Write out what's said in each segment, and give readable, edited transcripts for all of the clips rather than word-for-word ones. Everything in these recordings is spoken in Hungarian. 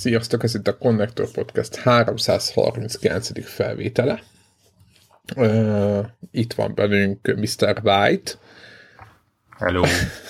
Sziasztok, ez itt a Connector Podcast 339. felvétele. Itt van velünk Mr. White. Hello.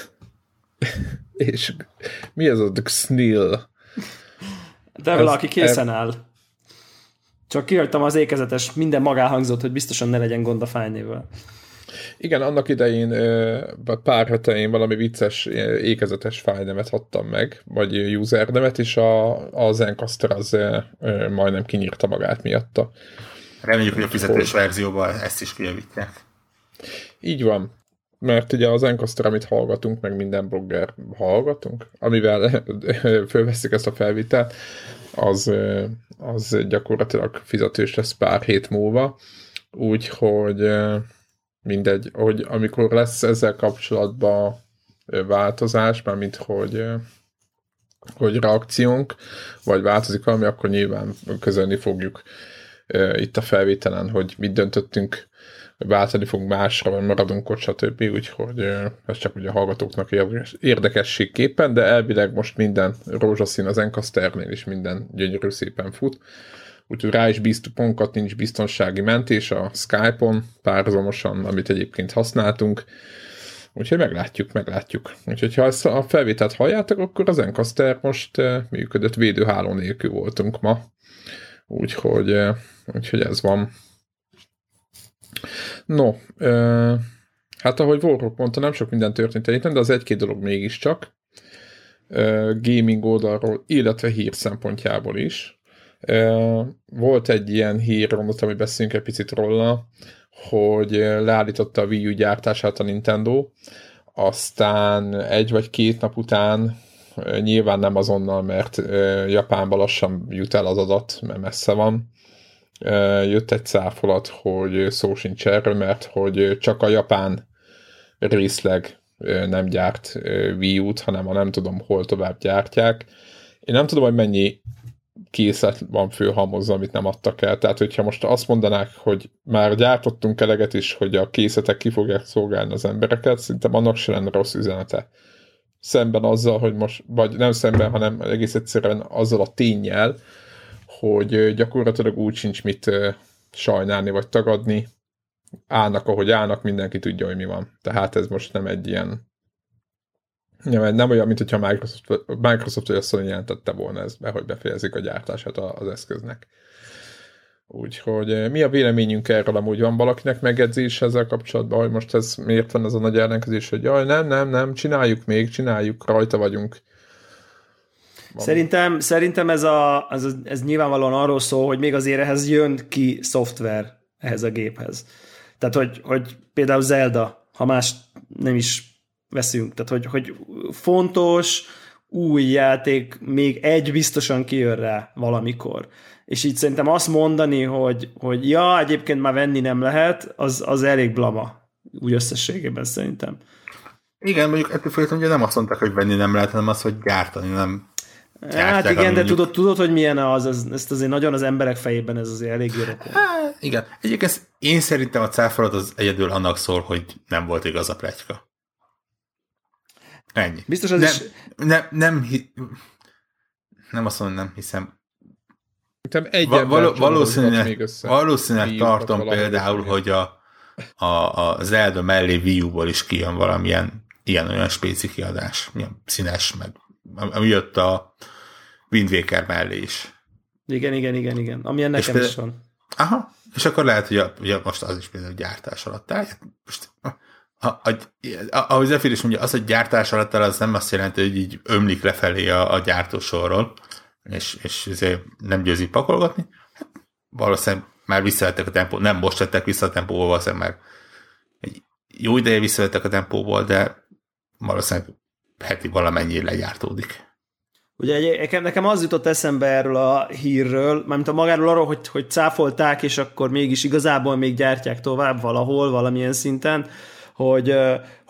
És mi az a Xnil? De valaki készen áll. Csak kihagytam az ékezetes, minden magáhangzott, hogy biztosan ne legyen gond a fájnével. Igen, annak idején pár hete én valami vicces ékezetes fájnemet adtam meg, vagy usernemet, és a Zencastr az majdnem kinyírta magát miatta. Reméljük, hogy a fizetés verzióban ezt is kijavítják. Így van, mert ugye a Zencastr, amit hallgatunk, meg minden blogger hallgatunk, amivel fölveszik ezt a felvételt, az gyakorlatilag fizetős lesz pár hét múlva, úgyhogy mindegy, hogy amikor lesz ezzel kapcsolatban változás, mármint hogy reakciónk, vagy változik valami, akkor nyilván közölni fogjuk itt a felvételen, hogy mit döntöttünk, váltani fogunk másra, vagy maradunk ott, stb. Úgyhogy ez csak ugye a hallgatóknak érdekességképpen, de elvileg most minden rózsaszín az Zencastrnél, és minden gyönyörű szépen fut. Úgyhogy rá is bíztuk magunkat, nincs biztonsági mentés a Skype-on párhuzamosan, amit egyébként használtunk. Úgyhogy meglátjuk. Úgyhogy ha ezt a felvételt halljátok, akkor a Zencastr most működött, védőháló nélkül voltunk ma. Úgyhogy ez van. No, hát ahogy Warhawk mondta, nem sok minden történt egyébként, de az egy-két dolog mégiscsak. Gaming oldalról, illetve hír szempontjából is. Volt egy ilyen hírrondat, ami beszélünk egy picit róla, hogy leállította a Wii U gyártását a Nintendo, aztán egy vagy két nap után, nyilván nem azonnal, mert Japánba lassan jut el az adat, mert messze van, jött egy cáfolat, hogy szó sincs erről, mert hogy csak a japán részleg nem gyárt Wii U-t, hanem a nem tudom hol tovább gyártják. Én nem tudom, hogy mennyi készlet van fölhalmozva, amit nem adtak el. Tehát, hogyha most azt mondanák, hogy már gyártottunk eleget is, hogy a készletek ki fogják szolgálni az embereket, szerintem annak se lenne rossz üzenete. Szemben azzal, hogy most, vagy nem szemben, hanem egész egyszerűen azzal a ténnyel, hogy gyakorlatilag úgy sincs mit sajnálni, vagy tagadni. Állnak, ahogy állnak, mindenki tudja, hogy mi van. Tehát ez most nem egy ilyen nem olyan, mint hogyha Microsoft vagy a Sony jelentette volna ezt be, hogy befejezik a gyártását az eszköznek. Úgyhogy mi a véleményünk erről? Amúgy van valakinek megjegyzés ezzel kapcsolatban, hogy most ez miért van ez a nagy ellenkezés, hogy jaj, nem, csináljuk, rajta vagyunk. Szerintem ez nyilvánvalóan arról szól, hogy még azért ehhez jön ki szoftver ehhez a géphez. Tehát, hogy például Zelda, ha más nem is veszünk, tehát hogy fontos új játék, még egy biztosan kijön rá valamikor. És így szerintem azt mondani, hogy ja, egyébként már venni nem lehet, az elég blama, úgy összességében szerintem. Igen, mondjuk ettől függetlenül ugye nem azt mondták, hogy venni nem lehet, hanem az, hogy gyártani nem. Hát igen, de tudod, hogy milyen ezt azért nagyon az emberek fejében ez azért elég rokon. Igen. Egyébként én szerintem a cáfolat az egyedül annak szól, hogy nem volt igaz a pletyka. Ennyi. Biztos az nem azt mondom, nem hiszem. Valószínűleg tartom például, hogy a Zelda mellé Wii U-ból is kijön valamilyen ilyen-olyan spéci kiadás, milyen színes, meg ami jött a Wind Waker mellé is. Igen. Amilyen nekem is van. Aha, és akkor lehet, hogy most az is például gyártás alatt áll. Most ahogy Zephyr is mondja, az, hogy gyártás alatt áll, az nem azt jelenti, hogy így ömlik lefelé a gyártósorról, és ezért nem győzik pakolgatni. Hát, valószínűleg már visszavettek a tempót, nem most vettek vissza a tempóból, valószínűleg már egy jó ideje visszavettek a tempóból, de valószínűleg heti valamennyi legyártódik. Ugye nekem az jutott eszembe erről a hírről, mármint a magáról arról, hogy cáfolták, és akkor mégis igazából még gyártják tovább valahol, valamilyen szinten, hogy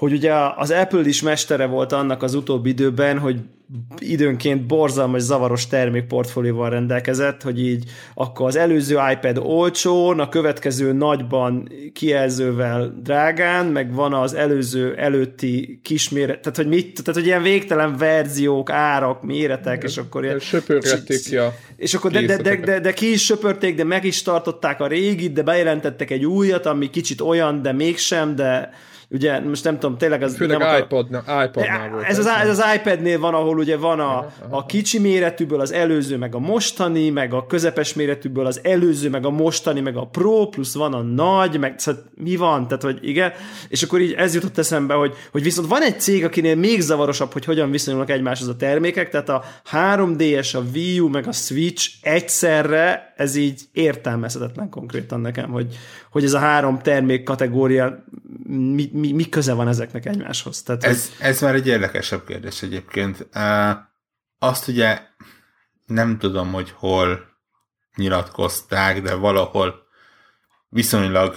hogy ugye az Apple is mestere volt annak az utóbbi időben, hogy időnként borzalmas, zavaros termékportfólióval rendelkezett, hogy így akkor az előző iPad olcsón, a következő nagyban kijelzővel drágán, meg van az előző előtti kisméret, tehát hogy ilyen végtelen verziók, árak, méretek, és akkor ilyen... Söpörgették ki a... És akkor de ki is söpörték, de meg is tartották a régit, de bejelentettek egy újat, ami kicsit olyan, de mégsem, de ugye most nem tudom, tényleg az... Főleg iPadnál volt. Ez az iPadnél van, ahol ugye van a kicsi méretűből az előző, meg a mostani, meg a közepes méretűből az előző, meg a mostani, meg a Pro, plusz van a nagy, meg szóval mi van? Tehát, hogy igen. És akkor így ez jutott eszembe, hogy viszont van egy cég, akinél még zavarosabb, hogy hogyan viszonyulnak egymáshoz a termékek, tehát a 3DS, a Wii U, meg a Switch egyszerre, ez így értelmezhetetlen konkrétan nekem, hogy ez a három termék kategória mi köze van ezeknek egymáshoz? Tehát, ez már egy érdekesebb kérdés egyébként. Azt ugye nem tudom, hogy hol nyilatkozták, de valahol viszonylag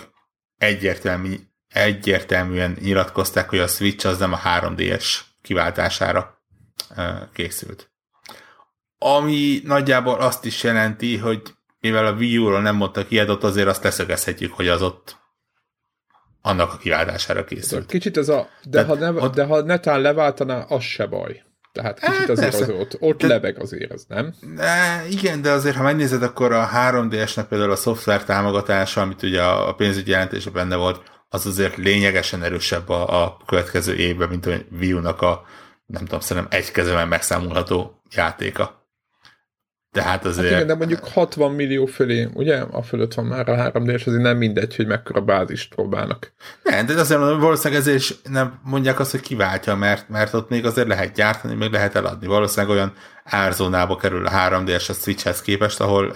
egyértelműen nyilatkozták, hogy a Switch az nem a 3DS kiváltására készült. Ami nagyjából azt is jelenti, hogy mivel a Wii U-ról nem mondtak ilyet, ott azért azt leszögezhetjük, hogy az ott annak a kiváltására készült. Kicsit ez a... De ha netán leváltaná, az se baj. Tehát kicsit azért ott lebeg azért, ez nem? Igen, de azért, ha megnézed, akkor a 3DS-nek például a szoftver támogatása, amit ugye a pénzügyi jelentésben benne volt, az azért lényegesen erősebb a következő évben, mint a Wii U-nak a, nem tudom, szerintem egy kezben megszámolható játéka. Tehát azért... Hát igen, de mondjuk 60 millió fölé, ugye? A fölött van már a 3D, és azért nem mindegy, hogy mekkora bázist próbálnak. Nem, de azért valószínűleg ezért is nem mondják azt, hogy kiváltja, mert ott még azért lehet gyártani, még lehet eladni. Valószínűleg olyan árzónába kerül a 3D-es a Switchhez képest, ahol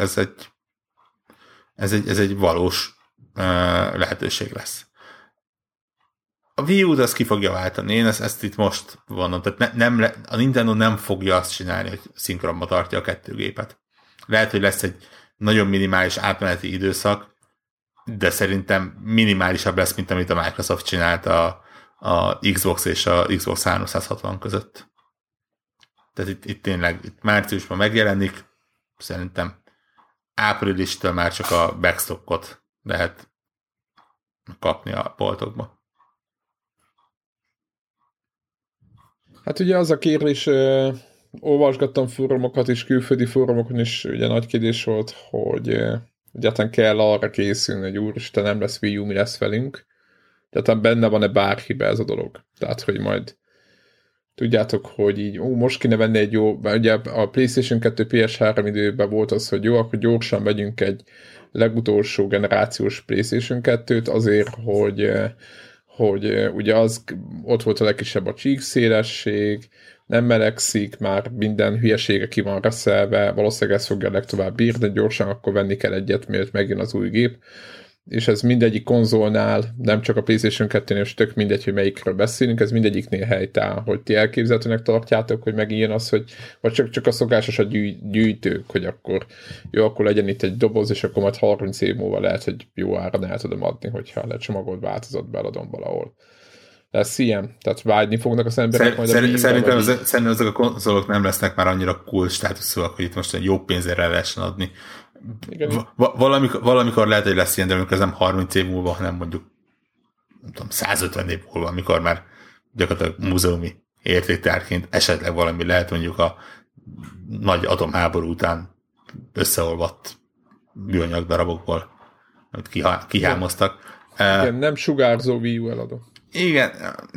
ez egy valós lehetőség lesz. A Wii U-t azt ki fogja váltani. Én ezt itt most mondom. Tehát a Nintendo nem fogja azt csinálni, hogy szinkronba tartja a kettő gépet. Lehet, hogy lesz egy nagyon minimális átmeneti időszak, de szerintem minimálisabb lesz, mint amit a Microsoft csinált a Xbox és a Xbox 360 között. Tehát itt tényleg márciusban megjelenik, szerintem áprilistől már csak a backstockot lehet kapni a boltokba. Hát ugye az a kérdés, olvasgattam fórumokat is, külföldi fórumokon is, ugye nagy kérdés volt, hogy egyáltalán kell arra készülni, hogy úristen, nem lesz Wii U, mi lesz velünk. Egyáltalán benne van-e bárhibe ez a dolog. Tehát, hogy majd tudjátok, hogy így, most kéne venni egy jó, ugye a PlayStation 2 PS3 időben volt az, hogy jó, akkor gyorsan vegyünk egy legutolsó generációs PlayStation 2-t azért, hogy ugye az ott volt a legkisebb a csíkszélesség, nem melegszik, már minden hülyesége ki van reszelve, valószínűleg ez fogja legtovább bírni, gyorsan akkor venni kell egyet, mielőtt megjön az új gép, és ez mindegyik konzolnál, nem csak a PlayStation 2-nél, és tök mindegy, hogy melyikről beszélünk, ez mindegyiknél helytáll, hogy ti elképzelhetőnek tartjátok, hogy megint az, hogy vagy csak a szokásos a gyűjtők, hogy akkor jó, akkor legyen itt egy doboz, és akkor majd 30 év múlva lehet, hogy jó áron el tudom adni, hogyha lecsomagolt változat beladom valahol. Lesz ilyen? Tehát vágyni fognak az emberek majd a Szerintem ezek a konzolok nem lesznek már annyira cool státuszúak, hogy itt most egy jó pénzére lehessen adni. Valamikor lehet, hogy lesz ilyen, de amikor ez nem 30 év múlva, hanem mondjuk nem tudom, 150 év múlva, amikor már gyakorlatilag múzeumi értéktárként esetleg valami lehet, mondjuk a nagy atomháború után összeolvadt műanyag darabokból, amit kihámoztak. Igen, nem sugárzó Wii U eladó. Igen.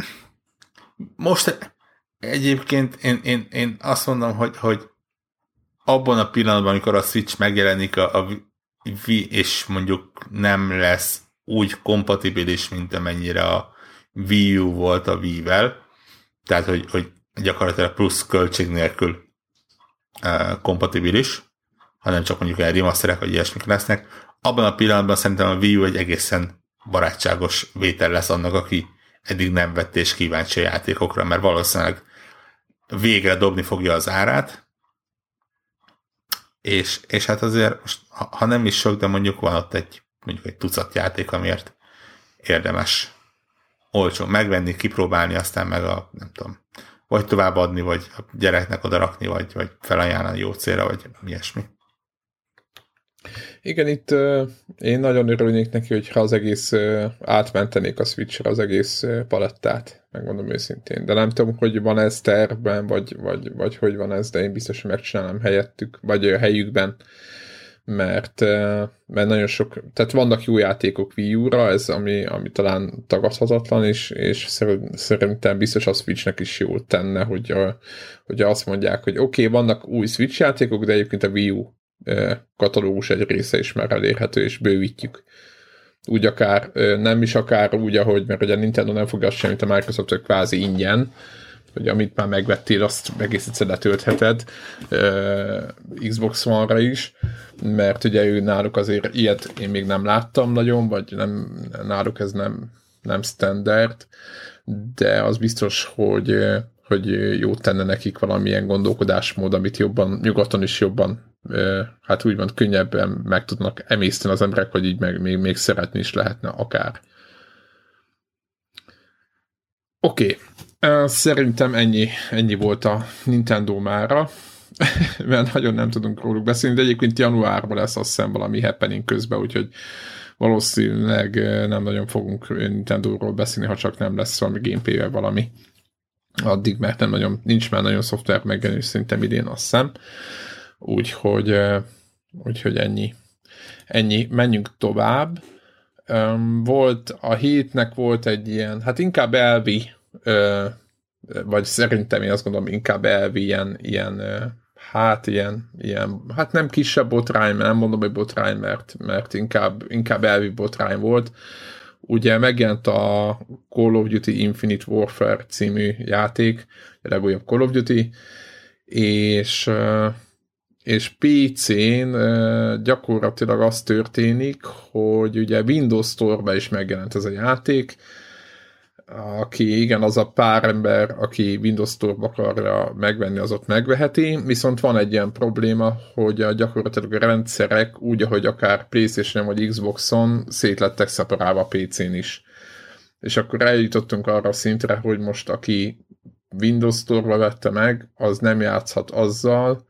Most egyébként én azt mondom, hogy abban a pillanatban, amikor a Switch megjelenik, a Wii, és mondjuk nem lesz úgy kompatibilis, mint amennyire a Wii U volt a Wii-vel, tehát, hogy gyakorlatilag plusz költség nélkül kompatibilis, hanem csak mondjuk egy remasterek, vagy ilyesmik lesznek, abban a pillanatban szerintem a Wii U egy egészen barátságos vétel lesz annak, aki eddig nem vett és kíváncsi a játékokra, mert valószínűleg végre dobni fogja az árát, és hát azért, most, ha nem is sok, de mondjuk van ott mondjuk egy tucat játék, amiért érdemes olcsón megvenni, kipróbálni, aztán meg nem tudom, vagy továbbadni, vagy a gyereknek odarakni, vagy felajánlani jó célra, vagy ilyesmi. Igen, itt én nagyon örülnék neki, hogyha az egész átmentenék a Switch-re az egész palettát, megmondom őszintén. De nem tudom, hogy van ez tervben, vagy hogy van ez, de én biztos, hogy megcsinálom helyettük, vagy a helyükben, mert nagyon sok, tehát vannak jó játékok Wii U-ra, ez ami talán tagadhatatlan, és szerintem biztos a Switchnek is jól tenne, hogy azt mondják, hogy oké, vannak új Switch játékok, de egyébként a Wii U katalógus egy része is már elérhető, és bővítjük. Úgy akár, nem is akár úgy, ahogy, mert ugye a Nintendo nem fogja azt semmit, a Microsoft, hogy kvázi ingyen, hogy amit már megvettél, azt egész egyszer letöltheted Xbox One-ra is, mert ugye ő náluk azért ilyet én még nem láttam nagyon, vagy nem, náluk ez nem standard, de az biztos, hogy jót tenne nekik valamilyen gondolkodásmód, amit jobban, nyugaton is jobban, hát úgymond könnyebben meg tudnak emészteni az emberek, hogy így még szeretni is lehetne akár. Oké. Szerintem ennyi volt a Nintendo mára, mert nagyon nem tudunk róluk beszélni, de egyébként januárban lesz azt hiszem valami happening közben, úgyhogy valószínűleg nem nagyon fogunk Nintendo-ról beszélni, ha csak nem lesz valami gameplay-vel valami addig, mert nincs már nagyon szoftver megjelenés szerintem idén, azt hiszem. Úgyhogy ennyi. Menjünk tovább. A hétnek volt egy ilyen, hát inkább elvi, vagy szerintem én azt gondolom, inkább elvi ilyen, hát nem kisebb botrány, mert nem mondom, hogy botrány, mert inkább elvi botrány volt. Ugye megjelent a Call of Duty Infinite Warfare című játék, a legújabb Call of Duty, és PC-n gyakorlatilag az történik, hogy ugye Windows Store-ba is megjelent ez a játék, az a pár ember, aki Windows Store-ba akarja megvenni, az ott megveheti, viszont van egy ilyen probléma, hogy gyakorlatilag a rendszerek úgy, ahogy akár PlayStation vagy Xboxon szét lettek szeparálva a PC-n is. És akkor eljutottunk arra a szintre, hogy most aki Windows Store-ba vette meg, az nem játszhat azzal,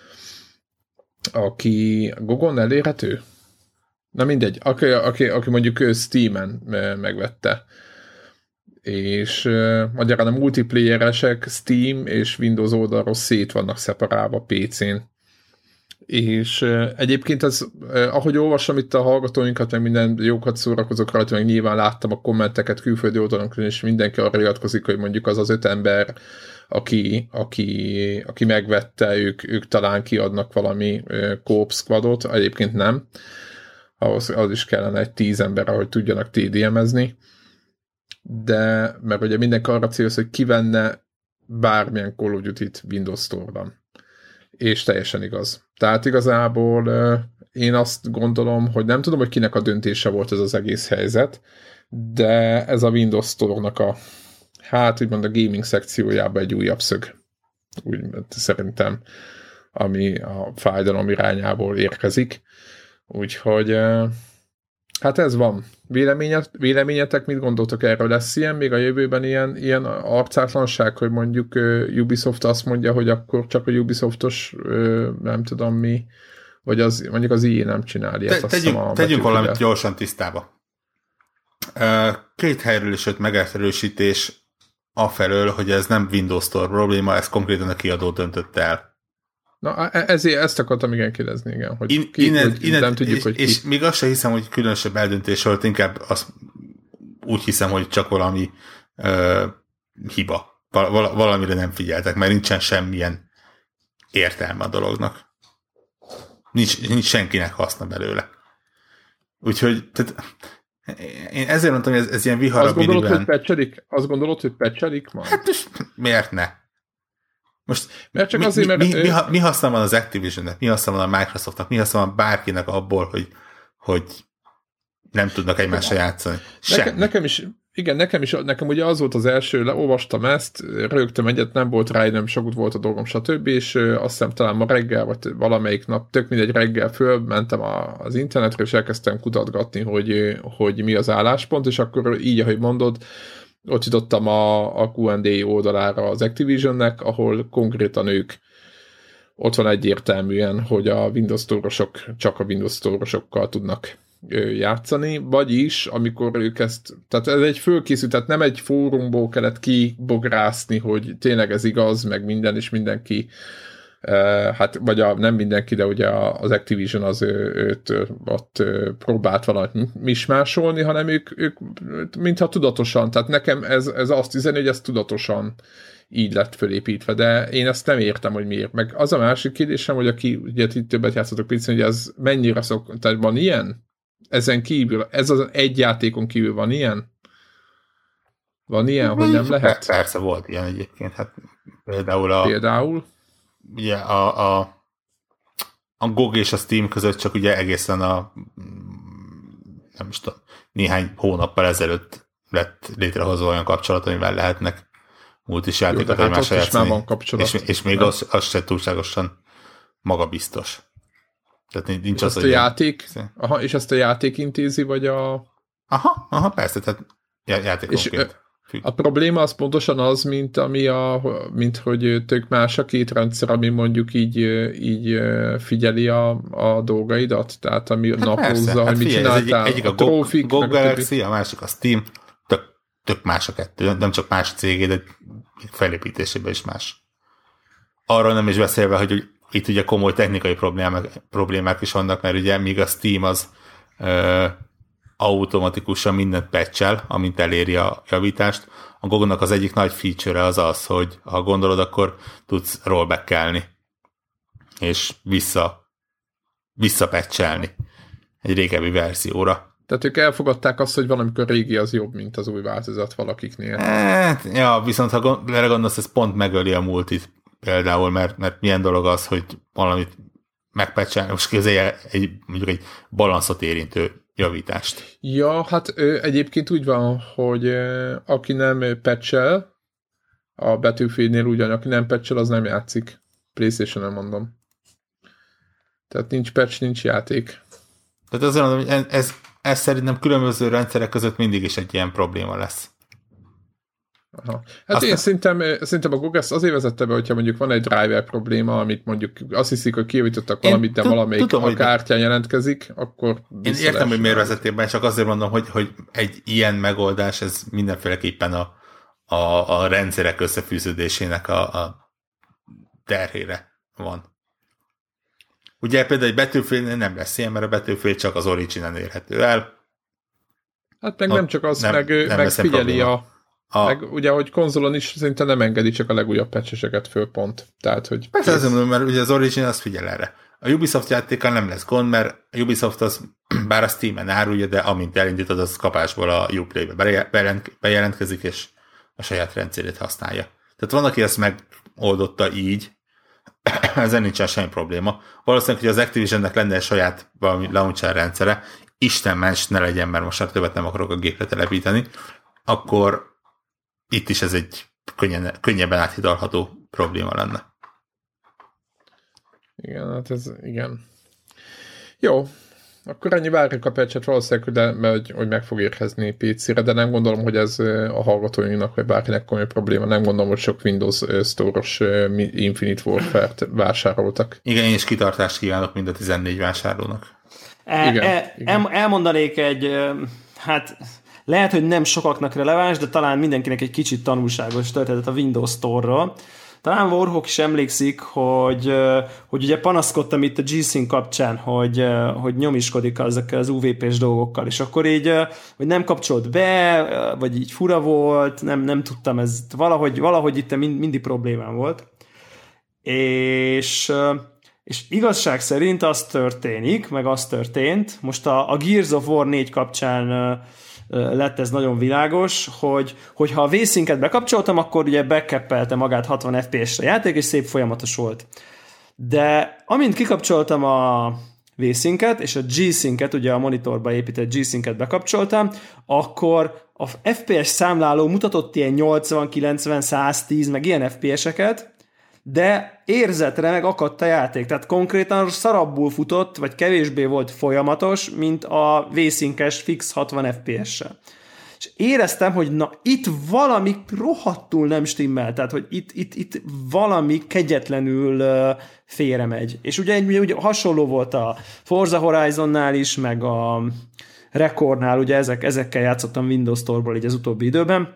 aki Gogon elérhető? Na mindegy, aki mondjuk Steam-en megvette. És magyarán a multiplayeresek Steam és Windows oldalról szét vannak szeparálva PC-n. És egyébként ahogy olvasom itt a hallgatóinkat, meg minden jókat szórakozok rajta, meg nyilván láttam a kommenteket külföldi oldalon, és mindenki arra iratkozik, hogy mondjuk az 5 ember, aki megvette, ők talán kiadnak valami co-op squadot, egyébként nem. Az is kellene egy 10 ember, ahogy tudjanak TDM-ezni. De, mert ugye mindenki arra célhoz, hogy kivenne bármilyen Call of Duty-t Windows Store-ban. És teljesen igaz. Tehát igazából én azt gondolom, hogy nem tudom, hogy kinek a döntése volt ez az egész helyzet, de ez a Windows Store-nak úgymond a gaming szekciójában egy újabb szög. Úgy szerintem, ami a fájdalom irányából érkezik. Úgyhogy hát ez van. Véleményetek, mit gondoltok erről? Lesz ilyen még a jövőben ilyen arcátlanság, hogy mondjuk Ubisoft azt mondja, hogy akkor csak a Ubisoftos nem tudom mi, vagy mondjuk az EA nem csinál ilyet. Tegyünk valamit gyorsan tisztába. 2 helyről is jött megerősítés afelől, hogy ez nem Windows Store probléma, ez konkrétan a kiadó döntött el. Na, ezt akartam kérdezni, igen. Hogy nem tudjuk, hogy ki. És még azt sem hiszem, hogy különösebb eldöntés volt, inkább azt úgy hiszem, hogy csak valami hiba. Valamire nem figyeltek, mert nincsen semmilyen értelme a dolognak. Nincs senkinek haszna belőle. Úgyhogy én ezért mondtam, hogy ez ilyen viharabiliben. Azt gondolod, hogy patchelik majd? Hát miért ne? Most mert csak azért, mert mi haszna van az Activisionnek, mi haszna van a Microsoftnak, mi haszna van bárkinek abból, hogy nem tudnak egymással játszani. Nekem ugye az volt az első, leolvastam ezt, rögtem egyet, nem volt rá, nem sokat volt a dolgom, stb. És azt hiszem talán ma reggel, vagy valamelyik nap, tök mindegy reggel fölmentem az internetre, és elkezdtem kutatgatni, hogy mi az álláspont, és akkor így, ahogy mondod, ott jutottam a Q&A oldalára az Activisionnek, ahol konkrétan ők ott van egyértelműen, hogy a Windows Store-osok csak a Windows Store-osokkal tudnak játszani, vagyis amikor ők ezt, tehát ez egy fölkészült, tehát nem egy fórumból kellett kibográszni, hogy tényleg ez igaz, meg minden és mindenki, hát vagy nem mindenki, de ugye az Activision az őt ott próbált valamit mismásolni, hanem ők mintha tudatosan, tehát nekem ez azt üzeni, hogy ez tudatosan így lett fölépítve, de én ezt nem értem, hogy miért. Meg az a másik kérdésem, hogy aki ugye itt többet játszotok PC, hogy ez mennyire tehát van ilyen? Ezen kívül, ez az egy játékon kívül van ilyen? Van ilyen, hogy nem lehet? Persze volt ilyen egyébként. Hát például? Ugye a GOG és a Steam között csak ugye egészen nem is tudom, néhány hónappal ezelőtt lett létrehozva olyan kapcsolat, amivel lehetnek multis játékot egymásra játszani. És még az se túlságosan magabiztos. Tehát nincs az, a játék? Aha, és ezt a játék intézi, vagy a... Aha, persze, tehát játékonként. A probléma az pontosan az, mint hogy tök más a két rendszer, ami mondjuk így figyeli a dolgaidat, tehát ami napozza, hogy mit csináltál. Egyik a GOG Galaxy, a másik a Steam, tök más a kettő, nem csak más cégé, de felépítésében is más. Arról nem is beszélve, hogy itt ugye komoly technikai problémák is vannak, mert ugye míg a Steam az automatikusan mindent patch-el, amint eléri a javítást. A GOG-nak az egyik nagy feature az, hogy ha gondolod, akkor tudsz rollback-elni, és visszapatchelni egy régebbi verzióra. Tehát ők elfogadták azt, hogy valamikor régi az jobb, mint az új változat valakiknél. Ja, viszont ha belegondolsz, ez pont megöli a multit például, mert milyen dolog az, hogy valamit megpatchelni, most képzelje mondjuk egy balanszot érintő javítást. Ja, hát egyébként úgy van, hogy aki nem patchel, a Battlefieldnél ugyan, aki nem patchel, az nem játszik. PlayStation-en mondom. Tehát nincs patch, nincs játék. Tehát azért mondom, hogy ez szerintem különböző rendszerek között mindig is egy ilyen probléma lesz. Aha. Hát én szerintem a Google ezt azért vezette be, hogyha mondjuk van egy driver probléma, amit mondjuk azt hiszik, hogy kijavítottak valamit, de valamelyik a kártyán jelentkezik, akkor... Én értem, hogy miért vezették be, csak azért mondom, hogy egy ilyen megoldás, ez mindenféleképpen a rendszerek összefűződésének a terhére van. Ugye például egy Battlefield nem lesz ilyen, mert a Battlefield csak az Origin-en érhető el. Hát meg nem csak az, meg figyeli meg ugye, hogy konzolon is szinte nem engedi csak a legújabb patcheseket föl pont. Tehát, hogy... Persze azért mondom, mert ugye az Origin az figyel erre. A Ubisoft játékkal nem lesz gond, mert a Ubisoft az bár a Steam-en árulja, de amint elindítod, az kapásból a Uplay-be bejelentkezik, és a saját rendszerét használja. Tehát van, aki ezt megoldotta így, ezen nincsen semmi probléma. Valószínűleg, hogy az Activisionnek lenne egy saját valami launcher rendszere, Isten ments ne legyen, mert most már többet nem akarok a gépre telepíteni, akkor itt is ez egy könnyebben áthidalható probléma lenne. Igen, hát ez igen. Jó, akkor ennyi, várjuk a patchet valószínűleg, hogy meg fog érkezni PC-re, de nem gondolom, hogy ez a hallgatóinknak vagy bárkinek komoly probléma. Nem gondolom, hogy sok Windows Store-os Infinite Warfare-t vásároltak. Igen, én is kitartást kívánok mind a 14 vásárlónak. Igen. Elmondanék egy, hát lehet, hogy nem sokaknak releváns, de talán mindenkinek egy kicsit tanulságos történet a Windows Store-ról. Talán Warhawk is emlékszik, hogy ugye panaszkodtam itt a G-Sync kapcsán, hogy nyomiskodik ezekkel az UVP-s dolgokkal, és akkor így, hogy nem kapcsolt be, vagy így fura volt, nem tudtam, ez valahogy itt mindig problémám volt. És igazság szerint az történik, meg az történt, most a Gears of War 4 kapcsán lett ez nagyon világos, hogy ha a V-Sync-et bekapcsoltam, akkor ugye backupelte magát 60 FPS-re a játék, és szép folyamatos volt. De amint kikapcsoltam a V-Sync-et, és a G-Sync-et, ugye a monitorba épített G-Sync-et bekapcsoltam, akkor a FPS számláló mutatott ilyen 80, 90, 110, meg ilyen FPS-eket, de érzetre meg akadt a játék, tehát konkrétan szarabbul futott, vagy kevésbé volt folyamatos, mint a V-Sync-es fix 60 FPS-sel. És éreztem, hogy na, itt valami rohadtul nem stimmel, tehát, hogy itt valami kegyetlenül félremegy. És ugye hasonló volt a Forza Horizonnál is, meg a Recordnál, ugye ezekkel játszottam Windows Store-ból így az utóbbi időben,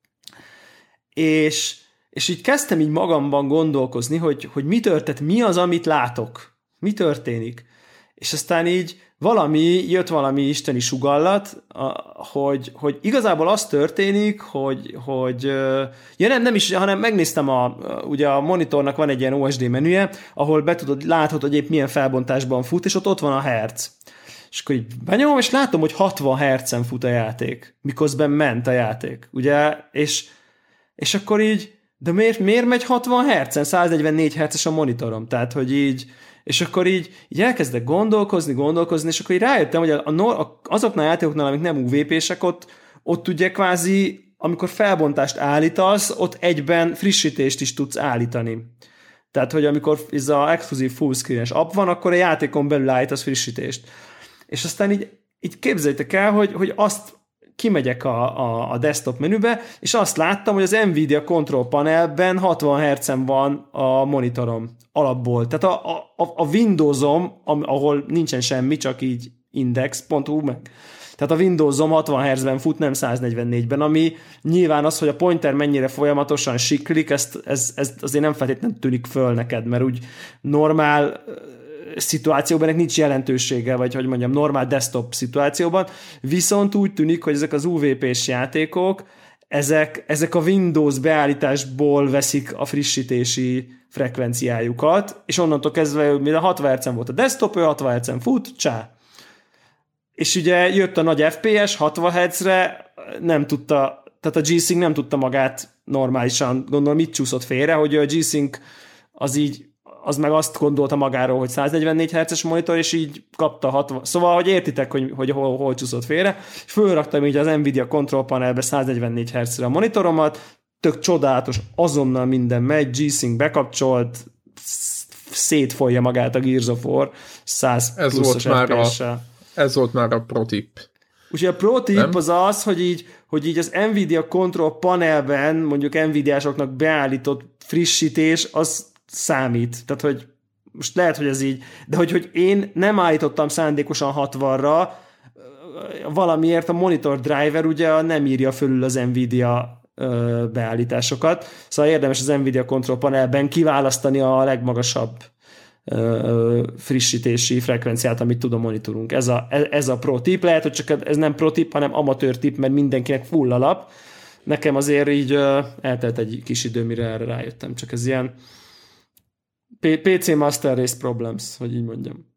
és így kezdtem így magamban gondolkozni, hogy mi történt, mi az, amit látok, mi történik. És aztán így jött valami isteni sugallat, hogy igazából az történik, hogy nem is, hanem megnéztem ugye a monitornak van egy ilyen OSD menüje, ahol láthatod, hogy épp milyen felbontásban fut, és ott van a hertz. És akkor így benyomom, és látom, hogy 60 hertzen fut a játék, miközben ment a játék, ugye, és akkor így, de miért megy 60 hertzen? 144 hertzes a monitorom, tehát, hogy így, és akkor így elkezdek gondolkozni, és akkor így rájöttem, hogy azoknál a játékoknál, amik nem UVP-sek, ott ugye kvázi, amikor felbontást állítasz, ott egyben frissítést is tudsz állítani. Tehát, hogy amikor ez az exkluzív fullscreen-es app van, akkor a játékon belül állítasz frissítést. És aztán így képzeljétek el, hogy azt kimegyek a desktop menübe, és azt láttam, hogy az Nvidia Control Panelben 60 Hz-en van a monitorom alapból. Tehát a Windowsom, ahol nincsen semmi, csak így index.hu meg. Tehát a Windowsom 60 Hz-ben fut, nem 144-ben, ami nyilván az, hogy a pointer mennyire folyamatosan siklik, ez azért nem feltétlenül tűnik föl neked, mert úgy normál szituációban ennek nincs jelentősége, vagy hogy mondjam, normál desktop szituációban, viszont úgy tűnik, hogy ezek az UVP-s játékok, ezek a Windows beállításból veszik a frissítési frekvenciájukat, és onnantól kezdve, mint a 60 Hz-en volt a desktop, ő 60 Hz-en fut, csá. És ugye jött a nagy FPS, 60 Hz-re nem tudta, tehát a G-Sync nem tudta magát normálisan, gondolom itt csúszott félre, hogy a G-Sync az meg azt gondolta magáról, hogy 144 Hz-es monitor, és így kapta 60. Szóval, hogy értitek, hogy hol csúszott félre, és fölraktam így az Nvidia Control Panelbe 144 Hz-re a monitoromat, tök csodálatos, azonnal minden megy, G-Sync bekapcsolt, szétfolja magát a Gears of War 100 pluszos FPS-sel. Ez volt már a pro tip. Úgyhogy a pro tip az, hogy így az Nvidia Control Panelben mondjuk Nvidia-soknak beállított frissítés, az számít. Tehát, hogy most lehet, hogy ez így, de hogy én nem állítottam szándékosan 60-ra, valamiért a monitor driver ugye nem írja fölül az Nvidia beállításokat, szóval érdemes az Nvidia Control Panelben kiválasztani a legmagasabb frissítési frekvenciát, amit tud a monitorunk. Ez a pro tip. Lehet, hogy csak ez nem pro tip, hanem amatőr tip, mert mindenkinek full alap. Nekem azért így eltelt egy kis idő, mire erre rájöttem. Csak ez ilyen PC Master Race Problems, hogy így mondjam.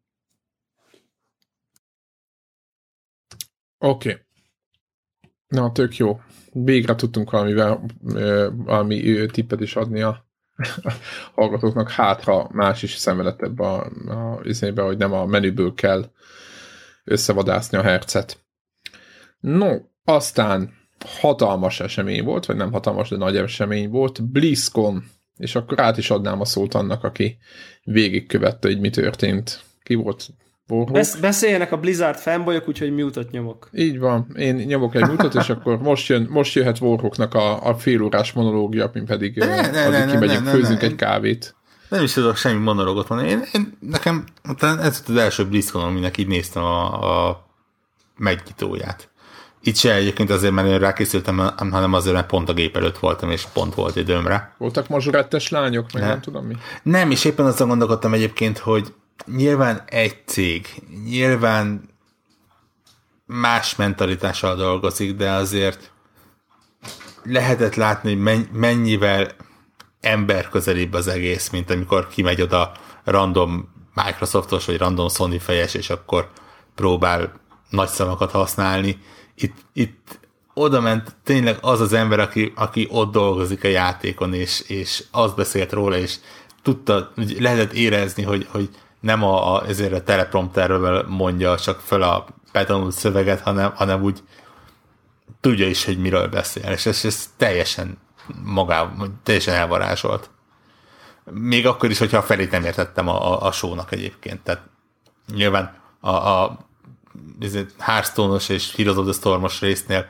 Oké. Na, tök jó. Végre tudtunk valami tippet is adni a hallgatóknak, hátra más is szenvedett a izébe, hogy nem a menüből kell összevadászni a hercet. No, aztán hatalmas esemény volt, vagy nem hatalmas, de nagy esemény volt, BlizzCon, és akkor át is adnám a szót annak, aki végigkövette, hogy mi történt. Ki volt? Beszéljenek a Blizzard fanboyok, úgyhogy mute-ot nyomok. Így van, én nyomok egy mute-ot, és akkor most jöhet Warhawknak a félórás monológia, mint pedig addig kimegyünk, főzünk egy kávét. Nem is tudok semmi monológot mondani. Nekem ez az első BlizzCon, aminek így néztem a megnyitóját. Itt se egyébként azért, mert én rákészültem, hanem azért, mert pont a gép előtt voltam, és pont volt időmre. Voltak mazsorettes lányok, meg nem tudom mi? Nem, és éppen azon gondolkodtam egyébként, hogy nyilván egy cég, nyilván más mentalitással dolgozik, de azért lehetett látni, hogy mennyivel emberközelibb az egész, mint amikor kimegy oda random Microsoftos, vagy random Sony fejes, és akkor próbál nagy szavakat használni. Itt oda ment tényleg az az ember, aki ott dolgozik a játékon, és azt beszélt róla, és tudta, lehetett érezni, hogy nem ezért a teleprompterről mondja csak fel a betanult szöveget, hanem úgy tudja is, hogy miről beszél, és ez teljesen teljesen elvarázsolt. Még akkor is, hogyha a felét nem értettem a show-nak egyébként. Tehát nyilván a Hearthstone-os és Heroes of the Storm-os résznél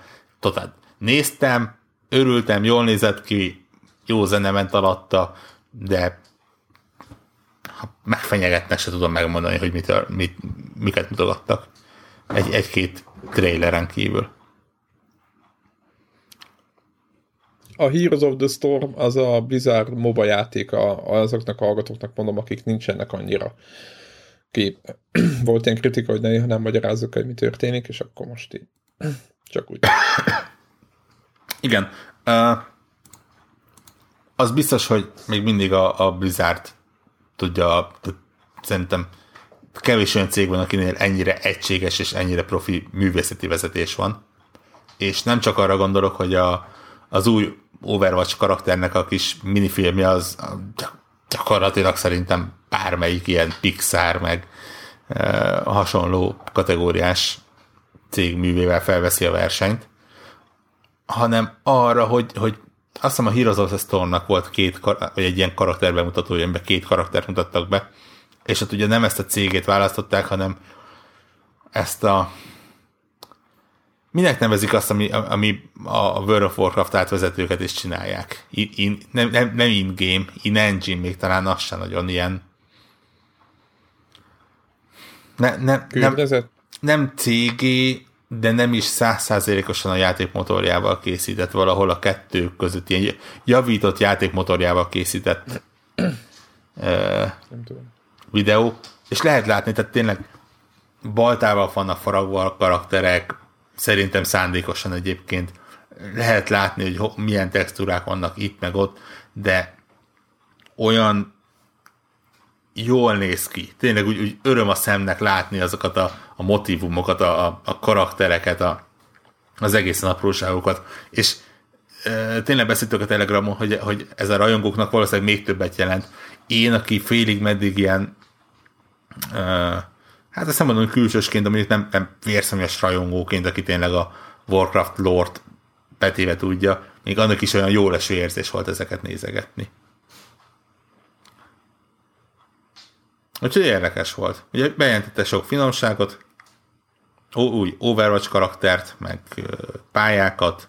totál. Néztem, örültem, jól nézett ki, jó zene ment alatta, de ha megfenyegetnek, se tudom megmondani, hogy miket mutogattak. Egy-két traileren kívül. A Heroes of the Storm az a Blizzard MOBA játéka, azoknak a hallgatóknak mondom, akik nincsenek annyira kép. Volt ilyen kritika, hogy néha nem magyarázzuk, hogy mi történik, és akkor most így csak úgy. Igen. Az biztos, hogy még mindig a Blizzard tudja, szerintem kevés olyan cég van, akinél ennyire egységes és ennyire profi művészeti vezetés van. És nem csak arra gondolok, hogy az új Overwatch karakternek a kis minifilmje az gyakorlatilag szerintem bármelyik ilyen Pixar meg hasonló kategóriás cég művével felveszi a versenyt, hanem arra, hogy azt hiszem a Heroes of the Storm-nak volt vagy egy ilyen karakterbemutatója, amiben 2 karaktert mutattak be, és ott ugye nem ezt a cégét választották, hanem ezt minek nevezik azt, ami a World of Warcraft átvezetőket is csinálják. Nem in-game, in-engine, még talán az sem nagyon ilyen. Nem CG, de nem is 100%-osan a játékmotorjával készített, valahol a kettő között ilyen javított játékmotorjával készített videó, és lehet látni, tehát tényleg baltával vannak faragva a karakterek, szerintem szándékosan egyébként. Lehet látni, hogy milyen textúrák vannak itt meg ott, de olyan jól néz ki. Tényleg úgy öröm a szemnek látni azokat a motívumokat, a karaktereket, az egészen apróságokat. És tényleg beszéltük a Telegramon, hogy ez a rajongóknak valószínűleg még többet jelent. Én, aki félig meddig ilyen hát azt nem mondom, hogy külsősként, de mondjuk nem vérszemélyes rajongóként, aki tényleg a Warcraft lore-t betéve tudja, még annak is olyan jó leső érzés volt ezeket nézegetni. Úgyhogy érdekes volt. Ugye bejelentette sok finomságot, új Overwatch karaktert, meg pályákat,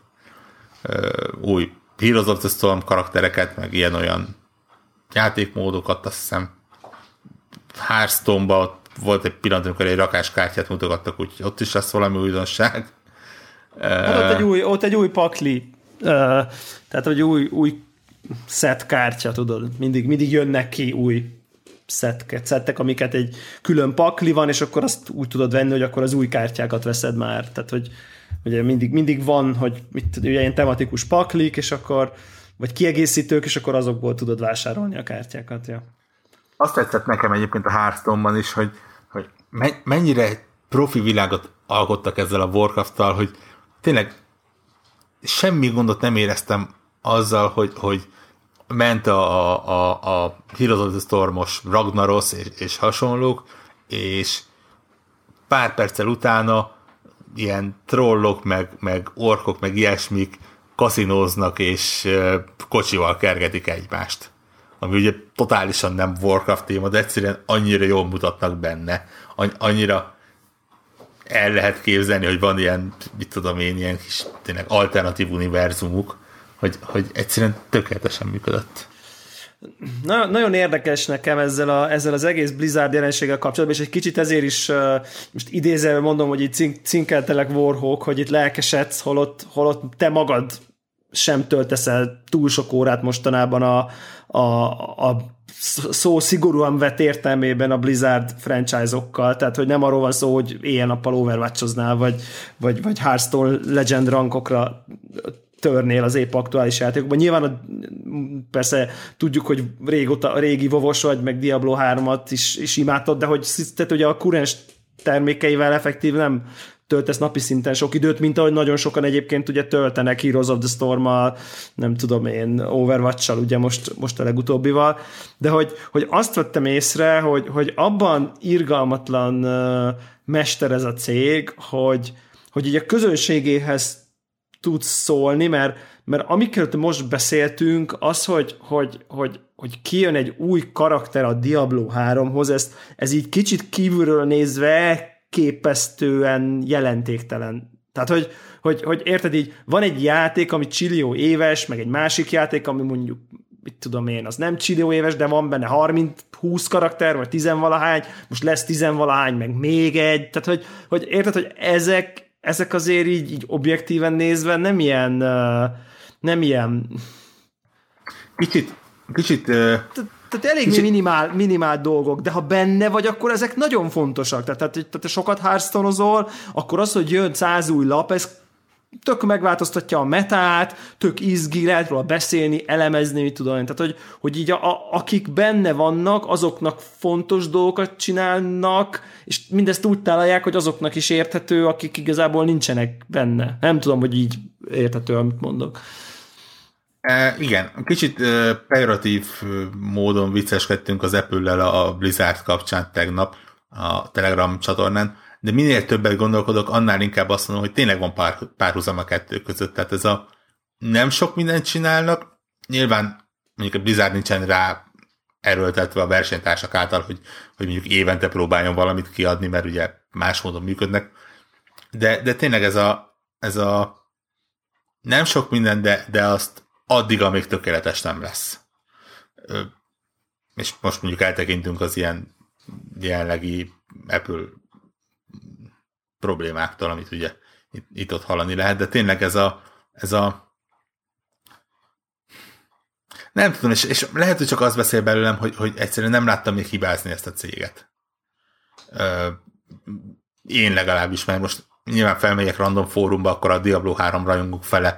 új Heroes of the Storm karaktereket, meg ilyen-olyan játékmódokat, azt hiszem Hearthstone-ba volt egy pillanat, amikor egy rakáskártyát mutogattak, úgyhogy ott is lesz valami újdonság. Hát ott egy új pakli, tehát egy új set kártya, tudod, mindig jönnek ki új szettek, amiket egy külön pakli van, és akkor azt úgy tudod venni, hogy akkor az új kártyákat veszed már. Tehát, hogy ugye mindig van, hogy ugye ilyen tematikus paklik, és akkor vagy kiegészítők, és akkor azokból tudod vásárolni a kártyákat. Ja. Azt tetszett nekem egyébként a Hearthstone-ban is, hogy mennyire profi világot alkottak ezzel a Warcraft-tal, hogy tényleg semmi gondot nem éreztem azzal, hogy ment a Heroes of the Storm-os Ragnaros és hasonlók, és pár perccel utána ilyen trollok, meg orkok, meg ilyesmik kaszinóznak, és kocsival kergetik egymást. Ami ugye totálisan nem Warcraft téma, de egyszerűen annyira jól mutatnak benne, annyira el lehet képzelni, hogy van ilyen, mit tudom én, ilyen kis tényleg alternatív univerzumuk, hogy egyszerűen tökéletesen működött. Nagyon érdekes nekem ezzel az egész Blizzard jelenséggel kapcsolatban, és egy kicsit ezért is most idézve mondom, hogy itt cinkeltelek Warhawk, hogy itt lelkesedsz, holott te magad sem töltesz el túl sok órát mostanában a szó szigorúan vett értelmében a Blizzard franchise-okkal, tehát hogy nem arról van szó, hogy éjjel-nappal Overwatch-oznál, vagy Hearthstone Legend rankokra törnél az épp aktuális játékokban. Nyilván persze tudjuk, hogy régi vovos vagy, meg Diablo 3-at is imádtad, de tehát ugye a kurens termékeivel effektív nem töltesz napi szinten sok időt, mint ahogy nagyon sokan egyébként ugye töltenek Heroes of the Storm-mal, nem tudom én, Overwatch-sal, ugye most a legutóbbival, de hogy azt vettem észre, hogy abban irgalmatlan mester ez a cég, hogy így a közönségéhez tudsz szólni, mert amikről most beszéltünk, az, hogy kijön egy új karakter a Diablo 3-hoz, ez így kicsit kívülről nézve képesztően jelentéktelen Tehát, hogy érted így, van egy játék, ami csillió éves, meg egy másik játék, ami mondjuk, mit tudom én, az nem csillió éves, de van benne 30-20 karakter, vagy 10-valahány, most lesz 10-valahány, meg még egy, tehát, hogy érted, hogy ezek azért így objektíven nézve nem ilyen Kicsit tehát elég minimál dolgok, de ha benne vagy, akkor ezek nagyon fontosak. Tehát sokat Hearthstone-ozol, akkor az, hogy jön 100 új lap, ez tök megváltoztatja a metát, tök izgi, lehet róla beszélni, elemezni, mit tudom. Tehát, hogy így akik benne vannak, azoknak fontos dolgokat csinálnak, és mindezt úgy találják, hogy azoknak is érthető, akik igazából nincsenek benne. Nem tudom, hogy így érthető, amit mondok. Igen, kicsit pejoratív módon vicceskedtünk az Apple-lel a Blizzard kapcsán tegnap a Telegram csatornán, de minél többet gondolkodok, annál inkább azt mondom, hogy tényleg van párhuzam a kettő között. Tehát ez a nem sok mindent csinálnak, nyilván mondjuk a Blizzard nincsen rá erőltetve a versenytársak által, hogy mondjuk évente próbáljon valamit kiadni, mert ugye más módon működnek, de tényleg ez a nem sok minden, de azt addig, amíg tökéletes nem lesz. És most mondjuk eltekintünk az ilyen jelenlegi Apple problémáktól, amit ugye itt-ott hallani lehet, de tényleg ez a nem tudom, és lehet, hogy csak az beszél belőlem, hogy egyszerűen nem láttam még hibázni ezt a céget. Én legalábbis, mert most nyilván felmegyek random fórumba, akkor a Diablo 3 rajongók fele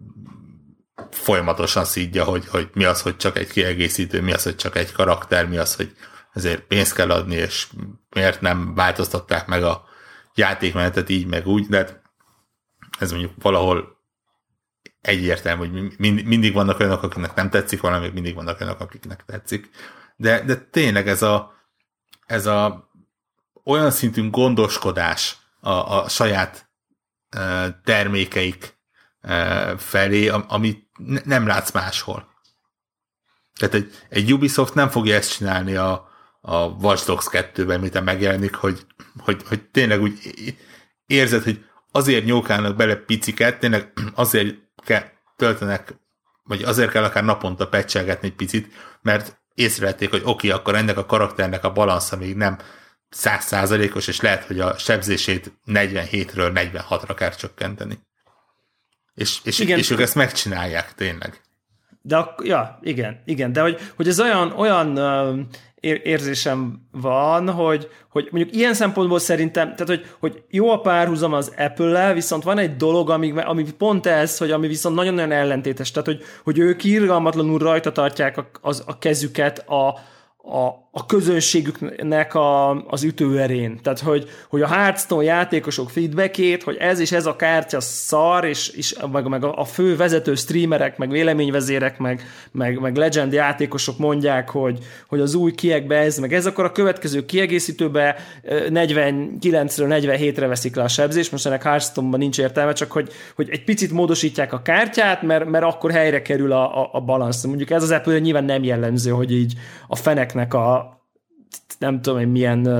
folyamatosan szídja, hogy mi az, hogy csak egy kiegészítő, mi az, hogy csak egy karakter, mi az, hogy ezért pénzt kell adni, és miért nem változtatták meg a játékmenetet így, meg úgy, de ez mondjuk valahol egyértelmű, hogy mindig vannak olyanok, akiknek nem tetszik valami, mindig vannak olyanok, akiknek tetszik. De tényleg ez a olyan szintű gondoskodás a saját termékeik felé, amit nem látsz máshol. Tehát egy Ubisoft nem fogja ezt csinálni a Watch Dogs 2-ben, miután megjelenik, hogy tényleg úgy érzed, hogy azért nyókálnak bele piciket, tényleg azért töltenek, vagy azért kell akár naponta patchelgetni egy picit, mert észrevették, hogy oké, akkor ennek a karakternek a balansza még nem 100%-os, és lehet, hogy a sebzését 47-ről 46-ra kell csökkenteni. És ők ezt megcsinálják, tényleg. De igen, de hogy ez olyan érzésem van, hogy mondjuk ilyen szempontból szerintem, tehát hogy jó a párhuzam az Apple-lel, viszont van egy dolog, ami pont ez, hogy ami viszont nagyon-nagyon ellentétes, tehát hogy ők irgalmatlanul rajta tartják a kezüket a közönségüknek az ütőerén. Tehát, hogy a Hearthstone játékosok feedbackét, hogy ez és ez a kártya szar, és meg a fő vezető streamerek, meg véleményvezérek, meg legend játékosok mondják, hogy az új kiegbe ez, akkor a következő kiegészítőbe 49-ről 47-re veszik le a sebzést, most ennek Hearthstone-ban nincs értelme, csak hogy egy picit módosítják a kártyát, mert akkor helyre kerül a balansz. Mondjuk ez az Apple nyilván nem jellemző, hogy így a feneknek a nem tudom, hogy milyen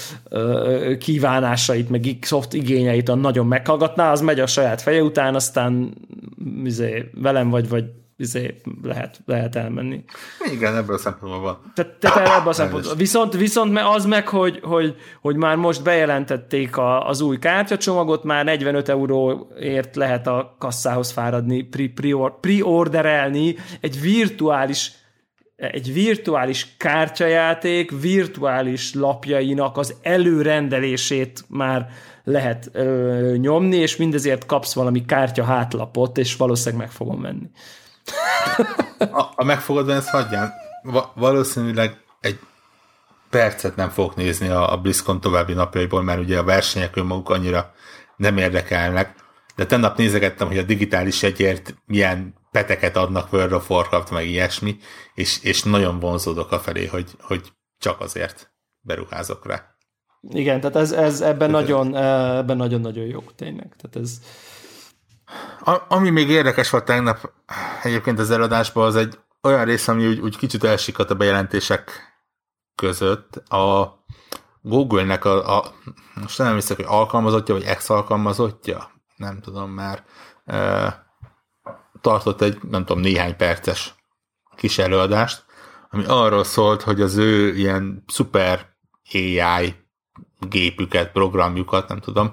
kívánásait, meg soft igényeit nagyon meghallgatná, az megy a saját feje után, aztán velem vagy lehet elmenni. Igen, ebből a szempontból van. Tehát ebből a szempontból. Viszont az meg, hogy már most bejelentették az új kártyacsomagot, már 45 euróért lehet a kasszához fáradni, pre-orderelni egy virtuális kártyajáték, virtuális lapjainak az előrendelését már lehet nyomni, és mindezért kapsz valami kártya hátlapot, és valószínűleg meg fogom venni. A megfogod venni, ezt hagyján. Valószínűleg egy percet nem fogok nézni a BlizzCon további napjaiból, mert ugye a versenyek önmaguk annyira nem érdekelnek, de tegnap nézegettem, hogy a digitális jegyért milyen peteket adnak World of Warcraft, meg ilyesmi, és nagyon vonzódok afelé, hogy csak azért beruházok rá. Igen, tehát ez ebben nagyon-nagyon jó, tényleg. Tehát ez... Ami még érdekes volt tegnap egyébként az eladásban, az egy olyan rész, ami úgy kicsit elsikadt a bejelentések között. A Google-nek most nem hiszek, hogy alkalmazottja, vagy ex-alkalmazottja, nem tudom már, tartott egy, nem tudom, néhány perces kis előadást, ami arról szólt, hogy az ő ilyen szuper AI gépüket, programjukat, nem tudom,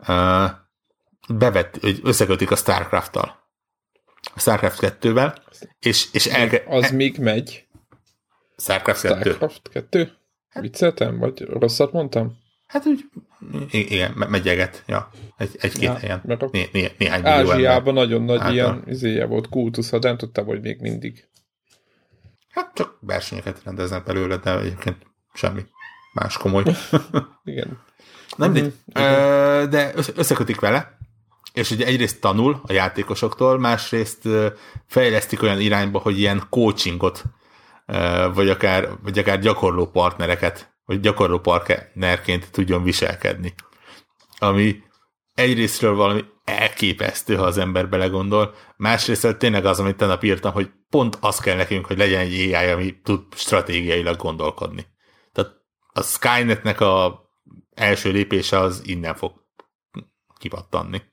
összekötik a StarCraft-tal. A StarCraft 2-vel, és az még megy. StarCraft 2. StarCraft 2? Vicceltem? Vagy rosszat mondtam? Hát úgy, igen, megyeget, ja. Egy-két helyen. Néhány millió Ázsiában nagyon nagy ilyen izéje volt, kultusza, de nem tudtam, hogy még mindig. Hát csak versenyeket rendeznek belőle, de egyébként semmi más komoly. Igen. Nem, de összekötik vele, és ugye egyrészt tanul a játékosoktól, másrészt fejlesztik olyan irányba, hogy ilyen coachingot, vagy akár gyakorló partnereket, vagy gyakorló partnerként tudjon viselkedni. Ami egyrésztről valami elképesztő, ha az ember belegondol, másrésztről tényleg az, amit tegnap írtam, hogy pont az kell nekünk, hogy legyen egy AI, ami tud stratégiailag gondolkodni. Tehát a Skynetnek a első lépése az innen fog kipattanni.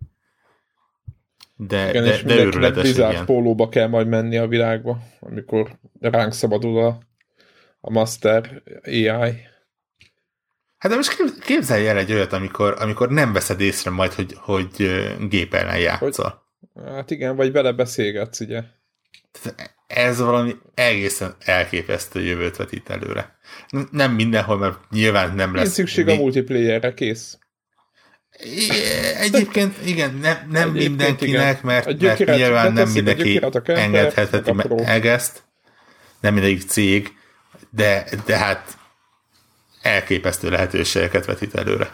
De őrületes, igen. Pólóba kell majd menni a világba, amikor ránk szabadul a Master AI. Hát de most képzelj el egy olyat, amikor nem veszed észre majd, hogy gép ellen játszol. Hát igen, vagy vele beszélgetsz, ugye. Ez valami egészen elképesztő jövőt vetít előre. Nem mindenhol, mert nyilván nem lesz... Szükség a multiplayerre, kész. Egyébként igen, nem mindenkinek, mert nyilván nem mindenki engedhetheti meg ezt, nem mindegyik cég, de hát elképesztő lehetőségeket vetít előre.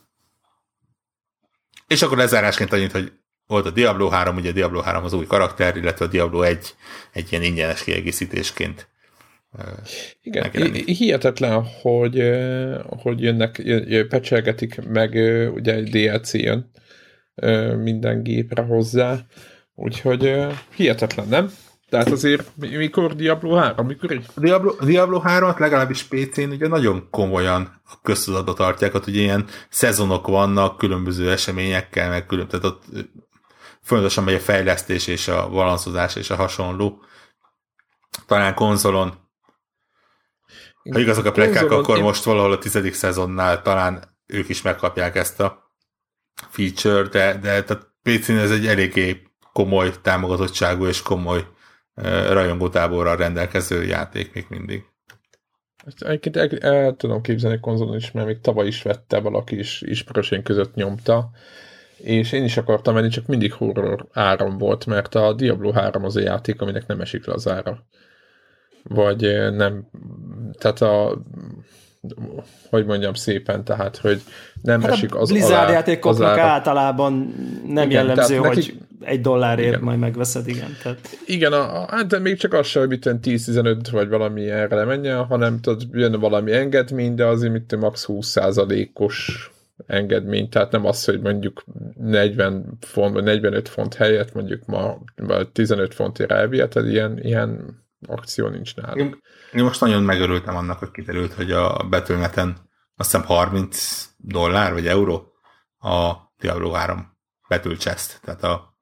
És akkor lezárásként annyit, hogy volt a Diablo 3, ugye a Diablo 3 az új karakter, illetve a Diablo 1 egy ilyen ingyenes kiegészítésként. Igen, hihetetlen, hogy jönnek, pecselgetik meg, ugye egy DLC jön minden gépre hozzá, úgyhogy hihetetlen, nem? Tehát azért mikor Diablo 3? Mikor így? Diablo 3-at legalábbis PC-n ugye nagyon komolyan a köztudatba tartják, ott ugye ilyen szezonok vannak, különböző eseményekkel, meg tehát ott folyamatosan megy a fejlesztés és a balanszozás és a hasonló. Talán konzolon, ha igazak a pletykák, akkor most valahol a 10. szezonnál talán ők is megkapják ezt a feature, de tehát PC-n ez egy eléggé komoly támogatottságú és komoly rajongótáborral rendelkező játék még mindig. Egyébként el tudom képzelni konzolon is, mert még tavaly is vette, valaki is ismerősén között nyomta, és én is akartam menni, csak mindig horror áram volt, mert a Diablo 3 az a játék, aminek nem esik le az ára. Vagy nem, tehát hogy mondjam szépen, tehát, hogy nem hát esik az Blizzard alá. játékoknak általában nem igen, jellemző, hogy $1 igen. majd megveszed, igen. Tehát. Igen, hát de még csak az sem, hogy 10-15 vagy valami erre lemenjen, hanem jön valami engedmény, de azért mit max 20%-os engedmény, tehát nem az, hogy mondjuk 40 font vagy 45 font helyett mondjuk ma 15 fontért elviheted, ilyen akció nincs nálunk. Én most nagyon megörültem annak, hogy kiderült, hogy a Battle.net-en azt hiszem $30 vagy euró a Diablo 3 Battle Chest, tehát a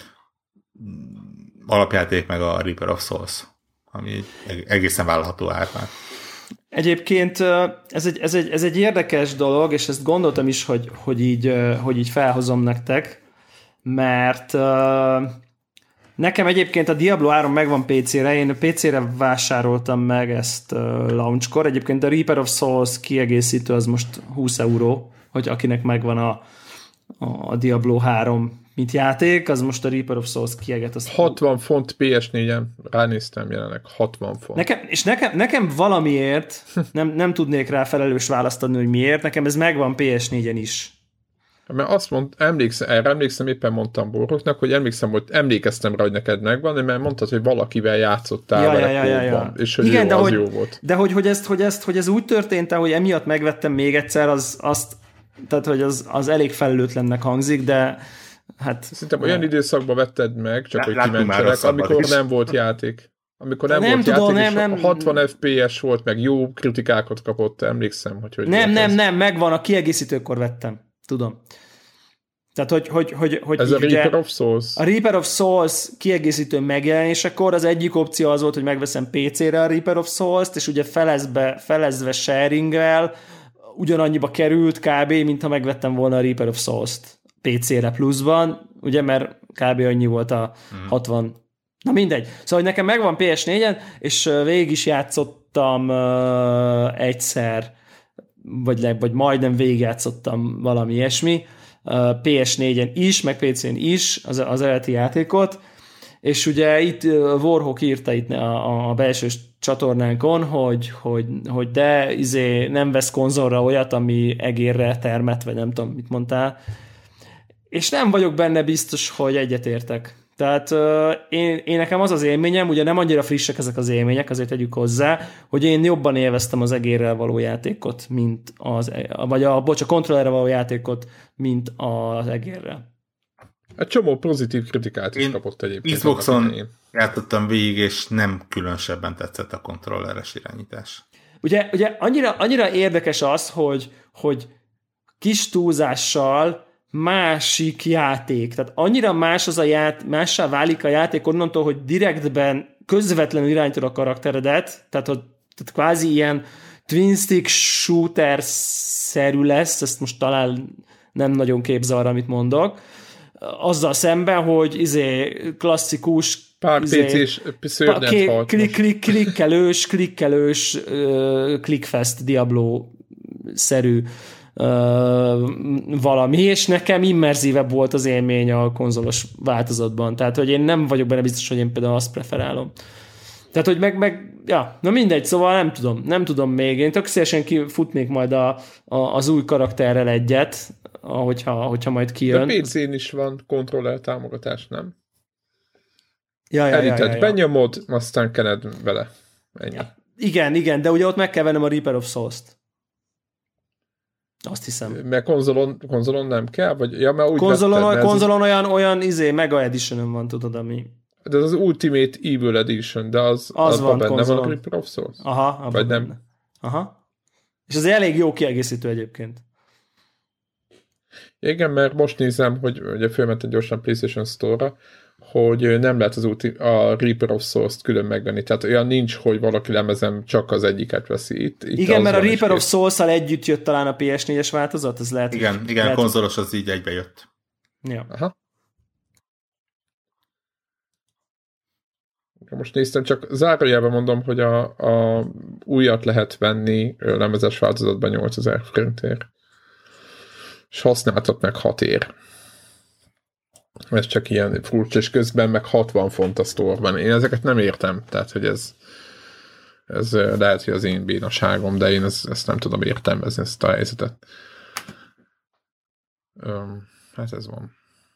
alapjáték meg a Reaper of Souls, ami egészen vállalható ár már. Egyébként ez egy érdekes dolog, és ezt gondoltam is, hogy így felhozom nektek, mert nekem egyébként a Diablo 3 megvan PC-re, én PC-re vásároltam meg ezt launchkor, egyébként a Reaper of Souls kiegészítő az most 20 euró, hogy akinek megvan a Diablo 3 mint játék, az most a Reaper of Souls kieget. 60 font PS4-en, ránéztem jelenleg, 60 font. Nekem valamiért, nem tudnék rá felelős választ adni, hogy miért, nekem ez megvan PS4-en is. Mert azt emlékszem, éppen mondtam Boroknak, hogy emlékeztem rá, hogy neked megvan, mert mondtad, hogy valakivel játszottál vele, és hogy igen, az jó volt. De hogy ez úgy történt, hogy emiatt megvettem még egyszer, tehát hogy az elég felelőtlennek hangzik, de hát... Szerintem olyan időszakban vetted meg, csak hogy kimentsenek, amikor nem volt játék. Amikor nem volt játék, és 60 FPS volt, meg jó kritikákat kapott, emlékszem, hogy nem, megvan, a kiegészítőkor vettem. Tudom. Tehát, hogy ez a Reaper of Souls? A Reaper of Souls kiegészítő megjelenésekor az egyik opció az volt, hogy megveszem PC-re a Reaper of Souls-t, és ugye felezve sharing-vel ugyanannyiba került kb. Mint ha megvettem volna a Reaper of Souls-t PC-re pluszban, ugye, mert kb. Annyi volt a 60. Na mindegy. Szóval, hogy nekem megvan PS4-en, és végig is játszottam egyszer, vagy majdnem végigjátszottam valami ilyesmi, PS4-en is, meg PC-n is az eredeti játékot, és ugye itt Warhawk írta itt a belső csatornánkon, hogy de nem vesz konzolra olyat, ami egérre termet, vagy nem tudom, mit mondtál, és nem vagyok benne biztos, hogy egyetértek. Tehát én nekem az élményem, ugye nem annyira frissek ezek az élmények, azért tegyük hozzá, hogy én jobban élveztem az egérrel való játékot, mint a kontrollerrel való játékot, mint az egérrel. Egy csomó pozitív kritikát is kapott egyébként. Xboxon játszottam végig, és nem különösebben tetszett a kontrolleres irányítás. Ugye annyira érdekes az, hogy kis túlzással másik játék. Tehát annyira mássá válik a játék onnantól, hogy direktben közvetlenül irányítod a karakteredet, tehát kvázi ilyen twin stick shooter-szerű lesz, ezt most talán nem nagyon arra, amit mondok, azzal szemben, hogy klasszikus pár PC-s szörnyet halt klikkelős clickfest Diablo-szerű valami, és nekem immerzívebb volt az élmény a konzolos változatban. Tehát, hogy én nem vagyok benne biztos, hogy én például azt preferálom. Tehát, hogy na mindegy, szóval nem tudom még. Én tök szívesen kifutnék majd az új karakterrel egyet, hogyha majd kijön. De PC-n is van kontroller támogatás, nem? Ja. Benyomod, aztán kened vele. Ennyi. Ja. Igen, de ugye ott meg kell vennem a Reaper of Souls-t. Azt hiszem. Mert konzolon nem kell? Vagy, ja, mert úgy konzolon olyan Mega Edition van, tudod, ami... De az Ultimate Evil Edition, de az van benne konzolon. Van a Reaper of Souls? Aha, vagy nem? Benne. Aha. És ez elég jó kiegészítő egyébként. Igen, mert most nézem, hogy ugye fölmentem gyorsan PlayStation Store-ra, hogy nem lehet a Reaper of Souls-t külön megvenni. Tehát olyan nincs, hogy valaki lemezem csak az egyiket veszi. Itt igen, mert a Reaper of Souls-szal együtt jött talán a PS4-es változat, ez lehet. Igen, lehet, konzolos az így egybe jött. Ja. Aha. Most néztem, csak zárójelben mondom, hogy a újat lehet venni lemezes változatban 8000 forintért. És használtat meg 6 ér. Ez csak ilyen furcsa, és közben meg 60 font a sztorban. Én ezeket nem értem, tehát, hogy ez lehet, hogy az én bénaságom, de én ezt nem tudom értelmezni, ezt a helyzetet. Hát ez van.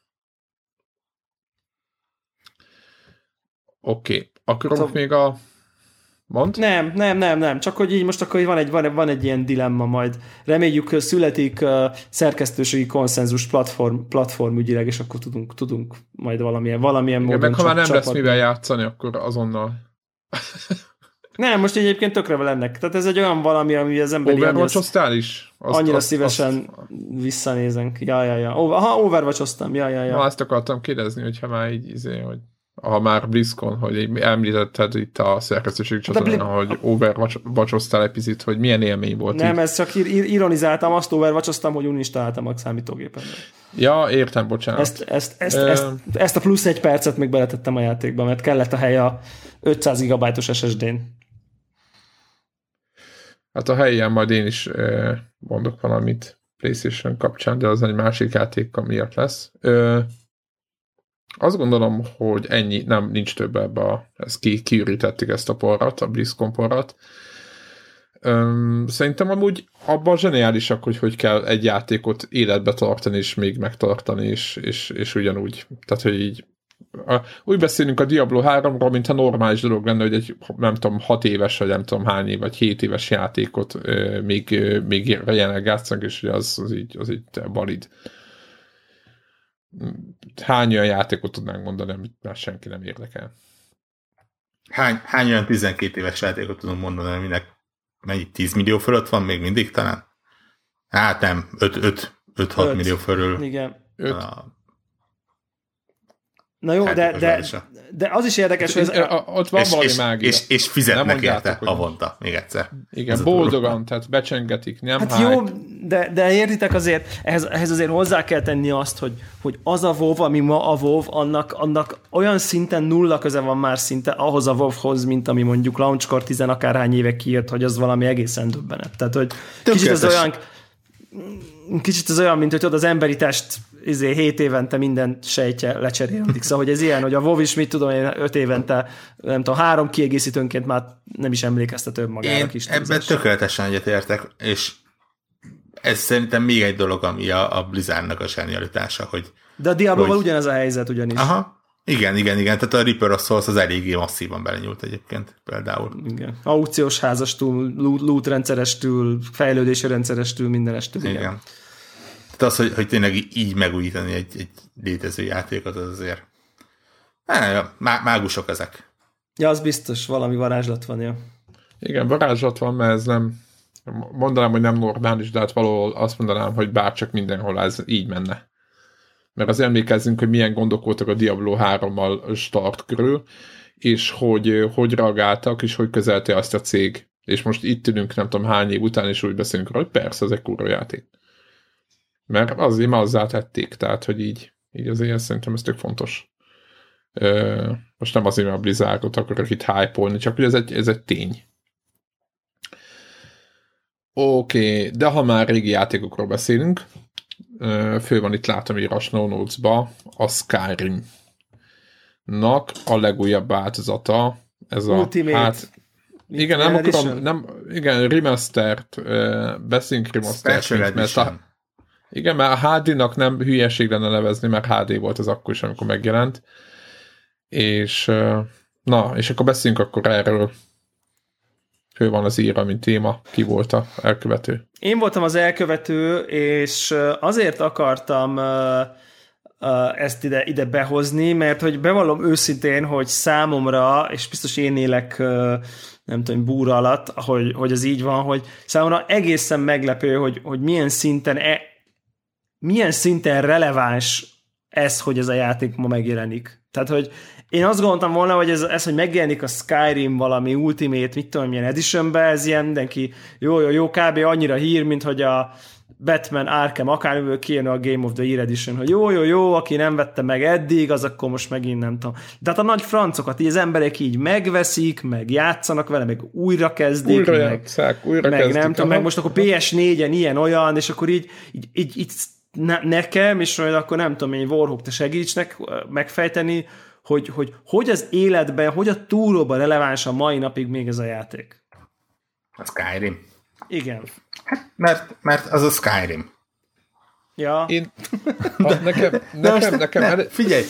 Oké. Akkor még a... Mond? Nem. Csak hogy így most akkor van egy ilyen dilemma majd. Reméljük születik szerkesztőségi konszenzus platformügyileg, és akkor tudunk majd valamilyen módon meg ha már nem lesz mivel játszani, akkor azonnal. Nem, most egyébként tökre lennek. Tehát ez egy olyan valami, ami az emberi... Overwatch-oztál is? Annyira szívesen visszanézenk. Ja. Overwatch-oztam. Ja. Na, azt akartam kérdezni, hogyha már így hogy ha már BlizzCon, hogy említetted itt a szerkesztőség csatornán, hogy Overwatch-oztál egy picit, hogy milyen élmény volt. Nem, így. ezt csak ironizáltam, azt Overwatch-oztam, hogy uninstaláltam a számítógépen. Ja, értem, bocsánat. Ezt a plusz 1 percet még beletettem a játékba, mert kellett a hely a 500 GB-os SSD-n. Hát a helyen majd én is mondok valamit PlayStation kapcsán, de az egy másik játék miatt lesz. Azt gondolom, hogy ennyi, nincs több ebbe ezt kiürítettük ezt a porrat, a BlizzCon porrat. Szerintem amúgy abban zseniálisak, hogy kell egy játékot életbe tartani, és még megtartani, és ugyanúgy. Tehát, hogy így úgy beszélünk a Diablo 3-ról, mintha normális dolog lenne, hogy egy, nem tudom, 6 éves, vagy nem tudom hány év, vagy 7 éves játékot még jelenleg játszanak, és az így valid. Hány olyan játékot tudnánk mondani, amit már senki nem érdekel? Hány olyan 12 éves játékot tudunk mondani, aminek mennyi 10 millió fölött van még mindig talán? Hát nem, 5-6 millió fölül. Igen. Na jó, de az is érdekes, hogy ott van valami mágia. És fizetnek érte havonta, még egyszer. Igen, boldogan, tehát becsengetik, nem hát jó, de értitek azért, ehhez azért hozzá kell tenni azt, hogy az a WoW, ami ma a WoW, annak olyan szinten nulla köze van már szinte ahhoz a WoW-hoz, mint ami mondjuk launchkor 10 akárhány éve kijött, hogy az valami egészen döbbenet. Tehát, hogy kicsit az olyan, mint hogy tudod, az emberi test 7 évente minden sejtje lecserélődik. Szóval, hogy ez ilyen, hogy a WoW is, mit tudom én, 5 évente, nem tudom, 3 kiegészítőnként már nem is emlékeztet önmagára kis túlzás. Ebben tökéletesen egyetértek, és ez szerintem még egy dolog, ami a Blizzardnak a zsenialitása, hogy... De a Diablo-val ugyanez a helyzet ugyanis. Aha. Igen. Tehát a Reaper of Souls az eléggé masszívan belenyúlt egyébként például. Igen. Aukciós házastól, loot rendszerestől, fejlődési rendszerestől, mindenestől. Igen. Tehát az, hogy tényleg így megújítani egy létező játékot, az azért... Mágusok ezek. Ja, az biztos, valami varázslat van, ja. Igen, varázslat van, mert ez nem... Mondanám, hogy nem normális, de hát valahol azt mondanám, hogy bárcsak mindenhol ez így menne. Mert az emlékezzünk, hogy milyen gondok voltak a Diablo 3-mal start körül, és hogy reagáltak, és hogy közelte azt a cég. És most itt ülünk, nem tudom hány év után, és úgy beszélünk róla, hogy persze, ez egy kurva játék. Mert azért már tették, tehát, hogy így azért szerintem ez tök fontos. Most nem azért, mert a Blizzardot akarok itt hype-olni, csak hogy ez egy tény. Oké, de ha már régi játékokról beszélünk, fő van itt, látom írva a Snow Notes-ba, a Skyrim-nak a legújabb változata, ez Ultimate. Hát, igen, nem akarom, igen, remastert, beszélünk remastert, igen, mert a HD-nak nem hülyeség lenne nevezni, mert HD volt az akkor is, amikor megjelent, és és akkor beszéljünk akkor erről. Fő van az írva, mint téma. Ki volt a elkövető? Én voltam az elkövető, és azért akartam ezt ide behozni, mert hogy bevallom őszintén, hogy számomra, és biztos én élek nem tudom, búra alatt, hogy az így van, hogy számomra egészen meglepő, hogy milyen szinten releváns ez, hogy ez a játék ma megjelenik. Tehát, hogy én azt gondoltam volna, hogy ez hogy megjelenik a Skyrim valami Ultimate, mit tudom, milyen Editionbe, ez ilyen mindenki jó, kb. Annyira hír, mint hogy a Batman Arkham akármiből kijön a Game of the Year Edition, hogy jó, aki nem vette meg eddig, az akkor most megint nem tudom. De hát a nagy francokat így az emberek így megveszik, meg játszanak vele, meg újra kezdik, meg nem tudom, meg most akkor PS4-en ilyen-olyan, és akkor így nekem, és majd akkor nem tudom, én Warhawk, te segíts megfejteni, hogy az életben, hogy a túróban releváns a mai napig még ez a játék. A Skyrim. Igen. Mert az a Skyrim. Ja. Nekem figyelj,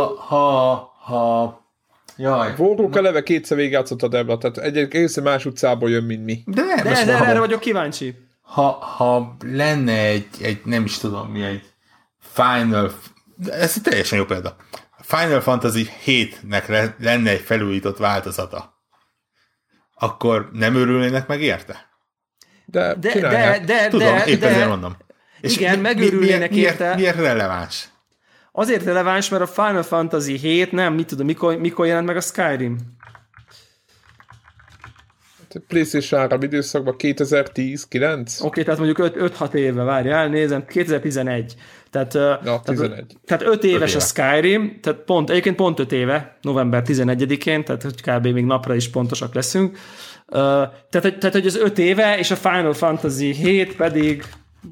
jaj. Warhawk eleve kétszer végigjátszottad ebben, tehát egészen más utcából jön, mint mi. De erre vagyok kíváncsi. Ha lenne egy nem is tudom mi, egy ez teljesen jó példa. Final Fantasy 7-nek lenne egy felújított változata, akkor nem örülnének meg érte? De tudom, épp ezért mondom. És igen, megörülnének érte. Miért releváns? Azért releváns, mert a Final Fantasy 7 nem, mit tudom, mikor jelent meg a Skyrim? PlayStation 3 időszakban 2010-9? Oké, tehát mondjuk 5-6 éve, várjál, nézem, 2011. Tehát 5 éves a Skyrim, tehát egyébként pont 5 éve, november 11-én, tehát hogy kb. Még napra is pontosak leszünk. Tehát hogy az 5 éve, és a Final Fantasy 7 pedig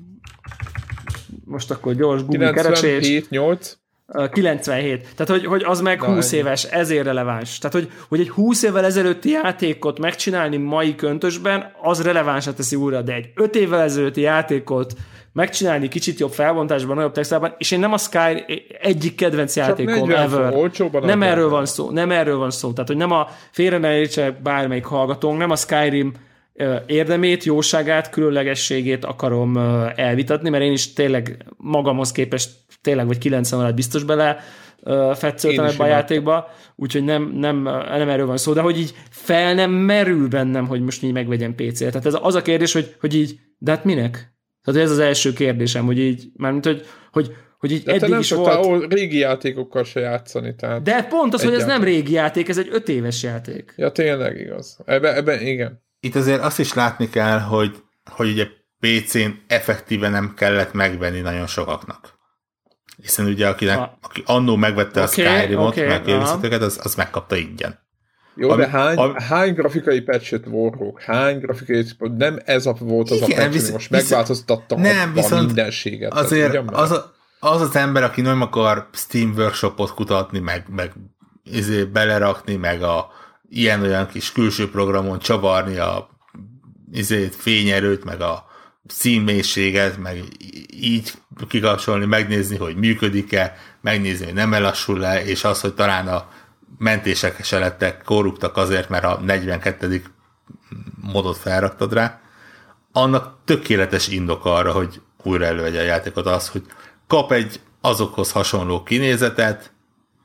most akkor gyors Google keresés. 97-8? 97. Tehát, hogy az meg 20 éves, ezért releváns. Tehát, hogy egy 20 évvel ezelőtti játékot megcsinálni mai köntösben, az relevánsat teszi újra, de egy 5 évvel ezelőtti játékot megcsinálni kicsit jobb felbontásban, nagyobb textában, és én nem a Sky egyik kedvenc játékom ever. Nem erről van szó. Tehát, hogy nem a félre ne értse bármelyik hallgatónk, nem a Skyrim érdemét, jóságát, különlegességét akarom elvitatni, mert én is tényleg magamhoz képest tényleg vagy 90 órát biztos bele fetszöltem ebbe a játékba, úgyhogy nem erről van szó, de hogy így fel nem merül bennem, hogy most így megvegyem PC-re. Tehát ez az a kérdés, hogy így, de hát minek? Tehát ez az első kérdésem, hogy így, mármint, Hogy így de eddig te nem is volt... régi játékokkal se játszani, tehát... De pont az, hogy ez nem régi játék, ez egy 5 éves játék. Ja, tényleg igaz. Ebben igen. Itt azért azt is látni kell, hogy ugye PC-n effektíve nem kellett megvenni nagyon sokaknak. Hiszen ugye aki annó megvette a Skyrimot, meg kiegészítőket, az megkapta ingyen. Jó, de hány grafikai patch-et Warhawk? Hány grafikai... Nem ez volt az igen, a patch, hogy most megváltoztatta a mindenséget. Azért az ember, aki nem akar Steam Workshopot kutatni, meg belerakni, meg a ilyen-olyan kis külső programon csavarni a fényerőt, meg a színmélységet, meg így kikapcsolni, megnézni, hogy működik-e, megnézni, hogy nem elassul le, és az, hogy talán a mentések se lettek korruptak azért, mert a 42. modot felraktad rá, annak tökéletes indok arra, hogy újra elővegye a játékot az, hogy kap egy azokhoz hasonló kinézetet,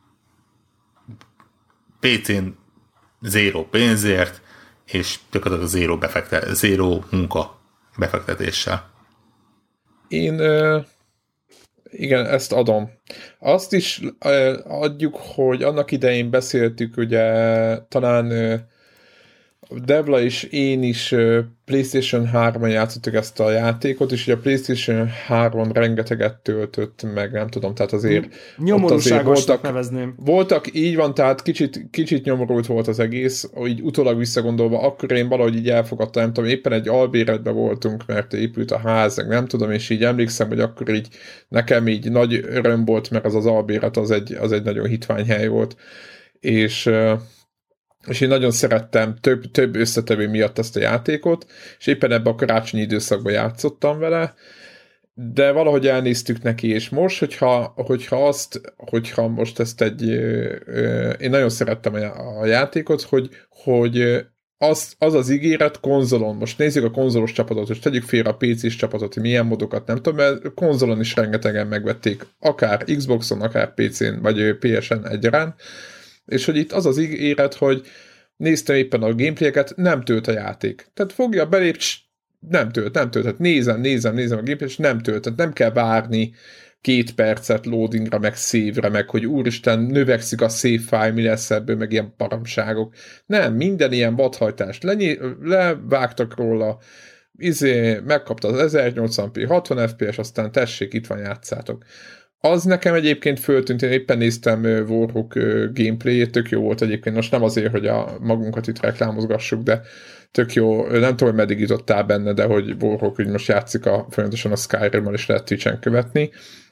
PC-n zéró pénzért, és gyakorlatilag zéró munka befektetéssel. Én igen, ezt adom. Azt is adjuk, hogy annak idején beszéltük, ugye talán Devla és én is PlayStation 3-on játszottuk ezt a játékot, és ugye a PlayStation 3-on rengeteget töltött meg, nem tudom, tehát azért... Nyomorúságosnak nevezném. Voltak, így van, tehát kicsit nyomorult volt az egész, így utólag visszagondolva, akkor én valahogy így elfogadtam, nem tudom, éppen egy albéretben voltunk, mert épült a ház, nem tudom, és így emlékszem, hogy akkor így nekem így nagy öröm volt, mert az albéret az egy nagyon hitvány hely volt, és én nagyon szerettem több összetevő miatt ezt a játékot, és éppen ebben a karácsonyi időszakban játszottam vele, de valahogy elnéztük neki, és most, hogyha most ezt én nagyon szerettem a játékot, hogy az ígéret konzolon, most nézzük a konzolos csapatot, és tegyük félre a PC-s csapatot, hogy milyen modokat, nem tudom, mert konzolon is rengetegen megvették, akár Xboxon, akár PC-n, vagy PSN egyaránt, és hogy itt az ígéret, hogy néztem éppen a gameplayeket, nem tölt a játék. Tehát fogja, belép, nem tölt. Hát nézem a gameplayet, és nem tölt. Tehát nem kell várni 2 percet loadingra, meg save-re, meg hogy úristen, növekszik a save file, mi lesz ebből, meg ilyen paramságok. Nem, minden ilyen vadhajtást levágtak róla, megkapta az 1080p, 60 fps, aztán tessék, itt van, játszátok. Az nekem egyébként föltűnt, én éppen néztem Warhawk gameplayét, tök jó volt egyébként, most nem azért, hogy magunkat itt reklámozgassuk, de tök jó, nem tudom, hogy meddig jutottál benne, de hogy Warhawk úgy most játszik folyamatosan a Skyrim-mal, és lehet Twitch-en követni,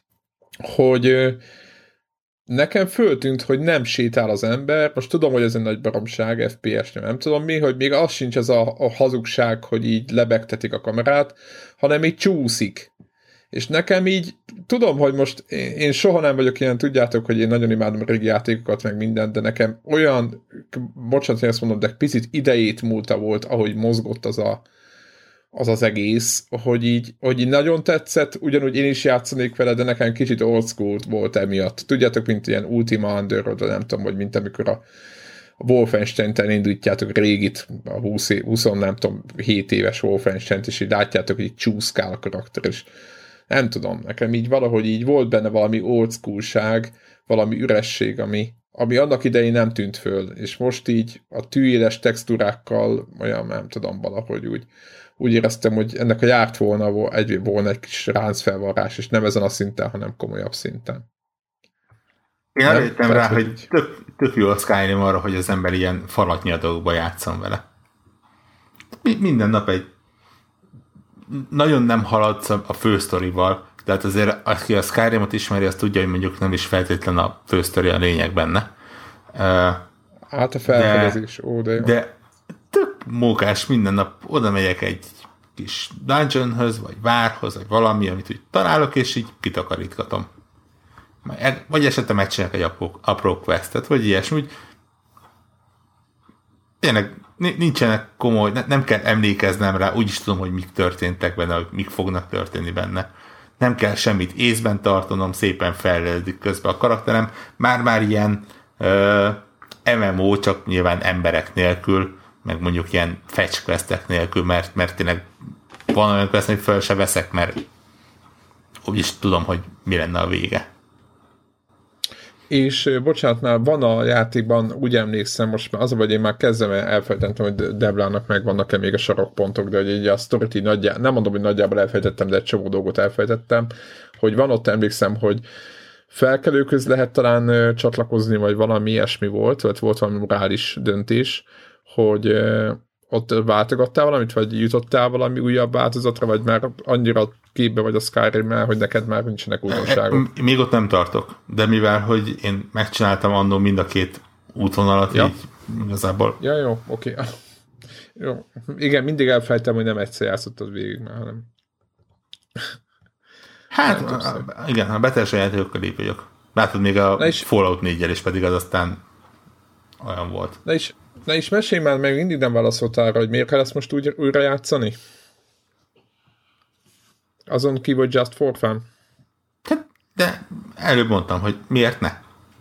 hogy nekem föltűnt, hogy nem sétál az ember, most tudom, hogy ez egy nagy baromság, FPS, nem tudom mi, hogy még az sincs ez a hazugság, hogy így lebegtetik a kamerát, hanem így csúszik. És nekem így, tudom, hogy most én soha nem vagyok ilyen, tudjátok, hogy én nagyon imádom a régi játékokat, meg mindent, de nekem olyan, bocsánat, hogy ezt mondom, de picit idejét múlta volt, ahogy mozgott az egész, hogy így nagyon tetszett, ugyanúgy én is játszanék vele, de nekem kicsit old school volt emiatt. Tudjátok, mint ilyen Ultima Underworld, nem tudom, hogy mint amikor a Wolfenstein-t elindítjátok régit, a 20 nem tudom, 7 éves Wolfenstein-t, és így látjátok, hogy így csúszkál a karakter, és nem tudom, nekem így valahogy így volt benne valami old schoolság, valami üresség, ami annak idején nem tűnt föl, és most így a tűéles textúrákkal olyan, nem tudom, valahogy úgy éreztem, hogy ennek a járt volna egy kis ráncfelvarrás, és nem ezen a szinten, hanem komolyabb szinten. Én arra jöttem rá, hogy tök jó a Skyrim arra, hogy az ember ilyen falatnyadókba játszon vele. Minden nap nagyon nem haladsz a fősztorival, tehát azért aki a Skyrimot ismeri, azt tudja, hogy mondjuk nem is feltétlen a fősztori a lényeg benne. Hát a felfedezés, de tök mókás, minden nap oda megyek egy kis dungeonhöz, vagy várhoz, vagy valami, amit úgy találok, és így kitakarítgatom. Vagy esetleg megcsinálok egy apró questet, vagy ilyesmi, úgy tényleg nincsenek komoly, nem kell emlékeznem rá, úgyis tudom, hogy mik történtek benne, hogy mik fognak történni benne. Nem kell semmit észben tartanom, szépen fejlődik közben a karakterem. Már ilyen MMO, csak nyilván emberek nélkül, meg mondjuk ilyen fetch questek nélkül, mert tényleg van olyan quest, hogy föl se veszek, mert úgyis tudom, hogy mi lenne a vége. És bocsánat, már van a játékban, úgy emlékszem, most már az a, hogy én már kezdem elfelejtettem, hogy Deblának megvannak-e még a sarokpontok, de hogy így a sztorit így nem mondom, hogy nagyjából elfelejtettem, de egy csomó dolgot elfelejtettem, hogy van ott, emlékszem, hogy felkelőköz lehet talán csatlakozni, vagy valami ilyesmi volt, vagy volt valami morális döntés, hogy ott váltogattál valamit, vagy jutottál valami újabb változatra, vagy már annyira képbe vagy a Skyrim-mel, hogy neked már nincsenek újdonságok. Még ott nem tartok, de mivel, hogy én megcsináltam annól mind a két útvonalat, így igazából... Ja, jó, oké. Jó. Igen, mindig elfelejtem, hogy nem egyszer játszottad végig már, hanem... Hát, igen, a beteljesen játékokkal így vagyok. Látod, még a Fallout 4-jel is pedig az aztán olyan volt. Na is mesélj már, meg mindig nem válaszoltál arra, hogy miért kell ezt most újra játszani? Azon kívül, hogy just for fun. De előbb mondtam, hogy miért ne?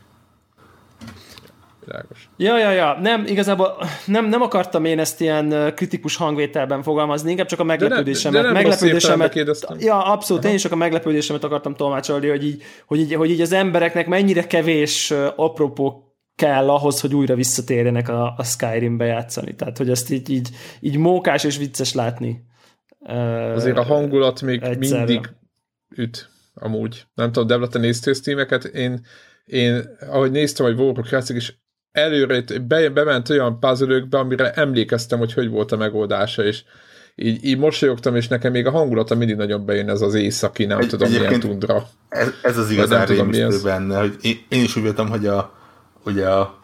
Világos. Ja. Nem, igazából nem akartam én ezt ilyen kritikus hangvételben fogalmazni, inkább csak a meglepődésemet. Ja, abszolút, aha. Én is csak a meglepődésemet akartam tolmácsolni, hogy így az embereknek mennyire kevés apropó kell ahhoz, hogy újra visszatérjenek a Skyrimbe játszani. Tehát, hogy ezt így mókás és vicces látni. Azért a hangulat még egyszerre. Mindig üt, amúgy. Nem tudom, Debla, te néztél Steameket? Én ahogy néztem, hogy Warcraft játszik, és előre bement olyan puzzle-ökbe, amire emlékeztem, hogy volt a megoldása, és így mosolyogtam, és nekem még a hangulata mindig nagyon bejön, ez az északi, nem tudom, milyen tundra. Ez az igazán rémisztő benne, hogy én is úgy voltam, hogy a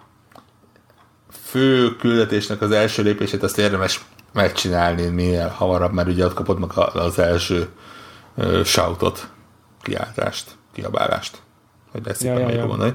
fő küldetésnek az első lépését azt érdemes megcsinálni minél hamarabb, mert ugye ott kapod meg az első shoutot, kiáltást, kiabálást, hogy lesz szépen mondani.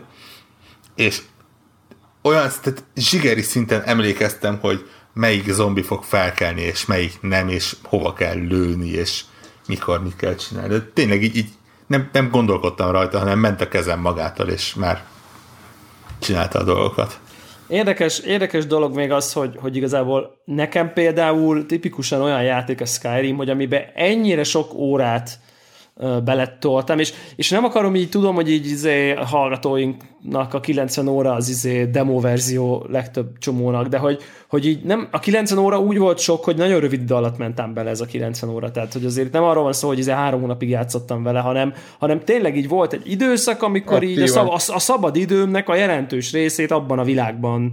És olyan zsigeri szinten emlékeztem, hogy melyik zombi fog felkelni, és melyik nem, és hova kell lőni, és mikor mit kell csinálni. De tényleg így nem gondolkodtam rajta, hanem ment a kezem magától, és már csinálta a dolgokat. Érdekes dolog még az, hogy igazából nekem például tipikusan olyan játék a Skyrim, hogy amiben ennyire sok órát belettoltam, és nem akarom így, tudom, hogy így hallgatóinknak a 90 óra az demo verzió legtöbb csomónak, de hogy így nem, a 90 óra úgy volt sok, hogy nagyon rövid idő alatt mentem bele ez a 90 óra, tehát hogy azért nem arról van szó, hogy 3 hónapig játszottam vele, hanem tényleg így volt egy időszak, amikor így a szabad időmnek a jelentős részét abban a világban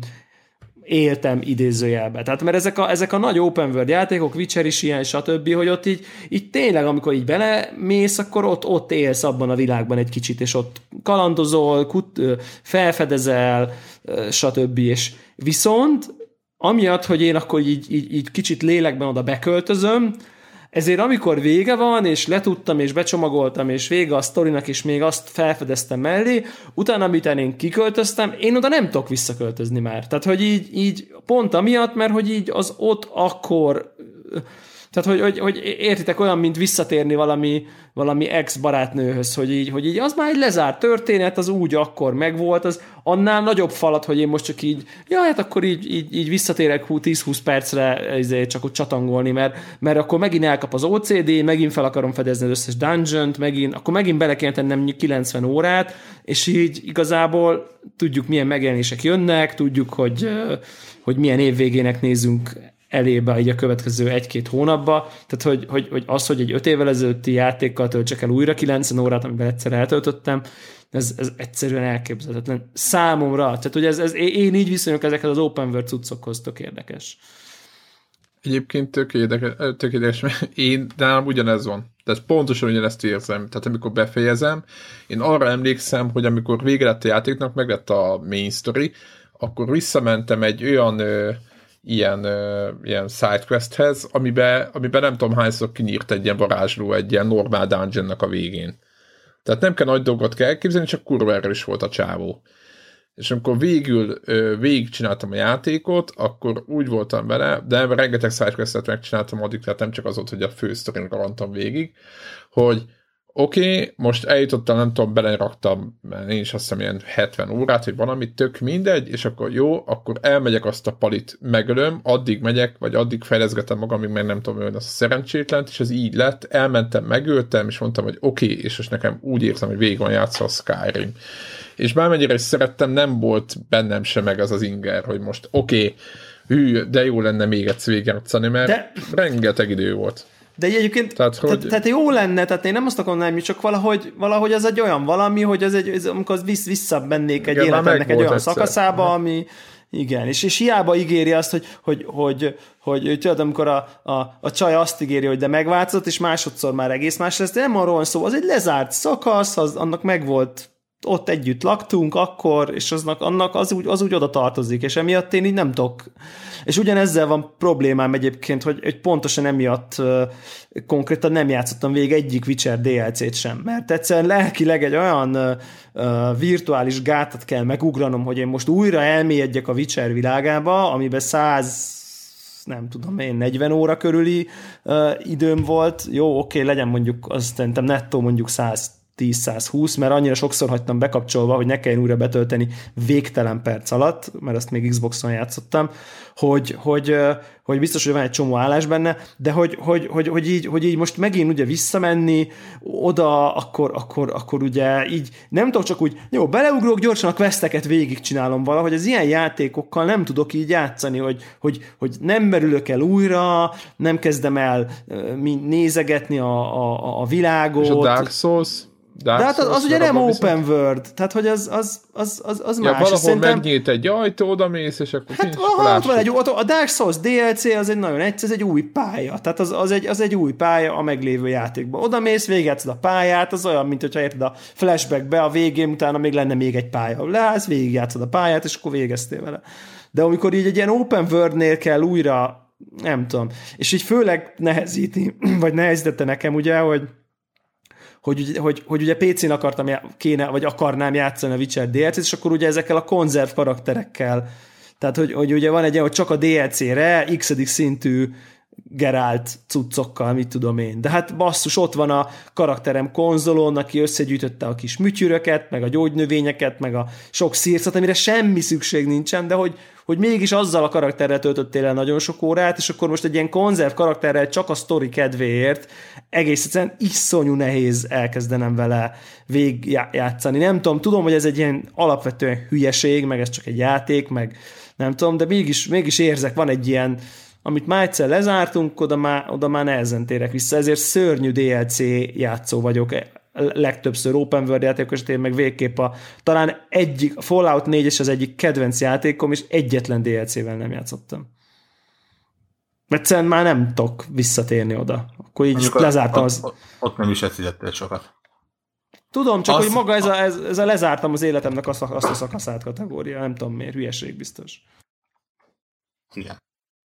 éltem idézőjelbe. Tehát mert ezek a nagy open world játékok, Witcher is ilyen, stb., hogy ott így tényleg, amikor így belemész, akkor ott élsz abban a világban egy kicsit, és ott kalandozol, felfedezel, stb. És viszont amiatt, hogy én akkor így kicsit lélekben oda beköltözöm, ezért amikor vége van, és letudtam, és becsomagoltam, és vége a sztorinak, és még azt felfedeztem mellé, utána, miután én kiköltöztem, én oda nem tudok visszaköltözni már. Tehát, hogy így pont amiatt, mert hogy így az ott akkor... Tehát, hogy értitek, olyan, mint visszatérni valami ex-barátnőhöz, hogy így az már egy lezárt történet, az úgy akkor megvolt, az annál nagyobb falat, hogy én most csak így, hát akkor így visszatérek 10-20 percre csak ott csatangolni, mert akkor megint elkap az OCD, megint fel akarom fedezni az összes dungeont, akkor megint bele kéne tennem 90 órát, és így igazából tudjuk, milyen megjelenések jönnek, tudjuk, hogy milyen évvégének nézünk elébe így a következő 1-2 hónapba, tehát hogy az, hogy egy 5 évvel ezelőtti játékkal töltsek el újra 90 órát, amiben egyszer eltöltöttem, ez egyszerűen elképzelhetetlen számomra. Tehát, hogy én így viszonyok ezekhez az open world cuccokhoz, tök érdekes. Egyébként tök érdekes, mert de nálam ugyanez van. Tehát pontosan ugyanezt érzem. Tehát amikor befejezem, én arra emlékszem, hogy amikor vége lett a játéknak, meg lett a main story, akkor visszamentem egy olyan ilyen sidequesthez, amiben nem tudom hányszor kinyírt egy ilyen varázsló, egy ilyen normál dungeonnak a végén. Tehát nem kell nagy dolgot kell elképzelni, csak kurva erről is volt a csávó. És amikor végig csináltam a játékot, akkor úgy voltam vele, de rengeteg sidequestet megcsináltam addig, tehát nem csak az volt, hogy a fősztorin rohantam végig, hogy Oké, most eljutottam, nem tudom, beleraktam, én is azt hiszem ilyen 70 órát, hogy valami tök mindegy, és akkor jó, akkor elmegyek azt a palit, megölöm, addig megyek, vagy addig fejleszgetem magam, amíg meg nem tudom ölni azt a szerencsétlent, és ez így lett, elmentem, megöltem, és mondtam, hogy oké, és most nekem úgy érzem, hogy végig van játszva a Skyrim. És bármennyire is szerettem, nem volt bennem sem meg az inger, hogy most oké, de jó lenne még egyszer végigjátszani, mert rengeteg idő volt. De egyébként, tehát jó lenne, tehát én nem azt akarom mondani, csak valahogy ez egy olyan valami, hogy amikor visszamennék egy életemnek egy olyan szakaszába, ami igen, és hiába ígéri azt, hogy tudod, amikor a csaj azt ígéri, hogy de megváltozott, és másodszor már egész más lesz, de nem arról van szó, az egy lezárt szakasz, annak megvolt, ott együtt laktunk akkor, és annak az úgy oda tartozik, és emiatt én így nem tudok. És ugyanezzel van problémám egyébként, hogy pontosan emiatt konkrétan nem játszottam végig egyik Witcher DLC-t sem, mert egyszerűen lelkileg egy olyan virtuális gátat kell megugranom, hogy én most újra elmélyedjek a Witcher világába, amiben 40 óra körüli időm volt. Jó, oké, legyen mondjuk, azt szerintem nettó mondjuk 110-120, mert annyira sokszor hagytam bekapcsolva, hogy ne kelljen újra betölteni végtelen perc alatt, mert azt még Xboxon játszottam, hogy biztos, hogy van egy csomó állás benne, de hogy így most megint ugye visszamenni oda, akkor ugye így nem tudok csak úgy, jó, beleugrok gyorsan a questeket végigcsinálom valahogy, az ilyen játékokkal nem tudok így játszani, hogy nem merülök el újra, nem kezdem el nézegetni a világot. És a Dark Souls? De hát az ugye nem open world, tehát hogy az más. Valahol szerintem megnyílt egy ajtó, odamész, és akkor hát a Dark Souls DLC az egy nagyon egyszerű, ez egy új pálya, tehát az egy új pálya a meglévő játékban. Odamész, végigjátszod a pályát, az olyan, mint hogyha érted a flashbackbe, a végén utána még lenne még egy pálya. Leállsz, végigjátszod a pályát, és akkor végeztél vele. De amikor így egy ilyen open worldnél kell újra, nem tudom, és így főleg nehezítette nekem ugye, hogy ugye PC-n akarnám játszani a Witcher DLC-t, és akkor ugye ezekkel a konzerv karakterekkel, tehát hogy ugye van egy olyan, hogy csak a DLC-re x-edik szintű Geralt cuccokkal, mit tudom én. De hát basszus, ott van a karakterem konzolon, aki összegyűjtötte a kis műtyüröket, meg a gyógynövényeket, meg a sok szírcot, amire semmi szükség nincsen, de hogy mégis azzal a karakterrel töltöttél el nagyon sok órát, és akkor most egy ilyen konzerv karakterrel csak a sztori kedvéért egész egyszerűen iszonyú nehéz elkezdenem vele végigjátszani. Nem tudom, hogy ez egy ilyen alapvetően hülyeség, meg ez csak egy játék, meg nem tudom, de mégis érzek, van egy ilyen, amit már egyszer lezártunk, oda már nehezen térek vissza, ezért szörnyű DLC játszó vagyok legtöbbször open world játékos, én meg végképp talán a Fallout 4 és az egyik kedvenc játékom, és egyetlen DLC-vel nem játszottam. Egyszerűen már nem tudok visszatérni oda. Akkor így mondjuk lezártam ott nem is eszítettél sokat. Tudom, csak hogy maga ez a lezártam az életemnek azt a szakaszát kategória, nem tudom miért, hülyeség biztos. Igen.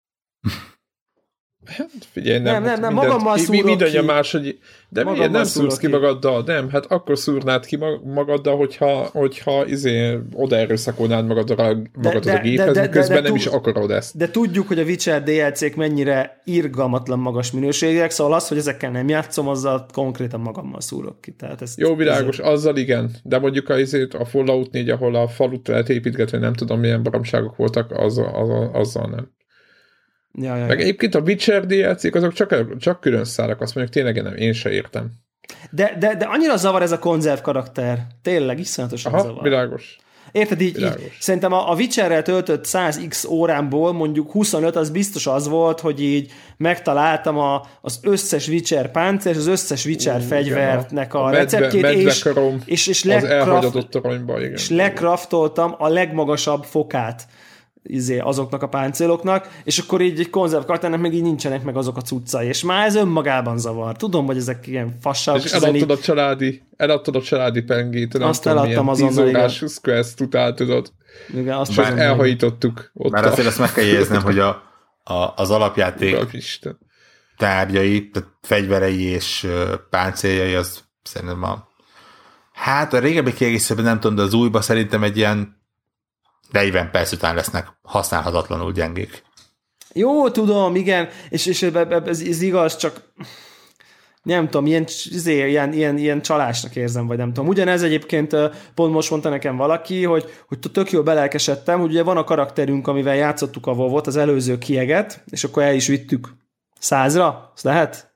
Hát figyelj, nem magammal szúrok ki. Más, hogy de miért nem szúrsz ki magaddal? Nem, hát akkor szúrnád ki magaddal, hogyha oda erőszakolnád magad a géphez, közben nem is akarod ezt. De tudjuk, hogy a Witcher DLC-k mennyire irgalmatlan magas minőségek, szóval az, hogy ezekkel nem játszom, azzal konkrétan magammal szúrok ki. Tehát jó, világos, azzal igen, de mondjuk a Fallout 4, ahol a falut lehet építgetni, nem tudom milyen baromságok voltak, azzal nem. Ja. Meg egyébként a Witcher DLC-k azok csak külön szálak, azt mondjuk tényleg nem, én se értem. De annyira zavar ez a konzerv karakter. Tényleg, iszonyatosan zavar. Világos. Érted, így szerintem a Witcherrel töltött 100x órámból mondjuk 25 az biztos az volt, hogy így megtaláltam az összes Witcher páncél, és az összes Witcher fegyvernek a receptjét, és lekraftoltam a legmagasabb fokát azoknak a páncéloknak, és akkor így egy konzerv karakternek meg így nincsenek meg azok a cuccai, és már ez önmagában zavar. Tudom, hogy ezek ilyen fasságok. És eladtad a családi pengét, azt eladtam azonnal, 10 órás quest után, tudod. Igen, azt már elhajítottuk. Már azért azt meg kell jegyeznem, hogy az alapjáték tárgyai, tehát fegyverei és páncéljai, az szerintem a régebbi kiegészítőben nem tudom, de az újba szerintem egy ilyen 40 perc után lesznek használhatatlanul gyengék. Jó, tudom, igen, és ez igaz, csak nem tudom, ilyen csalásnak érzem, vagy nem tudom. Ugyanez egyébként pont most mondta nekem valaki, hogy tök jól belelkesedtem, hogy ugye van a karakterünk, amivel játszottuk a WoW-ot, az előző kieget, és akkor el is vittük 100-ra, azt lehet?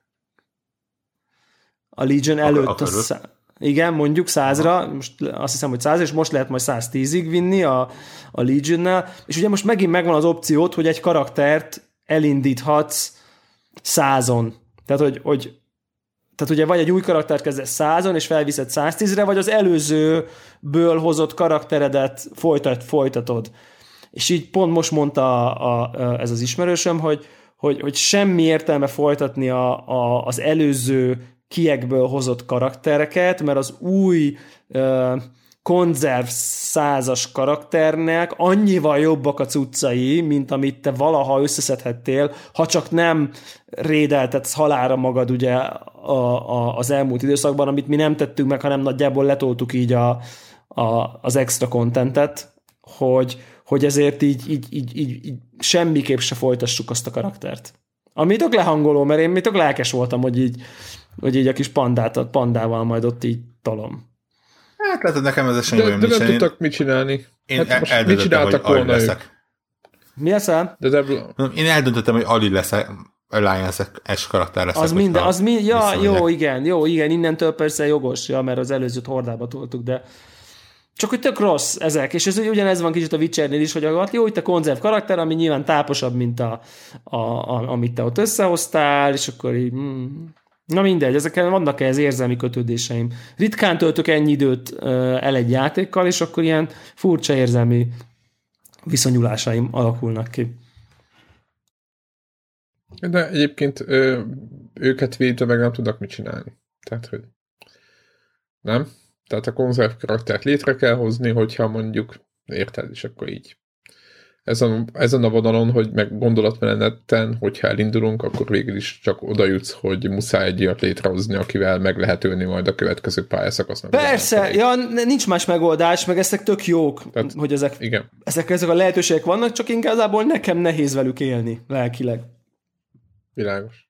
A Legion előtt igen, mondjuk 100-ra, most azt hiszem, hogy 100, és most lehet majd 110-ig vinni a Legionnel, és ugye most megint megvan az opciót, hogy egy karaktert elindíthatsz 100-on. Tehát, tehát ugye vagy egy új karaktert kezdesz 100-on, és felviszed 110-re, vagy az előzőből hozott karakteredet folytatod. És így pont most mondta ez az ismerősöm, hogy semmi értelme folytatni az előző kiekből hozott karaktereket, mert az új konzerv 100-as karakternek annyival jobbak a cuccai, mint amit te valaha összeszedhettél, ha csak nem rédeltetsz halálra magad ugye az elmúlt időszakban, amit mi nem tettünk meg, hanem nagyjából letoltuk így az extra contentet, hogy ezért így semmiképp se folytassuk azt a karaktert. Ami tök lehangoló, mert én tök lelkes voltam, hogy így a kis pandával majd ott így tolom. Hát lehet, hogy nekem ez sem olyan. De nem tudtak mit csinálni. Én eldöntöttem, hogy Ali leszek. Mi leszel? Én eldöntöttem, hogy Ali leszek, Alliance-es karakter leszek. Az minden, jó, igen, innentől persze jogos, mert az előzőt hordába toltuk, de csak hogy tök rossz ezek, és ez ugyanez van kicsit a Witchernél is, hogy jó, itt a konzerv karakter, ami nyilván táposabb, mint amit te ott összehoztál, és akkor így... Na mindegy, ezekkel vannak ez érzelmi kötődéseim. Ritkán töltök ennyi időt el egy játékkal, és akkor ilyen furcsa érzelmi viszonyulásaim alakulnak ki. De egyébként őket védve meg nem tudnak mit csinálni. Tehát, hogy nem? Tehát a konzerv karaktert létre kell hozni, hogyha mondjuk érted, és akkor így. Ezen a vonalon, hogy meg gondolatmeneten, hogyha elindulunk, akkor végül is csak oda jutsz, hogy muszáj egy ilyet létrehozni, akivel meg lehet ölni majd a következő pályaszakasznak. Persze, nincs más megoldás, meg ezek tök jók, tehát, hogy ezek a lehetőségek vannak, csak igazából nekem nehéz velük élni, lelkileg. Világos.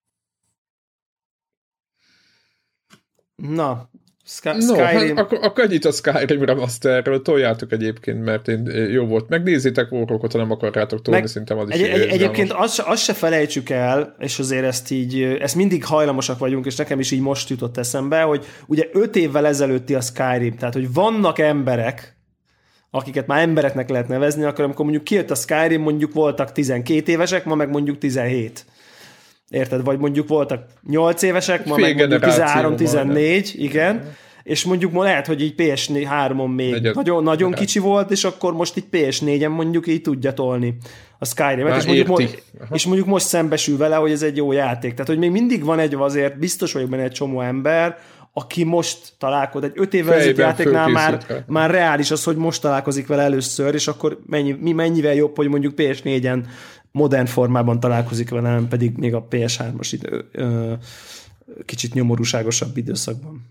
Na, Skyrim. Hát, akkor ennyit a Skyrim Remasterről, toljátok egyébként, mert jó volt. Megnézzétek Warhawkot, ha nem akarjátok tolni, szerintem az is egyébként azt se felejtsük el, és azért ezt mindig hajlamosak vagyunk, és nekem is így most jutott eszembe, hogy ugye 5 évvel ezelőtti a Skyrim, tehát hogy vannak emberek, akiket már embereknek lehet nevezni, akkor amikor mondjuk kijött a Skyrim, mondjuk voltak 12 évesek, ma meg mondjuk 17. Érted? Vagy mondjuk voltak 8 évesek, ma meg mondjuk 13-14, igen. És mondjuk ma lehet, hogy így PS3-on még nagyon kicsi volt, és akkor most így PS4-en mondjuk így tudja tolni a Skyrim-et, és mondjuk most szembesül vele, hogy ez egy jó játék. Tehát, hogy még mindig van azért biztos vagyok benne egy csomó ember, aki most találkozik, egy 5 évvel ezelőtt játéknál már reális az, hogy most találkozik vele először, és akkor mennyivel jobb, hogy mondjuk PS4-en modern formában találkozik vele, nem pedig még a PS3-as kicsit nyomorúságosabb időszakban.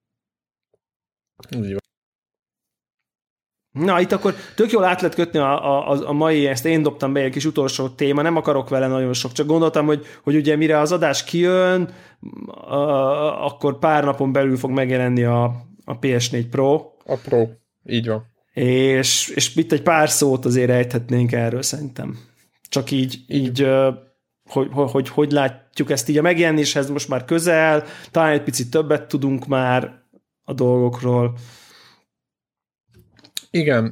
Jó. Na, itt akkor tök jól át lehet kötni a mai, ezt én dobtam be egy kis utolsó téma, nem akarok vele nagyon sok, csak gondoltam, hogy ugye mire az adás kijön, akkor pár napon belül fog megjelenni a PS4 Pro. A Pro, így van. És itt egy pár szót azért ejthetnénk erről szerintem. Csak így hogy látjuk ezt így a megjelenéshez most már közel, talán egy picit többet tudunk már a dolgokról. Igen,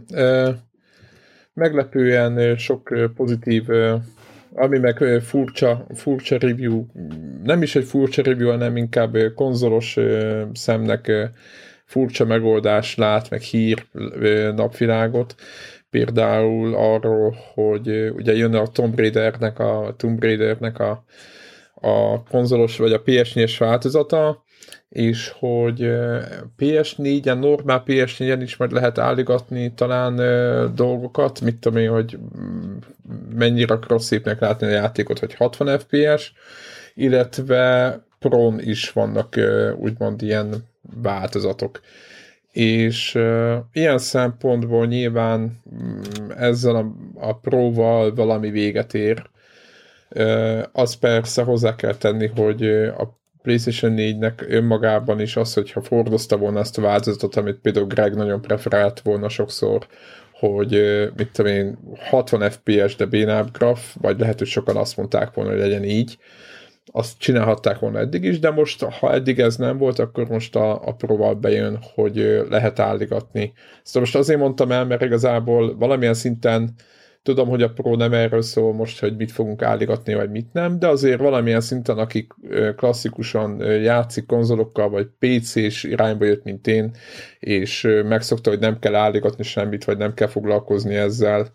meglepően sok pozitív, ami meg furcsa review, nem is egy furcsa review, hanem inkább konzolos szemnek furcsa megoldás lát, meg hír napvilágot. Például arról, hogy ugye jön a Tomb Raidernek a konzolos vagy a PS4-es változata, és hogy PS4-en, normál PS4-en is meg lehet álligatni talán dolgokat, mit tudom én, hogy mennyire szépnek látni a játékot, hogy 60 FPS, illetve Pro-n is vannak úgymond ilyen változatok. És ilyen szempontból nyilván ezzel a Pro-val valami véget ér. Az persze hozzá kell tenni, hogy a PlayStation 4-nek önmagában is az, hogyha fordozta volna ezt a változatot, amit például Greg nagyon preferált volna sokszor, hogy mit tudom én, 60 FPS, de bénább graf, vagy lehet, hogy sokan azt mondták volna, hogy legyen így, azt csinálhatták volna eddig is, de most, ha eddig ez nem volt, akkor most a Pro-val bejön, hogy lehet álligatni. Szóval most azért mondtam el, mert igazából valamilyen szinten tudom, hogy a Pro nem erről szól most, hogy mit fogunk álligatni, vagy mit nem, de azért valamilyen szinten, akik klasszikusan játszik konzolokkal, vagy PC-s irányba jött, mint én, és megszokta, hogy nem kell álligatni semmit, vagy nem kell foglalkozni ezzel,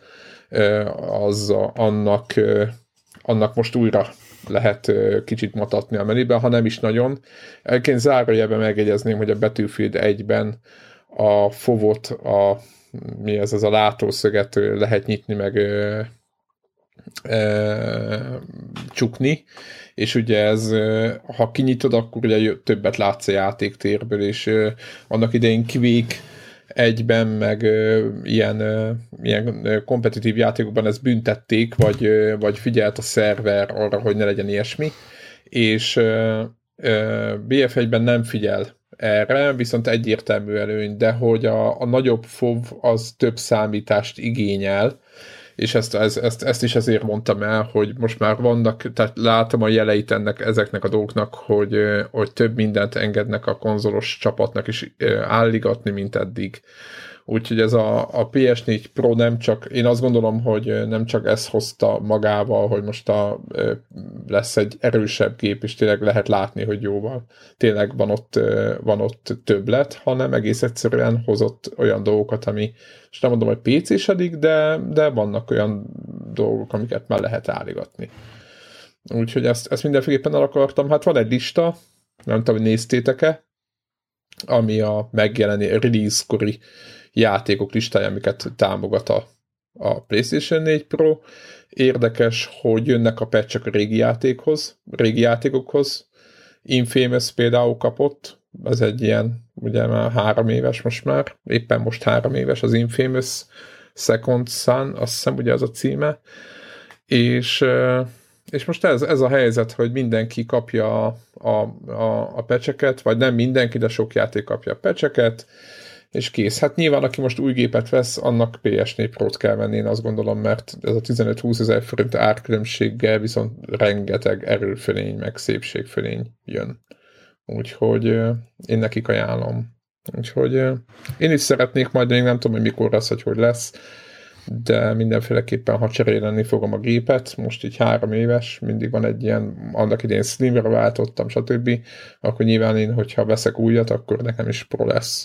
annak most újra lehet kicsit matatni a menüben, ha nem is nagyon. Egyébként zárójelben megjegyezném, hogy a Battlefield 1-ben a FOV-ot, ez a látószöget lehet nyitni, meg csukni, és ugye ez, ha kinyitod, akkor ugye többet látsz a játéktérből, és annak idején Quake 1-ben, meg ilyen kompetitív játékokban ezt büntették, vagy figyelt a szerver arra, hogy ne legyen ilyesmi, és BF1-ben nem figyel erre, viszont egyértelmű előny, de hogy a nagyobb FOV az több számítást igényel, és ezt is azért mondtam el, hogy most már vannak, tehát látom a jeleit ezeknek a dolgoknak, hogy több mindent engednek a konzolos csapatnak is álligatni, mint eddig. Úgyhogy ez a PS4 Pro nem csak, én azt gondolom, hogy nem csak ezt hozta magával, hogy most lesz egy erősebb gép, és tényleg lehet látni, hogy jóval tényleg van ott többlet, hanem egész egyszerűen hozott olyan dolgokat, ami, és nem mondom, hogy PC-sedik, de vannak olyan dolgok, amiket már lehet álligatni. Úgyhogy ezt mindenféleképpen el akartam. Hát van egy lista, nem tudom, hogy néztétek-e, ami a megjelenő release-kori játékok listája, amiket támogat a PlayStation 4 Pro. Érdekes, hogy jönnek a patch-ek a régi játékokhoz. Infamous például kapott, ez egy ilyen, ugye már 3 éves most már, éppen most 3 éves az Infamous Second Son, azt hiszem ugye az a címe, és most ez a helyzet, hogy mindenki kapja a patch-eket, vagy nem mindenki, de sok játék kapja a patch-eket, és kész. Hát nyilván, aki most új gépet vesz, annak PS4 Pro-t kell venni, én azt gondolom, mert ez a 15-20 ezer forint árkülönbséggel viszont rengeteg erőfölény, meg szépségfölény jön. Úgyhogy én nekik ajánlom. Úgyhogy én is szeretnék majd, még nem tudom, hogy mikor lesz, hogy lesz, de mindenféleképpen, ha cserélni fogom a gépet, most így 3 éves, mindig van egy ilyen, annak idén Slimre váltottam, stb., akkor nyilván én, hogyha veszek újat, akkor nekem is Pro lesz.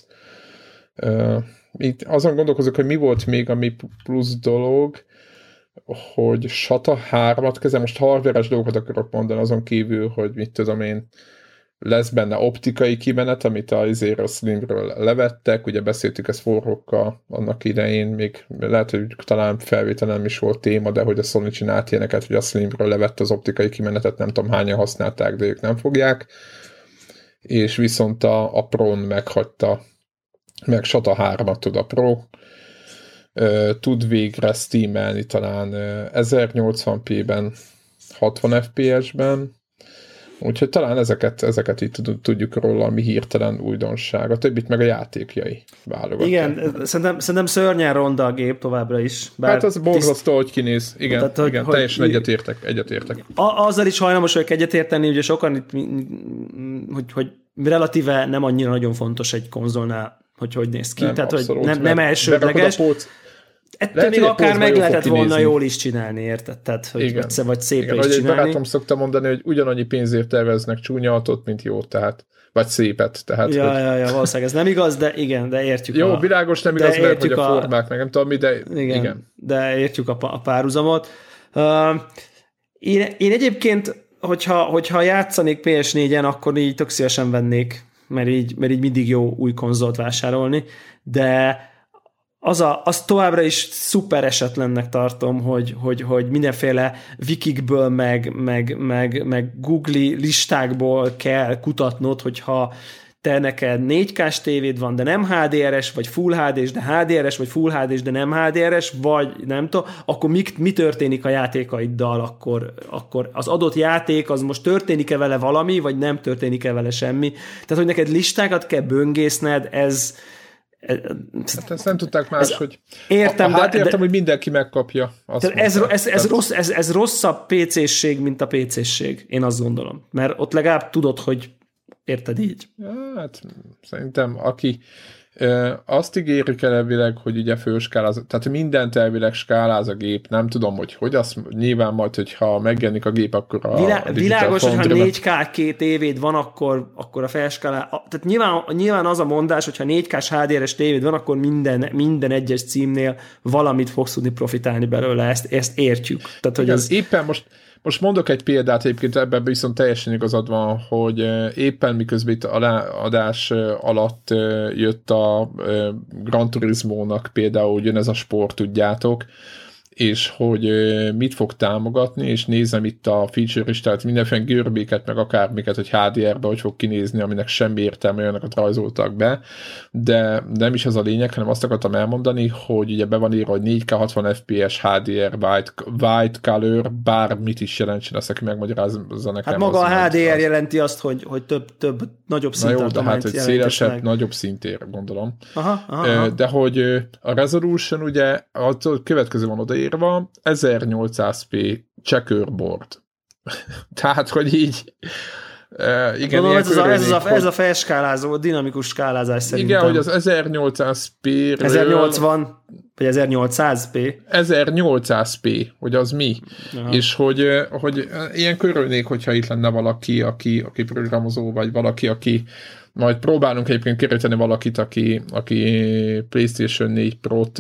Itt azon gondolkozok, hogy mi volt még, ami plusz dolog, hogy SATA 3-at kezdem, most hardveres dolgokat akarok mondani, azon kívül, hogy mit tudom én, lesz benne optikai kimenet, amit a Slimről levettek, ugye beszéltük ezt forrókkal annak idején, még lehet, hogy talán felvételem is volt téma, de hogy a Sony csinált ilyeneket, hogy a Slimről levett az optikai kimenetet, nem tudom hányan használták, de ők nem fogják, és viszont a Pro-n meghagyta, meg SATA 3-at tud a Pro, tud végre streamelni talán 1080p-ben, 60 fps-ben, úgyhogy talán ezeket így tudjuk róla, ami hirtelen újdonság. A többit meg a játékjai válogatják. Igen, szerintem szörnyen ronda a gép továbbra is. Bár hát az borzasztó, hogy kinéz. Igen, tehát, igen, teljesen egyetértek. Azzal is hajlamos vagyok egyetérteni, ugye sokan itt, hogy relatíve nem annyira nagyon fontos egy konzolnál, hogy néz ki. Nem, tehát, abszolút, hogy nem elsődleges. Ettől még akár meg lehetett volna jól is csinálni, érted? Tehát, hogy vagy szépen is csinálni. Egy barátom szokta mondani, hogy ugyanannyi pénzért terveznek csúnya autót, mint jót, tehát, vagy szépet. Tehát, ja, valószínűleg ez nem igaz, de igen, de értjük. Jó, világos nem igaz, mert hogy a formák, meg nem tudom mi, de igen. De értjük a párhuzamot. Én egyébként, hogyha játszanék PS4-en, akkor így tök szívesen vennék, mert így mindig jó új konzolt vásárolni, de az továbbra is szuper esetlennek tartom, hogy mindenféle wikikből, meg Google listákból kell kutatnod, hogyha te neked 4K-s tévéd van, de nem HDR-es, vagy Full HD-s, de HDR-es, vagy Full HD-s, de nem HDR-es, vagy nem tudom, akkor mi történik a játékaiddal, akkor az adott játék, az most történik-e vele valami, vagy nem történik-e vele semmi. Tehát, hogy neked listákat kell böngészned, Hát ezt nem tudták más, hogy értem, értem, hogy mindenki megkapja. Ez rosszabb PC-sség, mint a PC-sség, én azt gondolom. Mert ott legalább tudod, hogy érted így. Hát szerintem, aki azt ígérik elvileg, hogy ugye főskáláz, tehát mindent elvileg skáláz a gép, nem tudom, hogy azt nyilván majd, hogyha megjelenik a gép, akkor világos, hogyha 4K két tévéd van, akkor a felskálá... Tehát nyilván az a mondás, hogyha 4K-s HDR-es tévéd van, akkor minden egyes címnél valamit fogsz tudni profitálni belőle, ezt értjük. Tehát, hogy ez... Éppen most mondok egy példát, egyébként ebben viszont teljesen igazad van, hogy éppen miközben itt adás alatt jött a Gran Turismo-nak például ugyanez a sport, tudjátok, és hogy mit fog támogatni, és nézem itt a feature listát, mindenféle görbéket, meg akármiket, hogy HDR-be hogy fog kinézni, aminek semmi értelme, olyanokat rajzoltak be, de nem is az a lényeg, hanem azt akartam elmondani, hogy ugye be van írva, hogy 4K 60 FPS HDR white color, bármit is jelentsen, ezt aki megmagyarázza nekem. Hát maga a HDR jelenti azt, hogy több nagyobb szintartományt jelentett meg. Szélesebb, nagyobb szintére, gondolom. Aha. De hogy a resolution ugye a következő van odaírva, 1800p checkerboard. Tehát, hogy így igen, gondolom, ez a felskálázó, dinamikus skálázás szerintem. Igen, hogy az 1800p 1080 vagy 1800p. 1800p, hogy az mi. Aha. És hogy ilyen körülnék, hogyha itt lenne valaki, aki programozó, vagy valaki, aki majd próbálunk egyébként keríteni valakit, aki PlayStation 4 Pro-t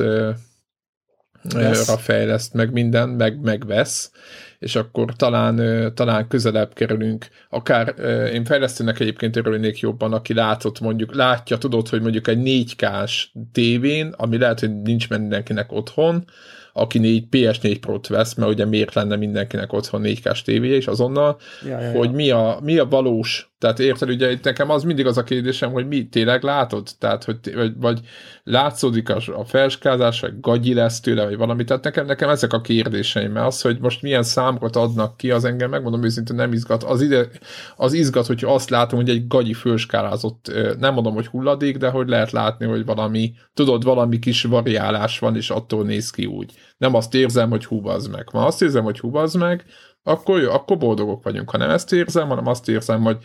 fejleszt meg minden, megvesz, és akkor talán közelebb kerülünk. Akár én fejlesztőnek egyébként örülnék jobban, aki látja, tudod, hogy mondjuk egy 4K-s tévén, ami lehet, hogy nincs mindenkinek otthon, aki PS4 Pro-t vesz, mert ugye miért lenne mindenkinek otthon 4K-s tévéje, és azonnal, hogy mi a valós, tehát érted, ugye nekem az mindig az a kérdésem, hogy mi tényleg látod? Tehát, vagy látszódik a felskázás, vagy gagyi lesz tőle, vagy valami, tehát nekem ezek a kérdéseim, mert az, hogy most milyen számokat adnak ki, az engem megmondom őszintén nem izgat. Az izgat, hogyha azt látom, hogy egy gagyi fölskálázott, nem mondom, hogy hulladék, de hogy lehet látni, hogy valami kis variálás van, és attól néz ki úgy. Nem azt érzem, hogy húbazd meg. Ha azt érzem, hogy húbazd meg, akkor jó, akkor boldogok vagyunk. Ha nem ezt érzem, hanem azt érzem, hogy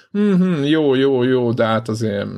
jó, de hát azért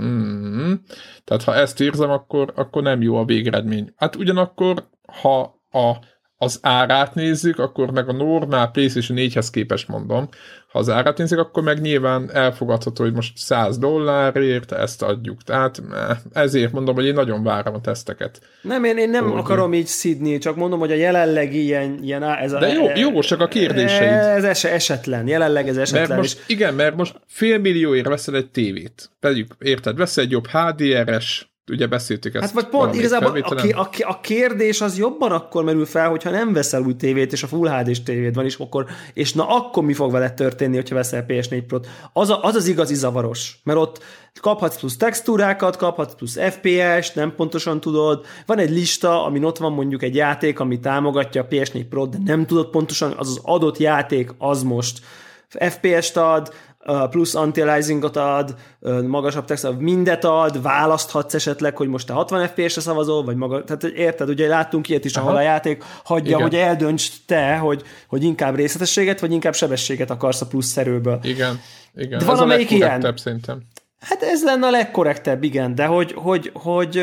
tehát ha ezt érzem, akkor nem jó a végeredmény. Hát ugyanakkor, ha az árát nézzük, akkor meg a normál PlayStation 4-hez képest mondom, ha az árát nézzük, akkor meg nyilván elfogadható, hogy most $100 ezt adjuk. Tehát ezért mondom, hogy én nagyon várom a teszteket. Nem, én nem akarom így szidni, csak mondom, hogy a jelenlegi ilyen ez a... De jó, csak a kérdéseid. Ez esetlen, jelenleg ez esetlen. Mert most $500 000 veszel egy tévét. Pedig érted, veszel egy jobb HDR-es, ugye beszéltük ezt. Hát vagy pont, igazából a kérdés az jobban akkor merül fel, hogyha nem veszel új tévét, és a Full HD-s tévéd van, és akkor mi fog veled történni, hogyha veszel PS4 Pro-t? Az igazi zavaros, mert ott kaphatsz plusz textúrákat, kaphatsz plusz FPS-t, nem pontosan tudod, van egy lista, amin ott van mondjuk egy játék, ami támogatja a PS4 Pro-t, de nem tudod pontosan, az adott játék az most FPS-t ad, plusz anti-aliasingot ad, magasabb text, mindet ad, választhatsz esetleg, hogy most te 60 FPS-re szavazol, vagy maga, tehát érted, ugye láttunk ilyet is, ahol a játék hagyja, igen, hogy eldönts te, hogy inkább részletességet, vagy inkább sebességet akarsz a plusz szerőből. Igen. De valamelyik ilyen. Szerintem. Hát ez lenne a legkorrektebb, igen, de hogy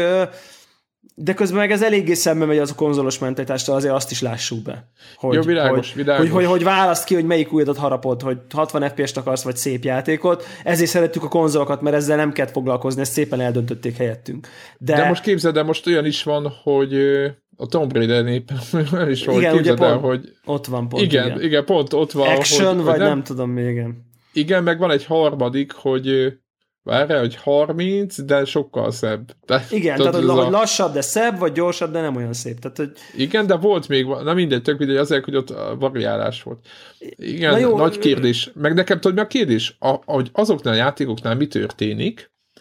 de közben meg ez eléggé szembe megy az a konzolos mentalitástól, azért azt is lássuk be. Jó, világos. Hogy választ ki, hogy melyik újadat harapod, hogy 60 FPS-t akarsz, vagy szép játékot. Ezért szeretjük a konzolokat, mert ezzel nem kellett foglalkozni, ezt szépen eldöntötték helyettünk. De most képzeld, de most olyan is van, hogy a Tomb Raider éppen olyan is van, igen, képzeld el, hogy... Ott van pont, igen, pont ott van. Action, vagy nem tudom még, igen. Igen, meg van egy harmadik, hogy... Várjál, hogy 30, de sokkal szebb. Igen, tehát hogy lassabb, de szebb, vagy gyorsabb, de nem olyan szép. Tehát, hogy... Igen, de volt még, na mindegy, tök mindegy, azért, hogy ott variálás volt. Igen, nagy kérdés. Meg nekem tudod, mi a kérdés? Hogy azoknál a játékoknál mi történik,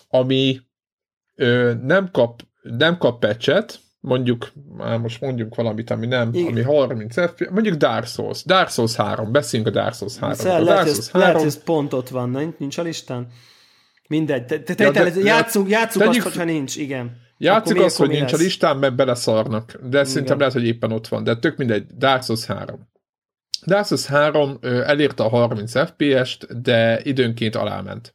ami nem kap patchet, mondjuk, most mondjuk valamit, ami nem, ami 30 FPS, mondjuk Dark Souls 3, beszéljünk a Dark Souls 3. Lehet, hogy ez pont ott van, nincs a listán? Mindegy, játszunk azt, hogyha nincs, igen. Játszik azt, hogy nincs a listán, mert beleszarnak, de szerintem lehet, hogy éppen ott van, de tök mindegy, Dark Souls 3. Dark Souls 3 elérte a 30 FPS-t, de időnként aláment.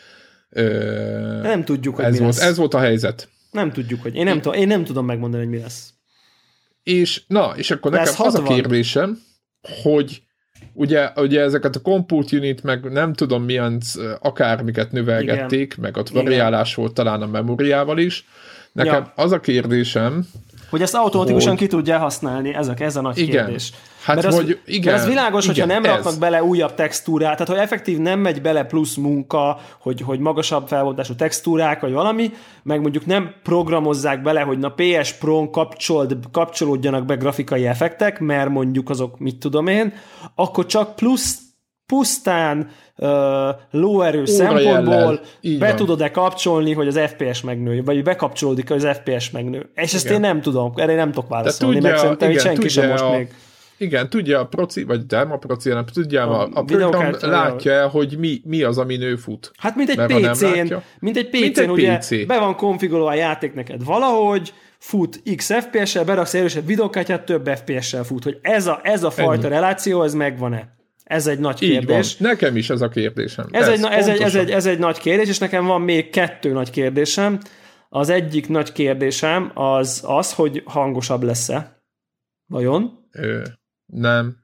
Nem tudjuk, hogy mi lesz. Ez volt a helyzet. Nem tudjuk, hogy én nem tudom megmondani, hogy mi lesz. És akkor nekem az a kérdésem, hogy ugye ezeket a compute unit, meg nem tudom milyen akármiket növelgették, igen. Meg ott variálás volt talán a memóriával is. Nekem az a kérdésem, hogy ezt automatikusan ki tudja használni, ez a nagy kérdés. Hát mert ez világos, hogyha nem raknak bele újabb textúrát, tehát hogy effektív nem megy bele plusz munka, hogy magasabb felbontású textúrák, vagy valami, meg mondjuk nem programozzák bele, hogy na PS Pro-n kapcsolódjanak be grafikai effektek, mert mondjuk azok mit tudom én, akkor csak pusztán lóerő szempontból be tudod-e kapcsolni, hogy az FPS megnő, vagy bekapcsolódik, hogy az FPS megnő. És ezt én nem tudom, erre nem tudok válaszolni, meg szerintem, hogy senki sem most még. Igen, tudja a proci, vagy nem a proci, hanem tudja a program látja, hogy mi az, ami nő fut. Hát mint egy PC-n, ugye be van konfigurálva a játék neked valahogy, fut X FPS-sel, beraksz erősebb videókártyát, több FPS-sel fut. Hogy ez a fajta reláció, ez megvan-e? Ez egy nagy kérdés. Nekem is ez a kérdésem. Ez egy nagy kérdés, és nekem van még 2 nagy kérdésem. Az egyik nagy kérdésem az, hogy hangosabb lesz-e? Vajon? Nem.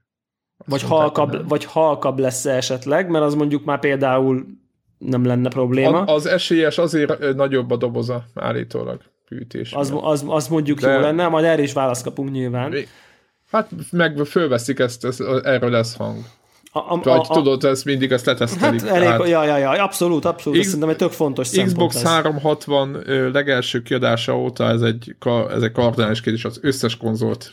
Vagy halkabb lesz-e esetleg, mert az mondjuk már például nem lenne probléma. Az esélyes azért nagyobb a doboza állítólag hűtés. Az mondjuk jó lenne, majd erre is választ kapunk nyilván. Hát meg fölveszik erről lesz hang. Tudod, ezt mindig letesztelik. Hát elég, abszolút, szerintem egy tök fontos szempont. Xbox 360 legelső kiadása óta ez egy kardinális kérdés, az összes konzolt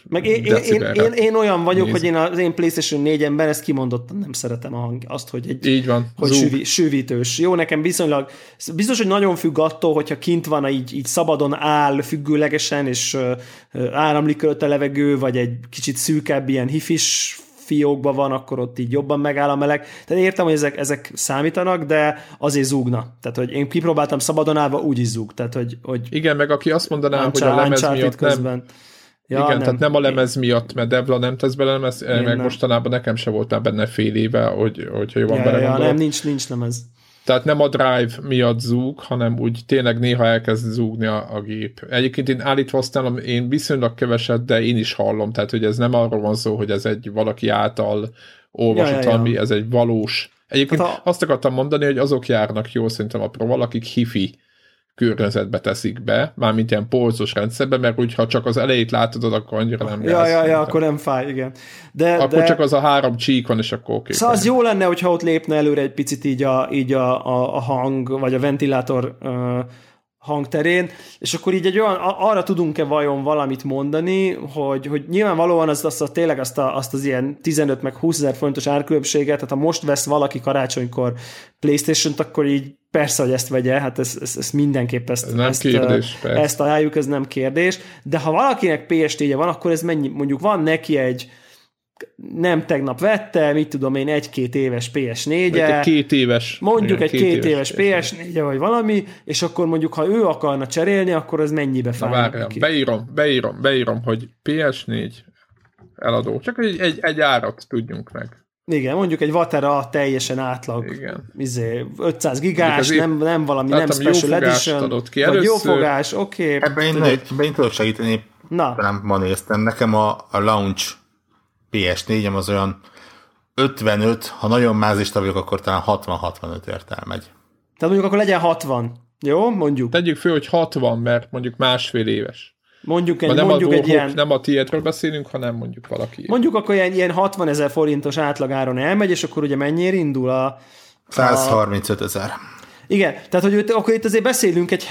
én olyan vagyok, hogy az én PlayStation 4-emben ezt kimondottan nem szeretem azt, hogy így van, hogy sűvítős. Jó, nekem viszonylag, biztos, hogy nagyon függ attól, hogyha kint van, így szabadon áll, függőlegesen, és áramlik előtt a levegő, vagy egy kicsit szűkebb, ilyen hifis fiókban van, akkor ott így jobban megáll a meleg. Tehát értem, hogy ezek számítanak, de azért zúgna. Tehát, hogy én kipróbáltam szabadon állva, úgy is zúg. Tehát, hogy igen, meg aki azt mondaná, hogy a lemez miatt nem... Tehát nem a lemez miatt, mert Devla nem tesz bele lemez, meg mostanában nekem se voltál benne fél éve, hogyha jobban belegondolok. Nem, nincs lemez. Tehát nem a drive miatt zúg, hanem úgy tényleg néha elkezd zúgni a gép. Egyébként én állítva használom, én viszonylag keveset, de én is hallom, tehát hogy ez nem arról van szó, hogy ez egy valaki által olvasott valami, ez egy valós. Egyébként azt akartam mondani, hogy azok járnak jól szerintem a Pro, akik hifi környezetbe teszik be, mármint ilyen polcos rendszerbe, mert hogyha csak az elejét látod, akkor annyira nem gáz. Akkor nem fáj, igen. Akkor csak az a 3 csík van, és akkor oké. Szóval az jó lenne, hogyha ott lépne előre egy picit így a hang, vagy a ventilátor hangterén, és akkor így egy olyan, arra tudunk-e vajon valamit mondani, hogy nyilvánvalóan tényleg azt az ilyen 15 meg 20 000 forintos árkülönbséget, tehát ha most vesz valaki karácsonykor PlayStation-t, akkor így persze, hogy ezt vegye, hát ez mindenképp ezt ajánljuk, ez nem kérdés, de ha valakinek PS4-je van, akkor ez mennyi, mondjuk van neki egy nem tegnap vette, mit tudom én, 1-2 éves PS4-je. Mondjuk egy 2 éves PS4-je, vagy valami, és akkor mondjuk, ha ő akarna cserélni, akkor ez mennyibe fájna neki? Beírom, hogy PS4 eladó. Csak egy árat tudjunk meg. Igen, mondjuk egy Vatera teljesen átlag. Igen. 500 gigás, nem valami, nem special edition. Vagy jófogás, oké. Ebben én tudok segíteni. Nem ma néztem. Nekem a launch PS4-em az olyan 55, ha nagyon mázista vagyok, akkor talán 60-65-ért elmegy. Tehát mondjuk akkor legyen 60. Jó, mondjuk. Tegyük föl, hogy 60, mert mondjuk másfél éves. Mondjuk egy ilyen... Nem a tiédről beszélünk, hanem mondjuk valaki. Mondjuk akkor ilyen 60 000 forintos átlagáron elmegy, és akkor ugye mennyire indul 135 000. Igen, tehát hogy akkor itt azért beszélünk egy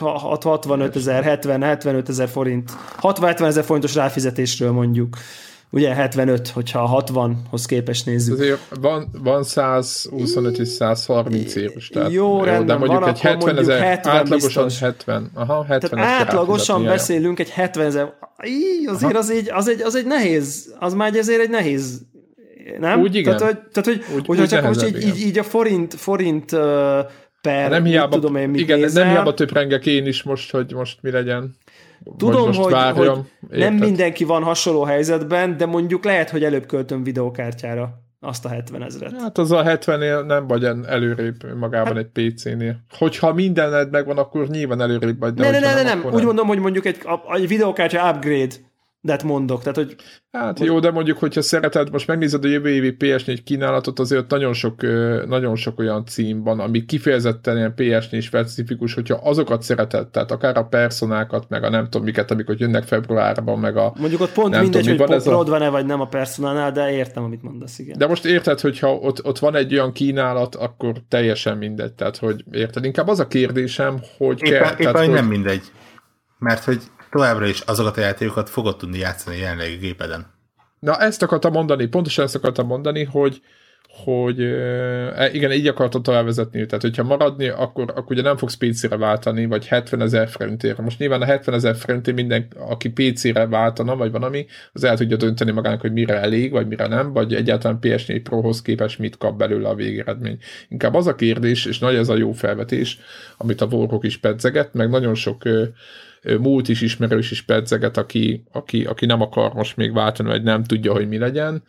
65 000, 75 000 forint, 60-70 000 forintos ráfizetésről mondjuk. ugye 75, hogyha a 60-hoz képest nézzük. Azért van 125 és 130 éves. Jó, rendben, de mondjuk van, egy 70 ezer, átlagosan biztos. 70. Aha, 70 tehát átlagosan beszélünk egy 70 000. Azért az egy nehéz, az már azért egy nehéz, nem? Úgy igen. Tehát, hogy csak most így a forint per, nem hiába, tudom én mit igen, nézel. nem hiába töprengek én is most, hogy most mi legyen. Tudom, hogy nem mindenki van hasonló helyzetben, de mondjuk lehet, hogy előbb költöm videókártyára azt a 70 000-et. Hát az a 70-nél nem vagy előrébb magában egy PC-nél. Hogyha mindened megvan, akkor nyilván előrébb vagy. De nem. Úgy mondom, hogy mondjuk egy videókártya upgrade de mondok. Tehát, hogy hát jó, de mondjuk, hogyha szereted, most megnézed a jövő évi PS4 kínálatot, azért nagyon sok olyan cím van, ami kifejezetten ilyen PS4 specifikus, hogyha azokat szereted, tehát akár a personákat, meg a nem tudom miket, amikor jönnek februárban, meg a... Mondjuk ott pont mindegy, hogy prod van-e, vagy nem a personánál, de értem, amit mondasz, igen. De most érted, hogyha ott van egy olyan kínálat, akkor teljesen mindegy, tehát hogy érted. Inkább az a kérdésem, hogy éppen nem mindegy, mert hogy továbbra is azokat a játékokat fogod tudni játszani jelenlegi gépeden. Na, ezt akartam mondani, pontosan ezt akartam mondani, hogy igen, így akartam tovább vezetni. Tehát, hogyha maradni, akkor ugye nem fogsz PC-re váltani, vagy 70 000 forintért. Most nyilván a 70 000 forintért minden, aki PC-re váltana, vagy valami, az el tudja dönteni magának, hogy mire elég, vagy mire nem, vagy egyáltalán PS4 Prohoz képest mit kap belőle a végeredmény. Inkább az a kérdés, és nagy ez a jó felvetés, amit a Warhawk is pedzeget, meg nagyon sok múlt is ismerős is pedzeget, aki nem akar most még váltani, vagy nem tudja, hogy mi legyen,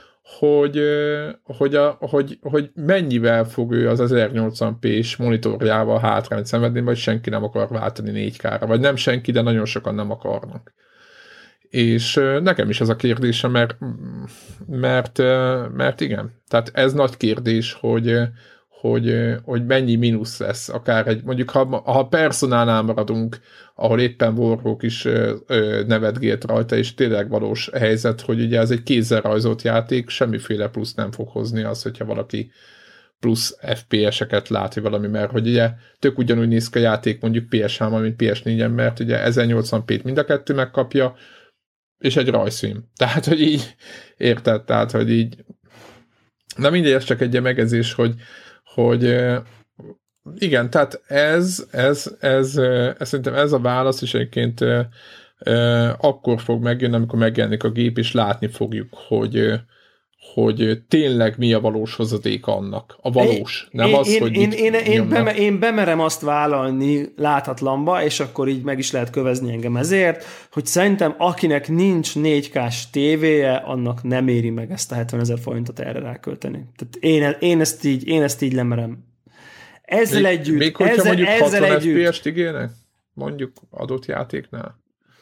hogy mennyivel fog ő az 1080p-s monitorjával hátrányt szenvedni, vagy senki nem akar váltani 4K-ra, vagy nem senki, de nagyon sokan nem akarnak. És nekem is ez a kérdése, mert igen, tehát ez nagy kérdés, hogy mennyi mínusz lesz, akár mondjuk ha Personánál maradunk, ahol éppen Warhawk is nevetgélt rajta, és tényleg valós helyzet, hogy ugye ez egy kézzel rajzolt játék, semmiféle plusz nem fog hozni az, hogyha valaki plusz FPS-eket lát, vagy valami, mert hogy ugye tök ugyanúgy néz ki a játék mondjuk PS3-on, mint PS4-en, mert ugye 1080p-t mind a kettő megkapja, és egy rajzfilm. Tehát, hogy így érted, tehát, hogy így na mindegy, ez csak egy ilyen megezés, hogy igen, tehát ez szerintem ez a válasz is egyébként akkor fog megjönni, amikor megjelenik a gép, és látni fogjuk, hogy tényleg mi a valós hozadék annak. A valós. Nem az, hogy én bemerem azt vállalni láthatlanba, és akkor így meg is lehet kövezni engem ezért, hogy szerintem akinek nincs 4K-s tévéje, annak nem éri meg ezt a 70 000 forintot erre rákölteni. Tehát én ezt így lemerem. Ezzel együtt. Még hogyha mondjuk 60 FPS-t igényelnek? Mondjuk adott játéknál?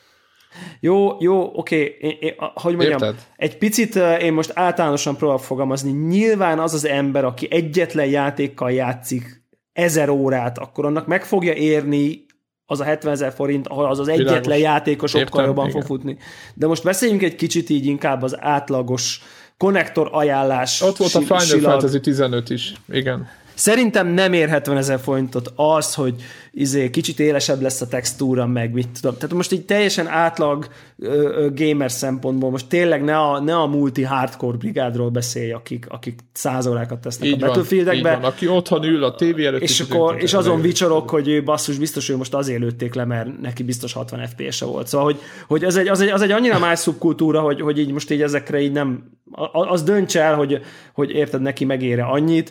Jó, oké. Hogy mondjam, érted? Egy picit én most általánosan próbálok fogalmazni. Nyilván az az ember, aki egyetlen játékkal játszik 1000 órát, akkor annak meg fogja érni az a 70 000 forint, ahol az egyetlen játékos sokkal jobban fog futni. De most beszéljünk egy kicsit így inkább az átlagos konnektor ajánlás. Ott volt a Final Fantasy 15 is, igen. Szerintem nem ér 70 000 forintot az, hogy kicsit élesebb lesz a textúra, meg mit tudom. Tehát most így teljesen átlag gamer szempontból, most tényleg ne a multi-hardcore brigádról beszélj, akik 100 órákat tesznek így a Battlefieldekbe. Így van, aki otthon ül a tévé előtt. És azon vicsorok, hogy ő basszus, biztos, hogy most azért lőtték le, mert neki biztos 60 FPS-e volt. Szóval, hogy az egy annyira más szubkultúra, hogy így most így ezekre így nem... Az dönts el, hogy érted, neki megére annyit,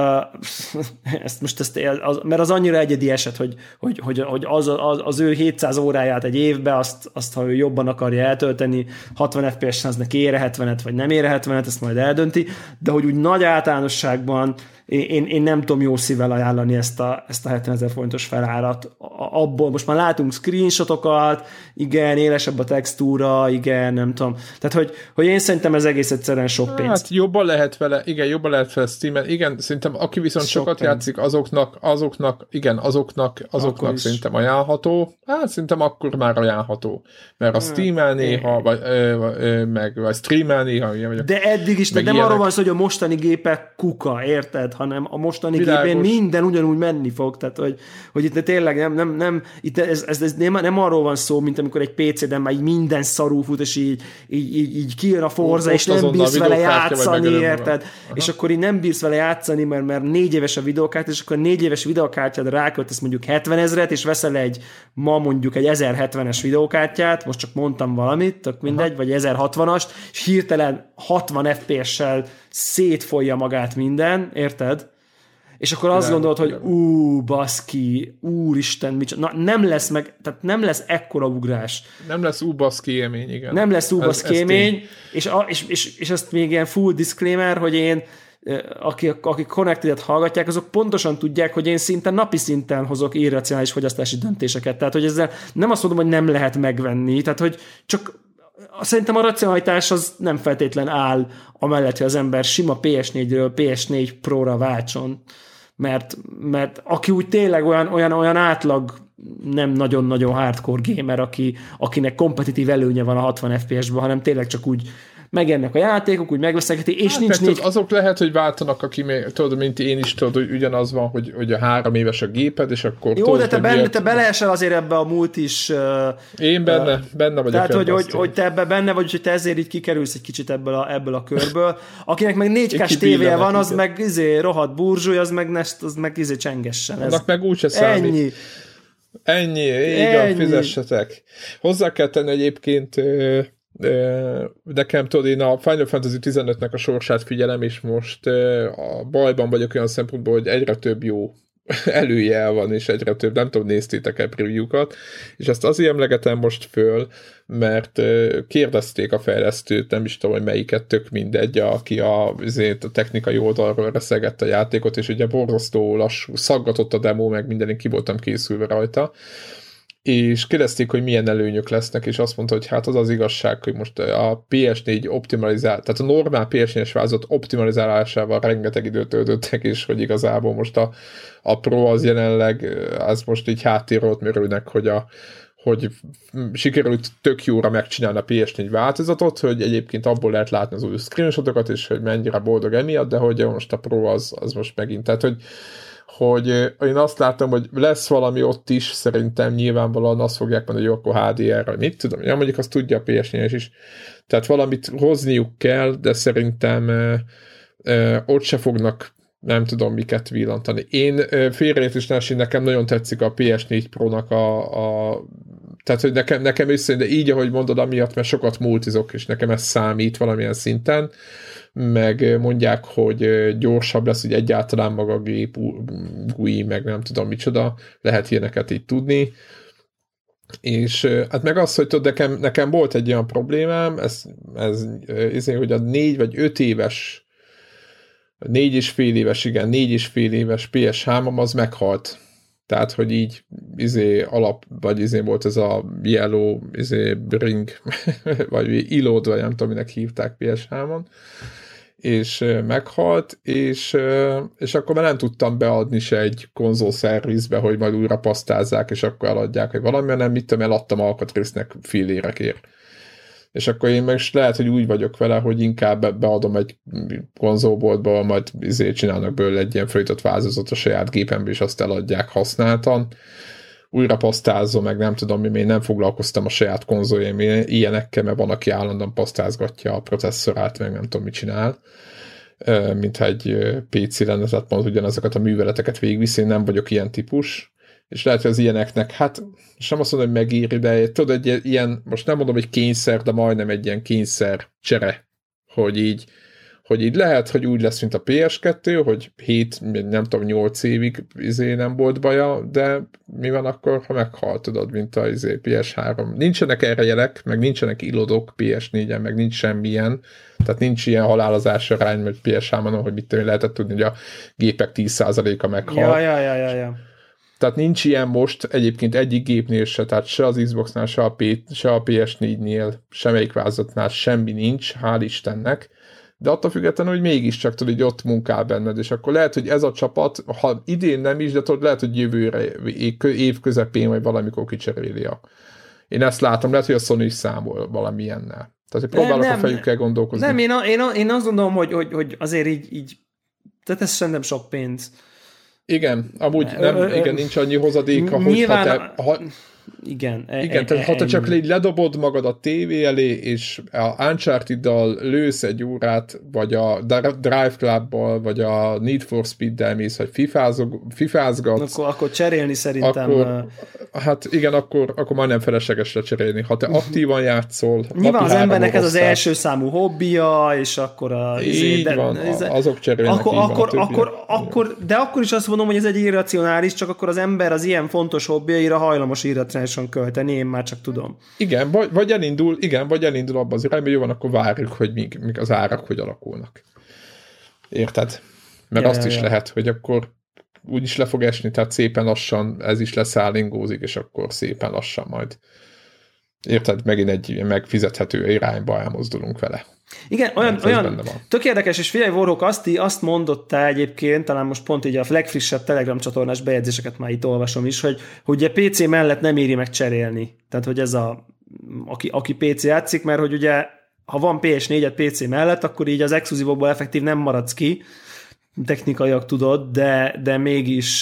mert az annyira egyedi eset, hogy az ő 700 óráját egy évbe, azt ha ő jobban akarja eltölteni, 60 FPS-en az neki ére 70-et, vagy nem ére 70-et, ezt majd eldönti, de hogy úgy nagy általánosságban én nem tudom jó szívvel ajánlani ezt a 70 000 forintos felárat. Abból most már látunk screenshotokat, igen, élesebb a textúra, igen, nem tudom. Tehát, hogy én szerintem ez egész egyszerűen sok pénz. Hát jobban lehet vele Steamen, igen, szerintem aki viszont sokat játszik, azoknak szerintem ajánlható. Hát szerintem akkor már ajánlható. Mert a Steamen néha, vagy streamen néha, de eddig is, nem arról van szó, hogy a mostani gépek kuka, érted? hanem a mostani gépén minden ugyanúgy menni fog, tehát hogy itt tényleg nem itt ez nem arról van szó, mint amikor egy PC-den már így minden szarú fut, és így kijön a Forza, és nem bírsz vele játszani, érted? És akkor így nem bírsz vele játszani, mert 4 éves a videókártya, és akkor 4 éves videókártyád ráköltesz mondjuk 70 000-et, és veszel egy 1070-es videókártyát, most csak mondtam valamit, tök mindegy, vagy 1060-ast, és hirtelen 60 FPS-sel szétfolja magát minden, érted? És akkor azt gondolod, hogy baszki, úristen, nem lesz meg, tehát nem lesz ekkora ugrás. Nem lesz baszki élmény, igen. Nem lesz baszki élmény, és azt még ilyen full disclaimer, hogy én akik Connected-et hallgatják, azok pontosan tudják, hogy én szinte napi szinten hozok irracionális fogyasztási döntéseket. Tehát, hogy ezzel nem azt mondom, hogy nem lehet megvenni, tehát, hogy csak szerintem a racionalitás az nem feltétlen áll amellett, hogy az ember sima PS4-ről PS4 Pro-ra váltson, mert aki úgy tényleg olyan átlag nem nagyon-nagyon hardcore gamer, akinek kompetitív előnye van a 60 FPS-ben, hanem tényleg csak úgy megjelennek a játékok, úgy megveszegeti, és nincs négy... Azok lehet, hogy váltanak, aki tudod, mint én is tudod, hogy ugyanaz van, hogy a 3 éves a géped, és akkor... Jó, de te beleesel azért ebbe a multis... Én benne vagyok. Tehát, hogy te ebbe benne vagy, hogy te ezért így kikerülsz egy kicsit ebből a körből. Akinek meg 4K-s tévéje van, az meg rohadt burzsúly, az meg csengessen. Annak meg úgyse számít. Ennyi, igen, fizessetek. Hozzá kell tenni egyébként... nekem tudod, én a Final Fantasy 15-nek a sorsát figyelem, és most a bajban vagyok olyan szempontból, hogy egyre több jó előjel van, és egyre több, nem tudom, néztétek-e preview-kat, és ezt azért emlegetem most föl, mert kérdezték a fejlesztőt, nem is tudom, hogy melyiket, tök mindegy, aki a technikai oldalról reszegett a játékot, és ugye borzasztó lassú, szaggatott a demo, meg minden, én ki voltam készülve rajta, és kérdezték, hogy milyen előnyök lesznek, és azt mondta, hogy hát az az igazság, hogy most a PS4 optimalizál, tehát a normál PS4-es változat optimalizálásával rengeteg időt töltöttek, és hogy igazából most a Pro az jelenleg, az most így háttérről mérőnek, hogy sikerült tök jóra megcsinálni a PS4 változatot, hogy egyébként abból lehet látni az új screenshotokat, és hogy mennyire boldog emiatt, de hogy most a Pro az most megint, tehát hogy én azt látom, hogy lesz valami ott is, szerintem nyilvánvalóan azt fogják mondani, hogy jó, akkor HDR-ra, mit tudom, ja, mondjuk azt tudja a PS4-es is, tehát valamit hozniuk kell, de szerintem ott se fognak nem tudom miket villantani. Én félreértés nekem nagyon tetszik a PS4 Pro-nak tehát, hogy nekem összejön, de így, ahogy mondod, amiatt, mert sokat multizok, és nekem ez számít valamilyen szinten, meg mondják, hogy gyorsabb lesz, hogy egyáltalán maga a gép GUI, meg nem tudom micsoda, lehet ilyeneket így tudni. És hát meg az, hogy tudod, nekem volt egy olyan problémám, hogy a 4 vagy 5 éves 4,5 éves, igen, 4,5 éves PS3-am az meghalt. Tehát, hogy így vagy volt ez a Yellow Ring, vagy Ilod, vagy nem tudom, minek hívták PS3-on, és meghalt, és akkor már nem tudtam beadni se egy konzolszervizbe, hogy majd újra pasztázzák, és akkor eladják, hogy valami, nem mit tudom, eladtam alkatrésznek fillérekért. És akkor én meg lehet, hogy úgy vagyok vele, hogy inkább beadom egy konzolboltba, majd csinálnak belőle egy ilyen fölított változatot a saját gépembe, és azt eladják használtan. Újra pasztázom, meg nem tudom, én nem foglalkoztam a saját konzoljaim ilyenekkel, mert van, aki állandóan pasztázgatja a processzorát, meg nem tudom, mit csinál, mintha egy PC lenne, tehát pont ugyanazokat a műveleteket végigviszi, én nem vagyok ilyen típus, és lehet, hogy az ilyeneknek, hát és nem azt mondom, hogy megéri, de tudod, egy ilyen, most nem mondom, hogy kényszer, de majdnem egy ilyen kényszer csere, hogy így lehet, hogy úgy lesz, mint a PS2, hogy 7, nem tudom, 8 évig nem volt baja, de mi van akkor, ha meghalt, tudod, mint a PS3. Nincsenek erre jelek, meg nincsenek ilodok PS4-en, meg nincs semmilyen, tehát nincs ilyen halálozás arány, vagy PS3-on, hogy mit lehetett tudni, hogy a gépek 10%-a meghal. Ja. Tehát nincs ilyen most egyébként egyik gépnél se, tehát se az Xboxnál, se a PS4-nél, semmelyik változatnál semmi nincs, hál' Istennek, de attól függetlenül, hogy mégiscsak tudod, hogy ott munkál benned, és akkor lehet, hogy ez a csapat, ha idén nem is, de tudod, lehet, hogy jövőre év közepén, vagy valamikor kicseréli Én ezt látom, lehet, hogy a Sony is számol valamilyennel. Tehát, hogy próbálok a fejükkel gondolkozni. Nem, én azt gondolom, hogy azért így Tehát ez szerintem sok pénz. Igen, amúgy igen, nincs annyi hozadéka, hogy nyilván, igen, tehát ha te csak ledobod magad a tévé elé, és a Uncharted-dal lősz egy órát, vagy a Drive Club-bal, vagy a Need for Speed-del mész, hogy fifázgatsz. Akkor cserélni szerintem... Hát igen, akkor majdnem felesleges lecserélni. Ha te aktívan játszol... Nyilván az embernek ez az első számú hobbija, és akkor azok cserélnek de akkor is azt mondom, hogy ez egy irracionális, csak akkor az ember az ilyen fontos hobbiaira hajlamos irracionálisan költeni, én már csak tudom. Igen, vagy elindul abba az irányba, jó van, akkor várjuk, hogy míg az árak hogy alakulnak. Érted? Mert azt is lehet, hogy akkor úgyis le fog esni, tehát szépen lassan ez is leszállingózik, és akkor szépen lassan majd. Érted? Megint egy megfizethető irányba elmozdulunk vele. Igen, olyan tök érdekes, és figyelj, Warhawk azt mondotta egyébként, talán most pont így a legfrissebb Telegram csatornás bejegyzéseket már itt olvasom is, hogy ugye PC mellett nem éri meg cserélni. Tehát, hogy ez aki PC játszik, mert hogy ugye, ha van PS4-et PC mellett, akkor így az exkluzívokból effektív nem maradsz ki, technikaiak tudod, de mégis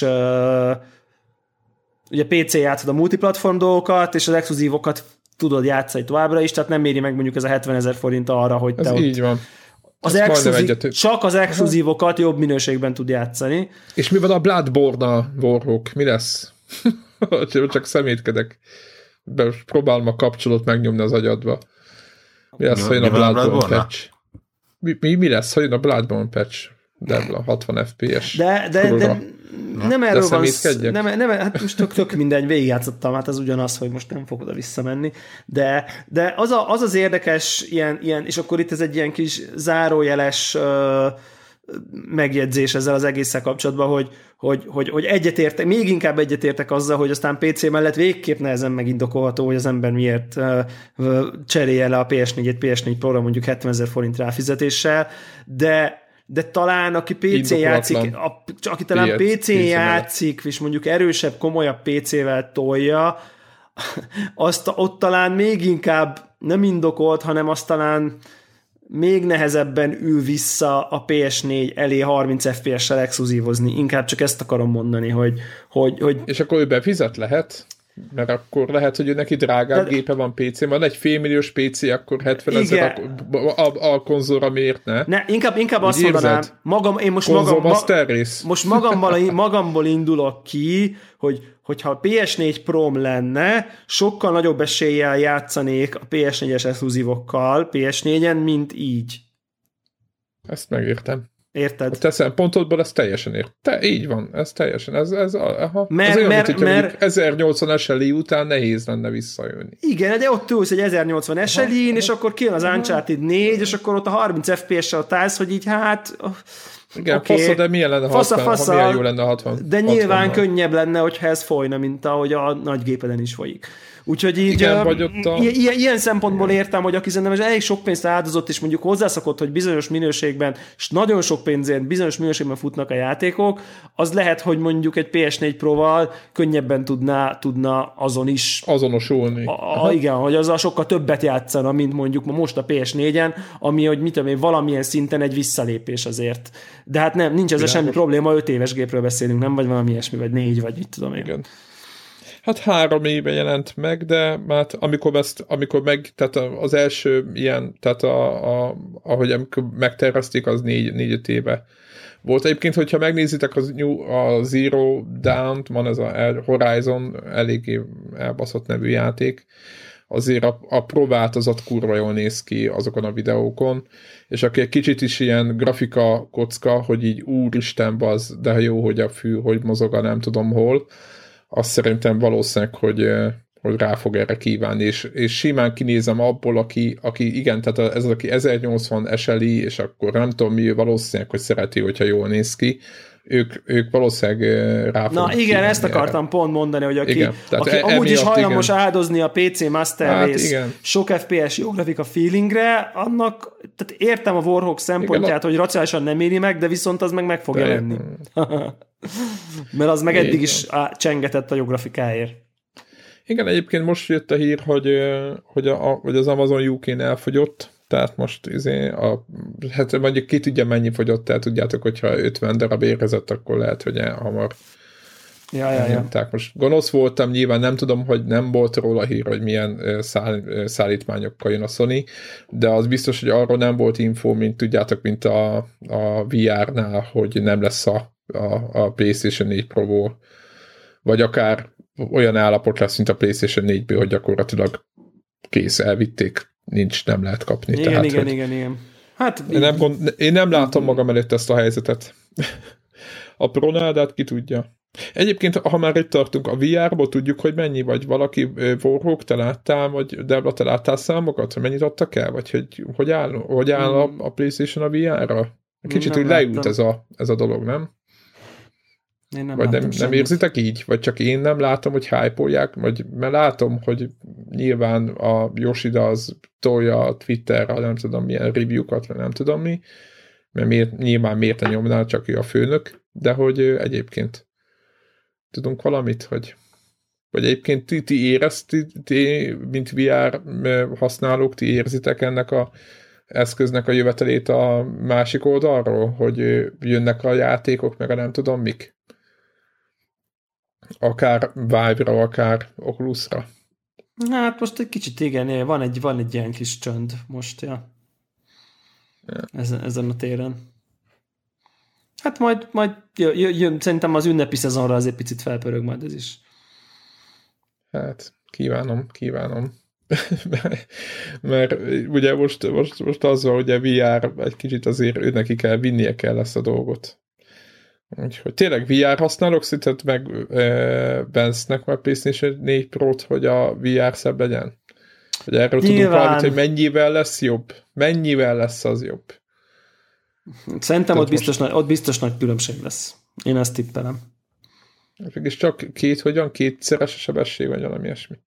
ugye PC játszod a multiplatform dolgokat, és az exkluzívokat tudod játszani továbbra is, tehát nem éri meg mondjuk ez a 70 000 forint arra, hogy te ez így van. Csak az exkluzívokat jobb minőségben tud játszani. És mi van a Bloodborne-nal, Warhawk? Mi lesz? Csak szemétkedek. Próbálom a kapcsolót megnyomni az agyadba. Mi lesz, ha jön a Bloodborne patch? Mi lesz, ha jön a Bloodborne patch? Debla, 60 FPS. De nem erről van nem, hát most tök mindegy, végigjátszottam, hát ez ugyanaz, hogy most nem fog oda visszamenni, de az érdekes ilyen, és akkor itt ez egy ilyen kis zárójeles megjegyzés ezzel az egésszel kapcsolatban, hogy egyetértek, még inkább egyetértek azzal, hogy aztán PC mellett végképp nehezen megindokolható, hogy az ember miért cserélje le a PS4-et PS4 Pro-ra mondjuk 70 000 forint ráfizetéssel, de talán aki PC játszik, aki talán PC játszik, és mondjuk erősebb, komolyabb PC-vel tolja, ott talán még inkább nem indokolt, hanem azt talán még nehezebben ül vissza a PS4 elé 30 FPS-sel exkluzívozni. Inkább csak ezt akarom mondani, hogy... És akkor ő befizet lehet? Mert akkor lehet, hogy neki drágább gépe van PC-n, van egy félmilliós PC, akkor 70 000 a konzolra miért ne? Inkább azt mondanám, most magamból indulok ki, hogyha a PS4 Pro-m lenne, sokkal nagyobb eséllyel játszanék a PS4-es exkluzívokkal PS4-en, mint így. Ezt megértem. Érted? A te szempontodból ez teljesen így van, ez teljesen. Ez olyan, mint 1080 SLI után nehéz lenne visszajönni. Igen, de ott ülsz egy 1080 SLI-n, és akkor kijön az Uncharted 4, és akkor ott a 30 FPS-sel ott állsz, hogy így hát... Igen, okay. Fasza, de milyen lenne fasza, milyen jó lenne a 60. De nyilván 60-mal. Könnyebb lenne, hogyha ez folyna, mint ahogy a nagy gépeden is folyik. Úgyhogy így igen, ilyen szempontból értem, hogy aki szerintem elég sok pénzt áldozott, és mondjuk hozzászokott, hogy bizonyos minőségben, és nagyon sok pénzért bizonyos minőségben futnak a játékok, az lehet, hogy mondjuk egy PS4 Pro-val könnyebben tudna azon is azonosulni. Igen, hogy azzal sokkal többet játszana, mint mondjuk most a PS4-en, ami, hogy mit tudom én, valamilyen szinten egy visszalépés azért. De hát nem, nincs ezzel semmi probléma, 5 éves gépről beszélünk, nem? Vagy valami ilyesmi, vagy 4, vagy mit tudom én. Igen. Hát 3 éve jelent meg, de hát tehát az első ilyen, tehát ahogy amikor megtervezték, az 4-5 éve volt. Egyébként, hogyha megnézitek a Zero Dawn-t, van ez a Horizon, eléggé elbaszott nevű játék, azért a Pro változat kurva jól néz ki azokon a videókon, és aki egy kicsit is ilyen grafika kocka, hogy így úristen bazd, de jó, hogy a fű, hogy mozog, nem tudom hol, azt szerintem valószínűleg, hogy rá fog erre kívánni, és simán kinézem abból, aki igen, tehát ez az, aki 1080 SLI, és akkor nem tudom mi, valószínűleg, hogy szereti, hogyha jól néz ki, ők valószínűleg rá fognak. Na igen, ezt akartam erre pont mondani, hogy aki amúgy is hajlamos áldozni a PC Master Race sok FPS jó grafika feelingre, annak, tehát értem a Warhawk szempontját, hogy racionálisan nem éri meg, de viszont az meg fog jelenni. Mert az meg eddig is csengetett a jó grafikáért. Igen, egyébként most jött a hír, hogy az Amazon UK-n elfogyott, Tehát most hát mondjuk ki tudja mennyi fogyott el, tudjátok, hogyha 50 darab érkezett, akkor lehet, hogy hamar elnyomták. Most gonosz voltam, nyilván nem tudom, hogy nem volt róla hír, hogy milyen szállítmányokkal jön a Sony, de az biztos, hogy arról nem volt info, mint tudjátok, mint a VR-nál, hogy nem lesz a PlayStation 4 Pro-ból, vagy akár olyan állapot lesz, mint a PlayStation 4-ből, hogy gyakorlatilag kész, elvitték, nem lehet kapni. Igen, tehát, igen. Hát, én nem látom magam előtt ezt a helyzetet. A Pro-nál, de hát ki tudja. Egyébként, ha már itt tartunk, a VR-ból tudjuk, hogy mennyi, vagy valaki Warhawk, te láttál, vagy Debla, te láttál számokat? Mennyit adtak el? Vagy hogy áll a PlayStation a VR-ra? Kicsit úgy leült ez a dolog, nem? Vagy nem érzitek így? Vagy csak én nem látom, hogy hype-olják? Mert látom, hogy nyilván a Yoshida az tolja a Twitterre, nem tudom milyen review-kat, vagy nem tudom mi, mert nyilván miért ne nyomnál, csak ő a főnök, de hogy egyébként tudunk valamit, vagy egyébként ti érezti, mint VR használók, ti érzitek ennek a eszköznek a jövetelét a másik oldalról, hogy jönnek a játékok, meg a nem tudom mik? Akár Vive-ra, akár Oculus-ra. Hát most egy kicsit igen, van egy ilyen kis csönd most, ja. Ezen a téren. Hát majd jön, szerintem az ünnepi szezonra azért picit felpörög majd ez is. Hát, kívánom. mert ugye most az van, hogy a VR egy kicsit azért neki kell, vinnie kell ezt a dolgot. Úgyhogy tényleg VR használok, szerinted meg Bence-nek már PlayStation 4 Pro-t, hogy a VR szebb legyen? Hogy erről tudunk valamit, hogy mennyivel lesz jobb? Mennyivel lesz az jobb? Szerintem ott biztos nagy különbség lesz. Én ezt tippelem. És csak kétszeres a sebesség, vagy valami ilyesmi.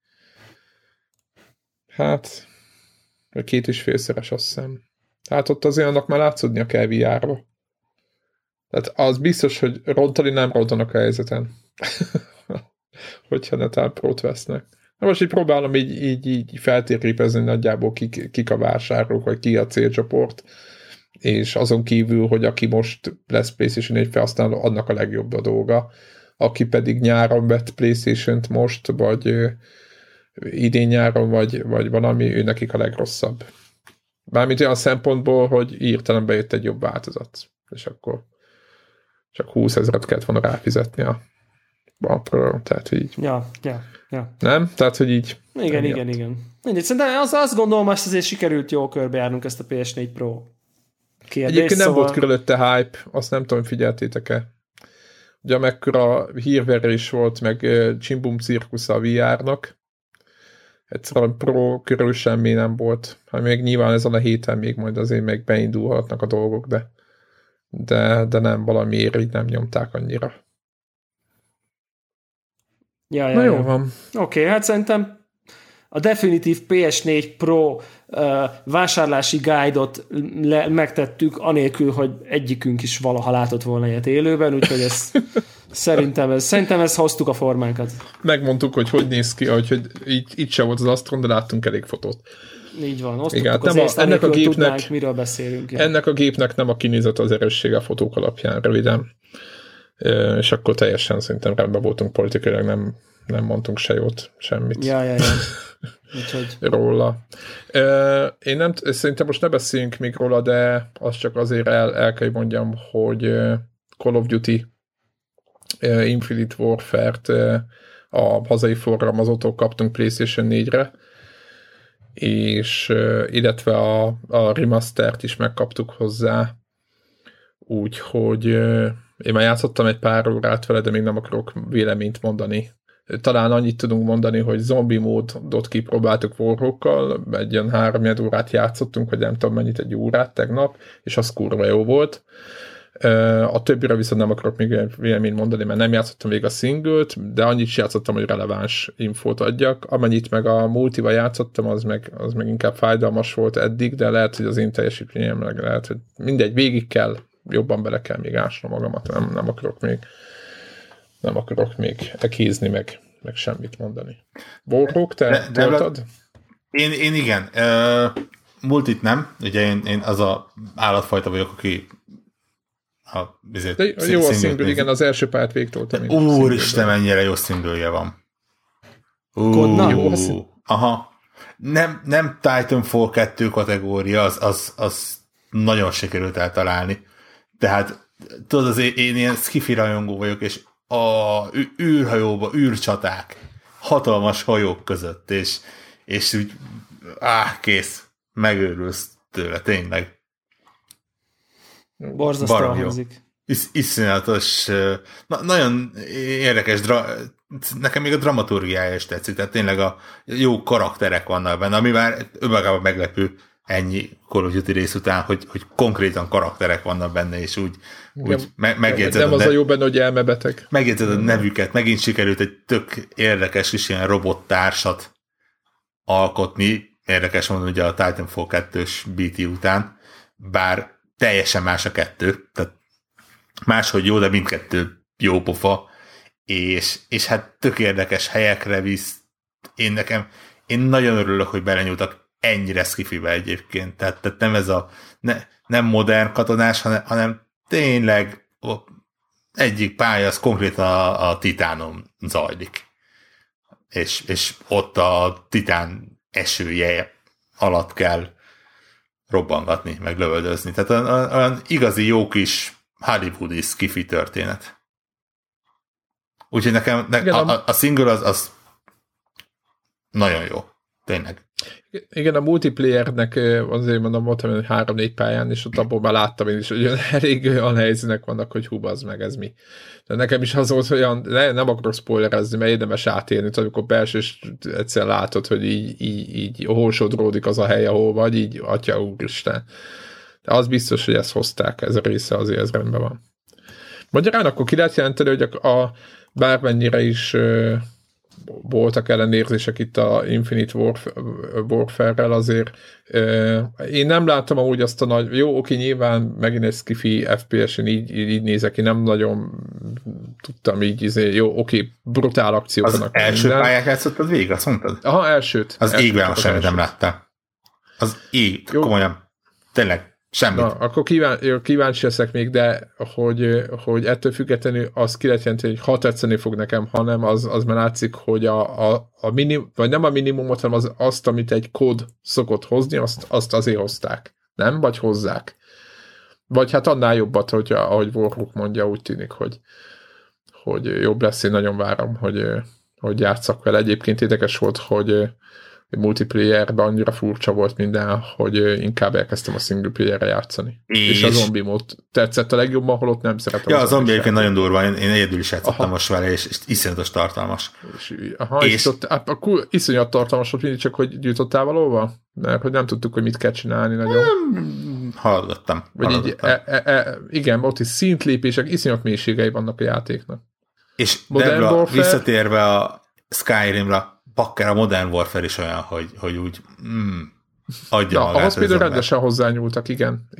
Hát, vagy 2,5-szeres, azt hiszem. Hát ott azért annak már látszódnia kell VR-ba. Tehát az biztos, hogy rontani nem rontanak a helyzeten. Hogyha netán Pro-t vesznek. Na most így próbálom így feltérképezni nagyjából kik a vásárlók, vagy ki a célcsoport, és azon kívül, hogy aki most lesz PlayStation 4 felhasználó, annak a legjobb a dolga. Aki pedig nyáron vett PlayStation-t most, vagy idén nyáron, vagy valami, ő nekik a legrosszabb. Bármint olyan szempontból, hogy hirtelen bejött egy jobb változat. És akkor csak 20 000 kellett volna ráfizetni a Pro, tehát így. Ja. Nem? Tehát, hogy így. Igen. Mindegy, szerintem azt gondolom, hogy azért sikerült jól körbejárnunk ezt a PS4 Pro kérdést. Egyébként nem volt körülötte hype, azt nem tudom, figyeltétek-e. Ugye mekkora hírverés volt, meg csimbum cirkusz a VR-nak. Egyszerűen Pro körül semmi nem volt. Hát még nyilván ezen a héten még majd azért még beindulhatnak a dolgok, de nem, valamiért így nem nyomták annyira. Ja. Jó van. Oké, hát szerintem a definitív PS4 Pro vásárlási guide-ot megtettük, anélkül, hogy egyikünk is valaha látott volna ilyet élőben, úgyhogy szerintem ezt hoztuk a formánkat. Megmondtuk, hogy néz ki, hogy itt sem volt az Astron, de láttunk elég fotót. Így van, osztottuk az észt, anélkül, hogy tudnánk, miről beszélünk. Ja. Ennek a gépnek nem a kinézet az erőssége a fotók alapján, röviden. És akkor teljesen szerintem rendben voltunk politikailag, nem mondtunk se jót, semmit. Ja. Úgyhogy. Róla. Szerintem most ne beszéljünk még róla, de azt csak azért el kell mondjam, hogy Call of Duty Infinite Warfare-t a hazai forgalmazótól kaptunk PlayStation 4-re, és illetve a remastert is megkaptuk hozzá, úgyhogy én már játszottam egy pár órát vele, de még nem akarok véleményt mondani. Talán annyit tudunk mondani, hogy zombi módot kipróbáltuk Warhawkkal, egy ilyen 3 órát játszottunk, vagy nem tudom mennyit, egy órát tegnap, és az kurva jó volt. A többire viszont nem akarok még véleményt mondani, mert nem játszottam még a singlet, de annyit játszottam, hogy releváns infót adjak. Amennyit meg a multival játszottam, az meg inkább fájdalmas volt eddig, de lehet, hogy az én teljesítményem lehet, hogy mindegy, végig kell, jobban bele kell még ásnom magamat, nem akarok még ekízni, meg semmit mondani. Warhawk, te toltad? Én igen. multit nem, ugye én az a állatfajta vagyok, aki jó a single, igen, az első párt végtoltam. Úristen, mennyire jó single-je van. Aha. Nem Titanfall 2 kategória, az nagyon sikerült eltalálni. Tehát tudod, azért én ilyen skifi rajongó vagyok, és a űrhajóba, űrcsaták, hatalmas hajók között, és úgy kész, megőrülsz tőle, tényleg. Borzasztóan hangzik. Iszonyatos, nagyon érdekes, nekem még a dramaturgiája is tetszik, tehát tényleg a jó karakterek vannak benne, ami már önmagában meglepő ennyi Call of Duty rész után, hogy konkrétan karakterek vannak benne, és úgy megjegyzed. Nem az a jó benne, hogy elmebeteg. Megjegyzed a nevüket, megint sikerült egy tök érdekes kis ilyen robottársat alkotni, érdekes mondani, ugye a Titanfall 2-s BT után, bár teljesen más a kettő, tehát máshogy jó, de mindkettő jó pofa, és hát tök érdekes helyekre visz. Én nagyon örülök, hogy belenyúltak ennyire skifibe egyébként, tehát nem ez nem modern katonás, hanem tényleg egyik pálya az konkrétan a Titánon zajlik. És ott a Titán esője alatt kell robbangatni, meg lövöldözni. Tehát olyan igazi jó kis hollywoodi skifi történet. Úgyhogy nekem a single az nagyon jó. Tényleg. Igen, a multiplayernek azért mondom, voltam, hogy 3-4 pályán, és ott abból már láttam én is, hogy elég olyan helyzínek vannak, hogy hú, az meg, ez mi. De nekem is az volt, hogy nem akarok spoilerezni, mert érdemes átélni, amikor belső, és egyszer látod, hogy így hósodródik az a hely, ahol vagy, így atya úristen. De az biztos, hogy ezt hozták, ez a része azért, ez rendben van. Magyarán akkor ki lehet jelenteni, hogy bármennyire is voltak ellenérzések itt a Infinite Warfare-rel azért. Én nem láttam amúgy azt a nagy... Jó, oké, nyilván megint egy skifi FPS-en így nézek ki, nem nagyon tudtam így, jó, oké, brutál akciók vannak. Az első pályát játszottad végig, azt mondtad? Aha, elsőt. Az égben semmit nem láttál. Az ég, komolyan. Tényleg. Semmit. Na, akkor kíváncsi leszek még, de hogy ettől függetlenül az ki lehet jelenteni, hogy ha tetszeni fog nekem, hanem az már látszik, hogy vagy nem a minimumot, hanem azt, amit egy kód szokott hozni, azt azért hozták. Nem? Vagy hozzák. Vagy hát annál jobbat, ahogy Warhawk mondja, úgy tűnik, hogy jobb lesz, én nagyon várom, hogy játsszak vele. Egyébként érdekes volt, hogy multiplayerben annyira furcsa volt minden, hogy inkább elkezdtem a single playerre játszani. És a zombi mód tetszett a legjobban, ahol ott nem szeretem. Ja, a zombi egyébként nagyon durva, én egyedül is játszottam most vele, és iszonyatos tartalmas. És ott iszonyat tartalmas volt mindig, csak hogy gyűjtöttál valóval? Mert hogy nem tudtuk, hogy mit kell csinálni nagyon. Hallottam. Igen, ott is szintlépések, iszonyat mélységei vannak a játéknak. És Debla, visszatérve a Skyrimra, bakker a Modern Warfare is olyan, hogy úgy adja magát. Ahhoz például rendesen hozzányúltak, igen.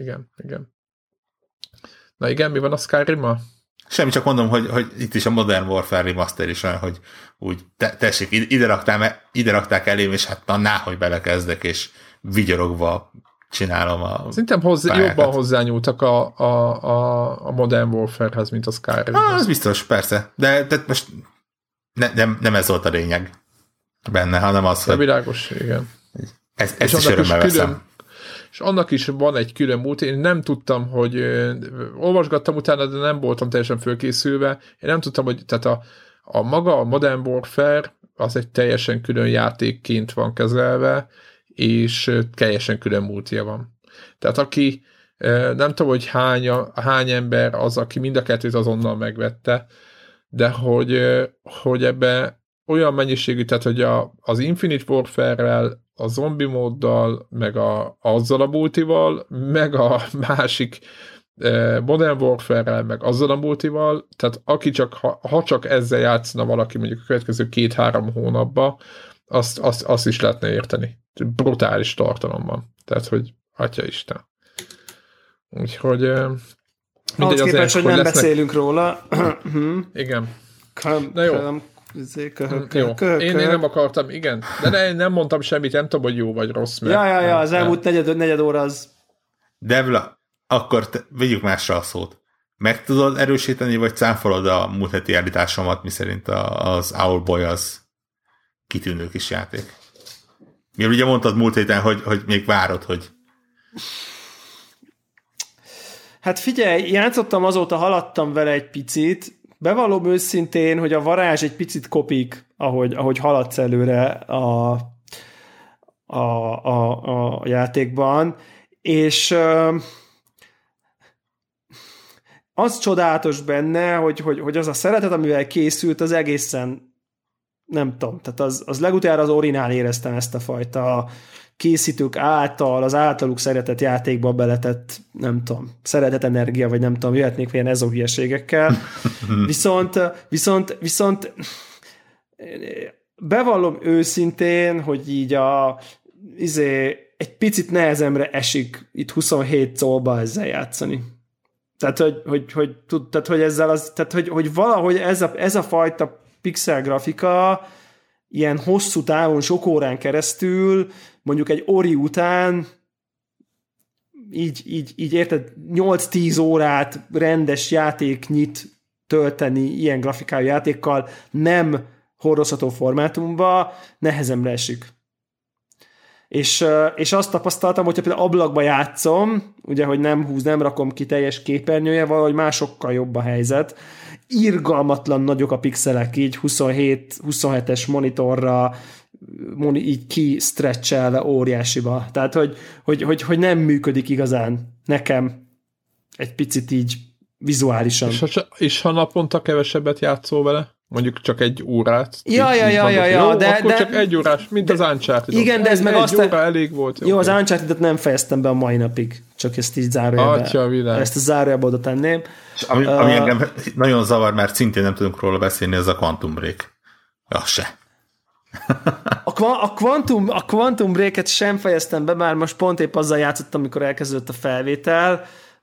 Na igen, mi van a Skyrim-mal? Semmi, csak mondom, hogy itt is a Modern Warfare Remaster is olyan, hogy úgy tessék, ide rakták elém, és hát hogy belekezdek, és vigyorogva csinálom a Szerintem jobban hozzányúltak a Modern Warfare-hez, mint a Skyrim-hez. Az biztos, persze. De most nem ez volt a lényeg benne, hanem az, hogy... világos, igen. Ezt is örömmel veszem. És annak is van egy külön múlt. Én nem tudtam, hogy olvasgattam utána, de nem voltam teljesen fölkészülve. Én nem tudtam, hogy tehát a maga a Modern Warfare az egy teljesen külön játékként van kezelve, és teljesen külön múltja van. Tehát aki nem tudom, hogy hány ember az, aki mind a kettőt azonnal megvette, de hogy ebbe olyan mennyiségű, tehát hogy az Infinite Warfare-rel, a zombi móddal, meg azzal a multival, meg a másik Modern Warfare-rel, meg azzal a multival, tehát aki ha csak ezzel játszana valaki mondjuk a következő 2-3 hónapban, azt is lehetne érteni. Brutális tartalom van. Tehát, hogy atyaisten. Úgyhogy ahhoz képest, hogy nem beszélünk róla. Igen. Na jó. Jó, én nem akartam, igen, de nem mondtam semmit, nem tudom, hogy jó vagy rossz. Mert ja, az elmúlt negyed óra az... Devla, akkor vigyük másra a szót. Meg tudod erősíteni, vagy cáfolod a múlt heti állításomat, miszerint az Owlboy az kitűnő kis játék? Mivel ugye mondtad múlt héten, hogy még várod, hogy... Hát figyelj, játszottam azóta, haladtam vele egy picit. Bevallom őszintén, hogy a varázs egy picit kopik, ahogy haladsz előre a játékban, és az csodálatos benne, hogy az a szeretet, amivel készült, az egészen nem tudom, tehát az legutoljára az Orinál éreztem ezt a fajta készítők által, az általuk szeretett játékba beletett, nem tudom, szeretett energia, vagy nem tudom, jöhetnék ilyen ezó hülyeségekkel. Viszont bevallom őszintén, hogy így egy picit nehezemre esik itt 27 colba ezzel játszani. Tehát, hogy valahogy ez a fajta pixel grafika ilyen hosszú távon, sok órán keresztül, mondjuk egy Ori után így érted, 8-10 órát rendes játéknyit tölteni ilyen grafikájú játékkal nem hordozható formátumba, nehezemre esik. És azt tapasztaltam, hogyha például ablakba játszom, ugye, hogy nem rakom ki teljes képernyője, valahogy másokkal jobb a helyzet. Irgalmatlan nagyok a pixelek, így 27-es monitorra, így ki-stretchelve óriásiba. Tehát, hogy nem működik igazán nekem egy picit így vizuálisan. És ha naponta kevesebbet játszol vele? Mondjuk csak egy órát. Ja, de csak egy órás, mint az Uncharted. Igen, de ez meg azt... Egy óra elég volt. Jó, az Uncharted-et nem fejeztem be a mai napig. Csak ezt így zárójelbe. Ezt a zárójelbe oda tenném. Ami engem nagyon zavar, mert szintén nem tudunk róla beszélni, ez a Quantum Break. Az se. A Quantum Break-et sem fejeztem be, már most pont épp azzal játszottam, amikor elkezdődött a felvétel.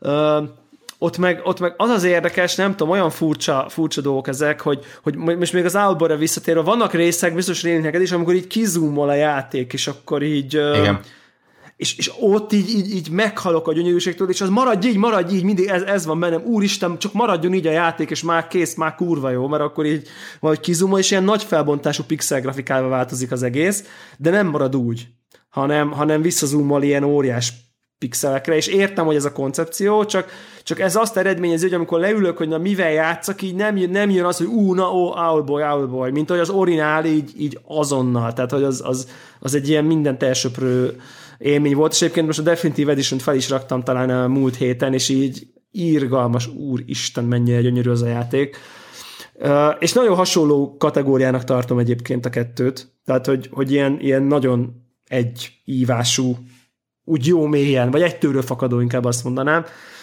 Ott meg az érdekes, nem tudom, olyan furcsa dolgok ezek, hogy most még az Owlboyra visszatérve, vannak részek, biztos rémlik neked is, amikor így kizoomol a játék, és akkor így... Igen. És ott így meghalok a gyönyörűségtől, és az maradj így, mindig ez van bennem, úristen, csak maradjon így a játék, és már kész, már kurva jó, mert akkor így valahogy kizoomol, és ilyen nagy felbontású pixel grafikával változik az egész, de nem marad úgy, hanem visszazoomol ilyen óriás pixelekre, és értem, hogy ez a koncepció, csak ez azt eredményezi, hogy amikor leülök, hogy na mivel játszak, így nem jön az, hogy Owlboy, mint hogy az Orinál így azonnal, tehát hogy az egy ilyen mindent elsöprő élmény volt, és egyébként most a Definitive Edition-t fel is raktam talán a múlt héten, és így irgalmas, úristen, mennyire gyönyörű az a játék. És nagyon hasonló kategóriának tartom egyébként a kettőt, tehát hogy ilyen nagyon egy ívású, úgy jó mélyen, vagy egy tőről fakadó, inkább azt mondanám.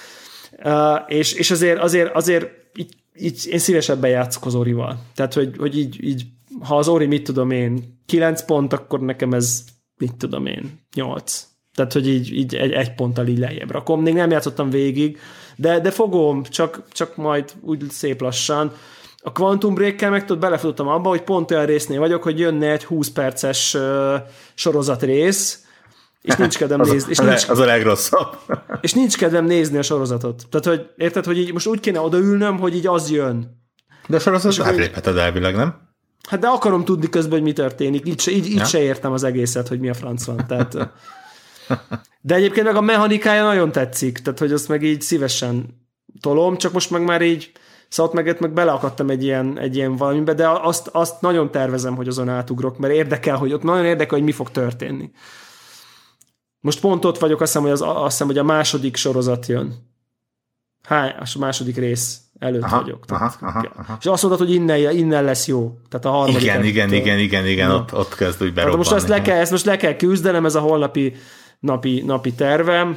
És azért így én szívesebben játszok az Orival. Tehát, hogy így ha az Ori, mit tudom én, 9 pont, akkor nekem ez, mit tudom én, 8. Tehát, hogy így egy ponttal így lejjebb rakom. Még nem játszottam végig, de fogom, csak majd úgy szép lassan. A Quantum Break-kel meg belefutottam abba, hogy pont olyan résznél vagyok, hogy jönne egy 20 perces sorozatrész, és nincs kedvem nézni. Az a legrosszabb. És nincs kedvem nézni a sorozatot. Tehát, hogy érted, hogy így most úgy kéne odaülnöm, hogy így az jön. De a sorozatot átlépheted elvileg, nem? Hát de akarom tudni közben, hogy mi történik. Így se értem az egészet, hogy mi a franc van. Tehát, de egyébként meg a mechanikája nagyon tetszik, tehát hogy azt meg így szívesen tolom, csak most meg már így szóval meg beleakadtam egy ilyen valamibe, de azt nagyon tervezem, hogy azon átugrok, mert nagyon érdekel, hogy mi fog történni. Most pont ott vagyok, azt hiszem, hogy a második sorozat jön. A második rész előtt vagyok. És azt mondod, hogy innen lesz jó. Tehát a harmadik. Igen, ott kezd úgy berobbanni. Most ezt le kell küzdenem, ez a holnapi napi tervem.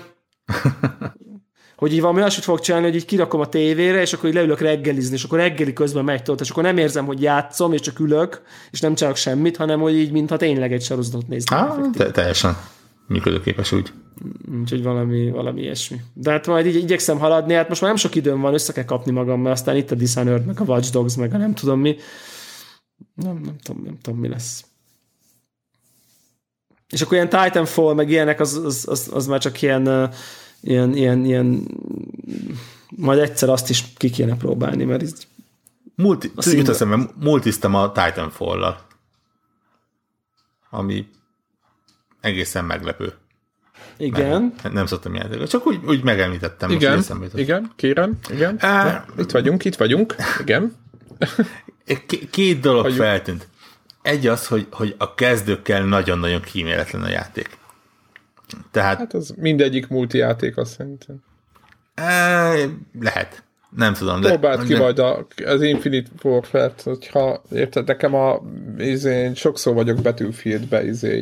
Hogy így valami olyasmit fogok csinálni, hogy így kirakom a tévére, és akkor így leülök reggelizni, és akkor reggeli közben megy tolt, és akkor nem érzem, hogy játszom, és csak ülök, és nem csinálok semmit, hanem hogy így, mintha tényleg egy sorozatot néznék. Teljesen működőképes úgy. Úgyhogy valami ilyesmi. De hát majd így igyekszem haladni, hát most már nem sok időm van, össze kell kapni magam, mert aztán itt a Dishonored, meg a Watch Dogs, meg a nem tudom mi. Nem tudom, mi lesz. És akkor ilyen Titanfall, meg ilyenek, az már csak ilyen majd egyszer azt is ki kéne próbálni, mert ez multiztem a Titanfall-lal, ami egészen meglepő. Igen. Nem szoktam játékot, csak úgy megemlítettem. Igen, kérem, igen. Itt vagyunk, igen. Két dolog feltűnt. Egy az, hogy a kezdőkkel nagyon-nagyon kíméletlen a játék. Tehát... Hát az mindegyik multijáték, azt szerintem. Lehet. Nem tudom. Próbáld ki majd az Infinite Warfare-t, hogyha érted, nekem én sokszor vagyok Battlefieldbe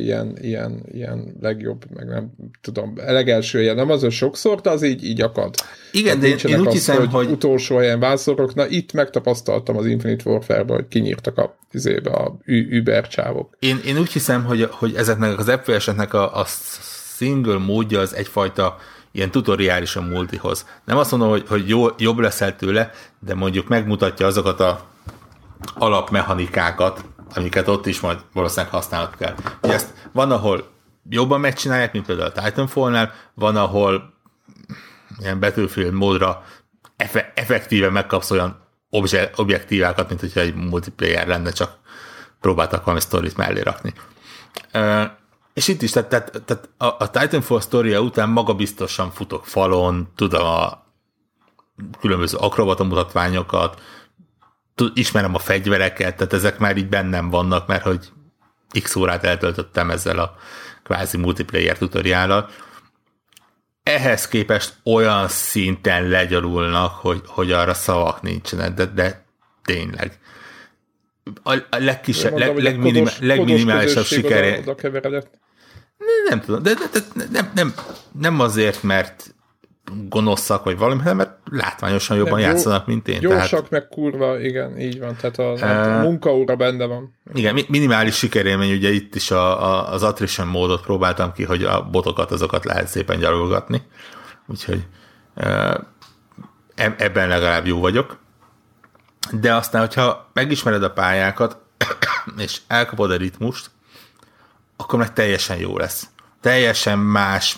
ilyen legjobb, meg nem tudom, legelső ilyen, nem az, hogy sokszor, de az így akad. Igen, de én úgy hiszem, hogy utolsó helyen vászorok, na itt megtapasztaltam az Infinite Warfare-be, hogy kinyírtak a Uber csávok. Én úgy hiszem, hogy ezeknek az FPS-eknek a single módja az egyfajta ilyen tutoriális a multihoz. Nem azt mondom, hogy jobb leszel tőle, de mondjuk megmutatja azokat a alapmechanikákat, amiket ott is majd valószínűleg használnod kell. Ezt van, ahol jobban megcsinálják, mint például a Titanfall-nál, van, ahol ilyen Battlefield módra effektíven megkapsz olyan objektívákat, mint hogyha egy multiplayer lenne, csak próbáltak valami sztorit mellé rakni. És itt is, tehát a Titanfall sztoria után magabiztosan futok falon, tudom a különböző akrobata mutatványokat, ismerem a fegyvereket, tehát ezek már így bennem vannak, mert hogy x órát eltöltöttem ezzel a kvázi multiplayer tutoriállal. Ehhez képest olyan szinten legyalulnak, hogy arra szavak nincsenek, de tényleg. A legminimálisabb sikere... Nem tudom, de nem azért, mert gonoszak, vagy valami, hanem mert látványosan jobban játszanak, mint én. Gyorsak, meg kurva, igen, így van. Tehát a munkaóra benne van. Igen, minimális sikerélmény, ugye itt is az attrition módot próbáltam ki, hogy a botokat, azokat lehet szépen gyalulgatni. Úgyhogy ebben legalább jó vagyok. De aztán, hogyha megismered a pályákat, és elkapod a ritmust, akkor meg teljesen jó lesz. Teljesen más,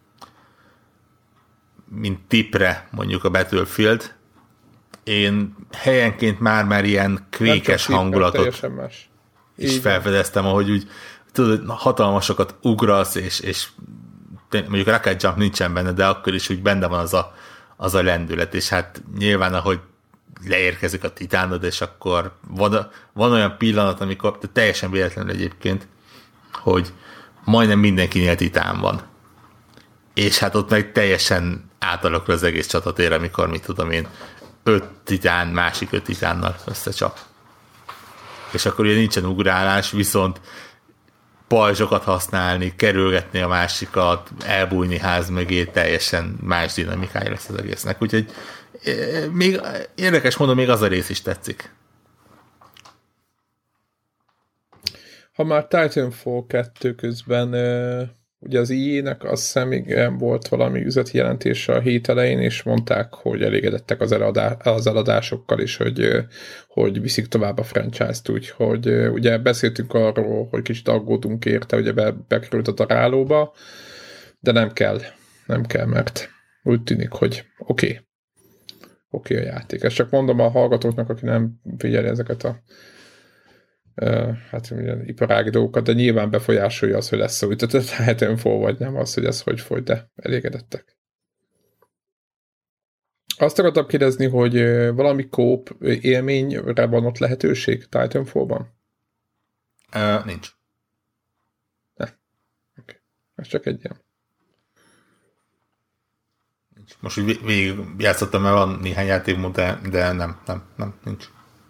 mint tipre mondjuk a Battlefield. Én helyenként már ilyen kvékes hangulatot is felfedeztem, ahogy úgy tudod, hatalmasokat ugrasz, és mondjuk a Rocket Jump nincsen benne, de akkor is úgy benne van az a lendület, és hát nyilván, ahogy leérkezik a titánod, és akkor van olyan pillanat, amikor teljesen véletlenül egyébként, hogy majdnem mindenkinél titán van. És hát ott meg teljesen átalakul az egész csatatér, amikor, mit tudom én, 5 titán, másik 5 titánnal összecsap. És akkor ugye nincsen ugrálás, viszont pajzsokat használni, kerülgetni a másikat, elbújni ház mögé, teljesen más dinamikája lesz az egésznek. Úgyhogy még érdekes módon még az a rész is tetszik. Ha már Titanfall 2 közben ugye az EA-nek azt hiszem igen volt valami üzleti jelentése a hét elején, és mondták, hogy elégedettek az eladásokkal is, hogy viszik tovább a franchise-t, úgyhogy ugye beszéltünk arról, hogy kicsit aggódunk érte, ugye bekerült a darálóba, de nem kell, mert úgy tűnik, hogy oké a játék. Ezt csak mondom a hallgatóknak, aki nem figyeli ezeket a hát milyen iparági dolgokat, de nyilván befolyásolja az, hogy lesz úgy, tehát Titanfall vagy nem az, hogy ez hogy folyt, de elégedettek. Azt akartam kérdezni, hogy valami kóp élményre van ott lehetőség Titanfallban? Nincs. Okay. Ez csak egy ilyen. Most úgy végig játszottam, mert van néhány játékmód, de nem, nincs.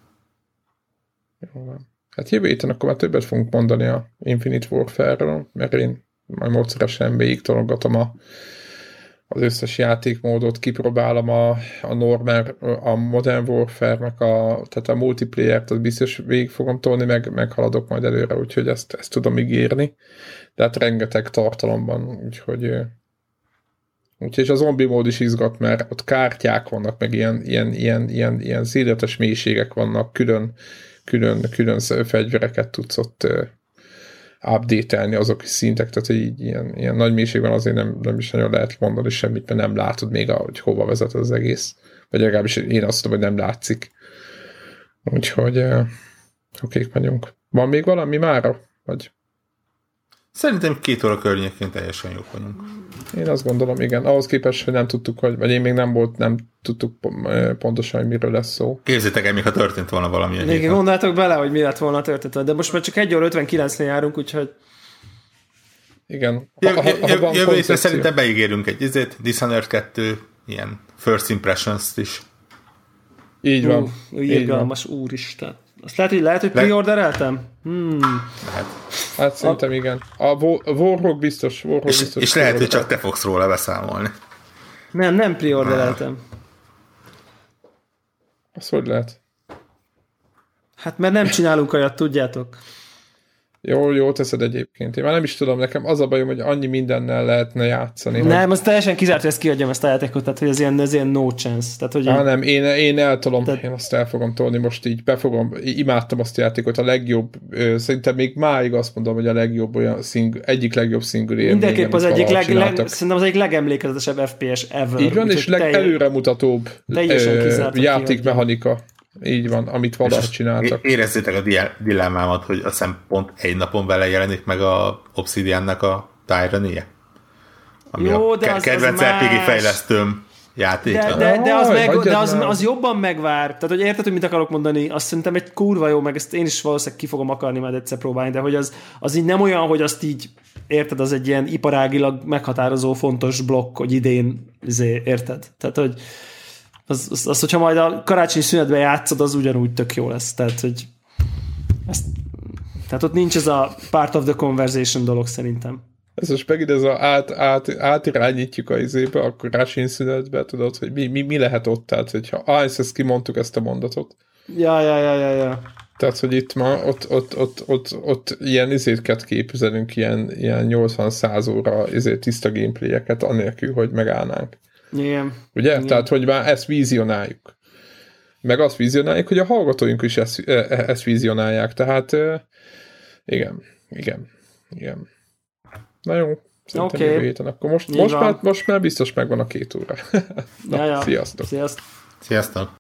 Jó van. Hát jövő héten akkor már többet fogunk mondani a Infinite Warfare-ről, mert én majd módszeresen végig tologatom az összes játékmódot, kipróbálom a normal, a Modern Warfare-nek tehát a multiplayer-t, az biztos végig fogom tolni, meg haladok majd előre, úgyhogy ezt tudom ígérni. De hát rengeteg tartalomban, úgyhogy a zombi mód is izgat, mert ott kártyák vannak, meg ilyen széletes mélységek vannak, külön külön fegyvereket tudsz ott update-elni azok is szintek, tehát így ilyen nagy mélységben azért nem is nagyon lehet mondani semmit, mert nem látod még, hogy hova vezet az egész. Vagy legalábbis én azt tudom, hogy nem látszik. Úgyhogy okék vagyunk. Van még valami mára? Vagy... Szerintem 2 óra környékén teljesen jók vagyunk. Én azt gondolom, igen. Ahhoz képest, hogy nem tudtuk, vagy én még nem tudtuk pontosan, hogy miről lesz szó. Képzeljétek el, mintha történt volna valami. Igen, gondoljátok bele, hogy mi lett volna történt. De most már csak 1 óra 59-nél járunk, úgyhogy... Igen. Jövő hétre szerintem beígérünk egy Dishonored 2 ilyen first impressions-t is. Így van. Irgalmas, úristen. Azt lehet, hogy preordereltem? Hát szerintem igen. A Warhawk biztos. És lehet, hogy csak te fogsz róla beszámolni. Nem preordereltem. Az hogy lehet? Hát mert nem csinálunk olyat, tudjátok. Jó teszed egyébként. Én már nem is tudom, nekem az a bajom, hogy annyi mindennel lehetne játszani. Nem, az teljesen kizárt, hogy ezt kiadjam ezt a játékot, tehát hogy ez ilyen no chance. Tehát, hogy nem, én eltolom, én azt el fogom tolni, most így imádtam azt a játékot, a legjobb, szerintem még máig azt mondom, hogy a legjobb olyan egyik legjobb single élmény. Mindenképp az egyik szerintem az egyik legemlékezetesebb FPS ever. Így van, és legelőremutatóbb játékmechanika. Így van, amit valahogy csináltak. Érezzétek a dilemmámat, hogy azt hiszem pont egy napon vele jelenik meg a Obsidiannak a Tyranny-je. Ami jó, a kedvenc RPG fejlesztőm játéka. De az jobban megvár. Tehát, hogy érted, hogy mit akarok mondani, azt szerintem egy kurva jó, meg ezt én is valószínűleg ki fogom akarni majd egyszer próbálni, de hogy az így nem olyan, hogy azt így érted, az egy ilyen iparágilag meghatározó fontos blokk, hogy idén érted? Tehát, hogy az, hogyha majd a karácsonyi szünetben játszod, az ugyanúgy tök jó lesz. Tehát, hogy tehát ott nincs ez a part of the conversation dolog szerintem. Ez most megint ez átirányítjuk a izébe, a karácsonyi szünetbe, tudod, hogy mi lehet ott, tehát hogyha ezt kimondtuk ezt a mondatot. Ja. Tehát, hogy itt ma ott ilyen izéket képzelünk, ilyen 80-100 óra tiszta gameplayeket, anélkül, hogy megállnánk. Igen. Ugye? Igen. Tehát, hogy már ezt vizionáljuk. Meg azt vizionáljuk, hogy a hallgatóink is ezt vizionálják. Tehát igen. Na jó, szerintem jövő héten. Akkor most már biztos megvan a 2 óra. Na, ja. Sziasztok! Sziasztok!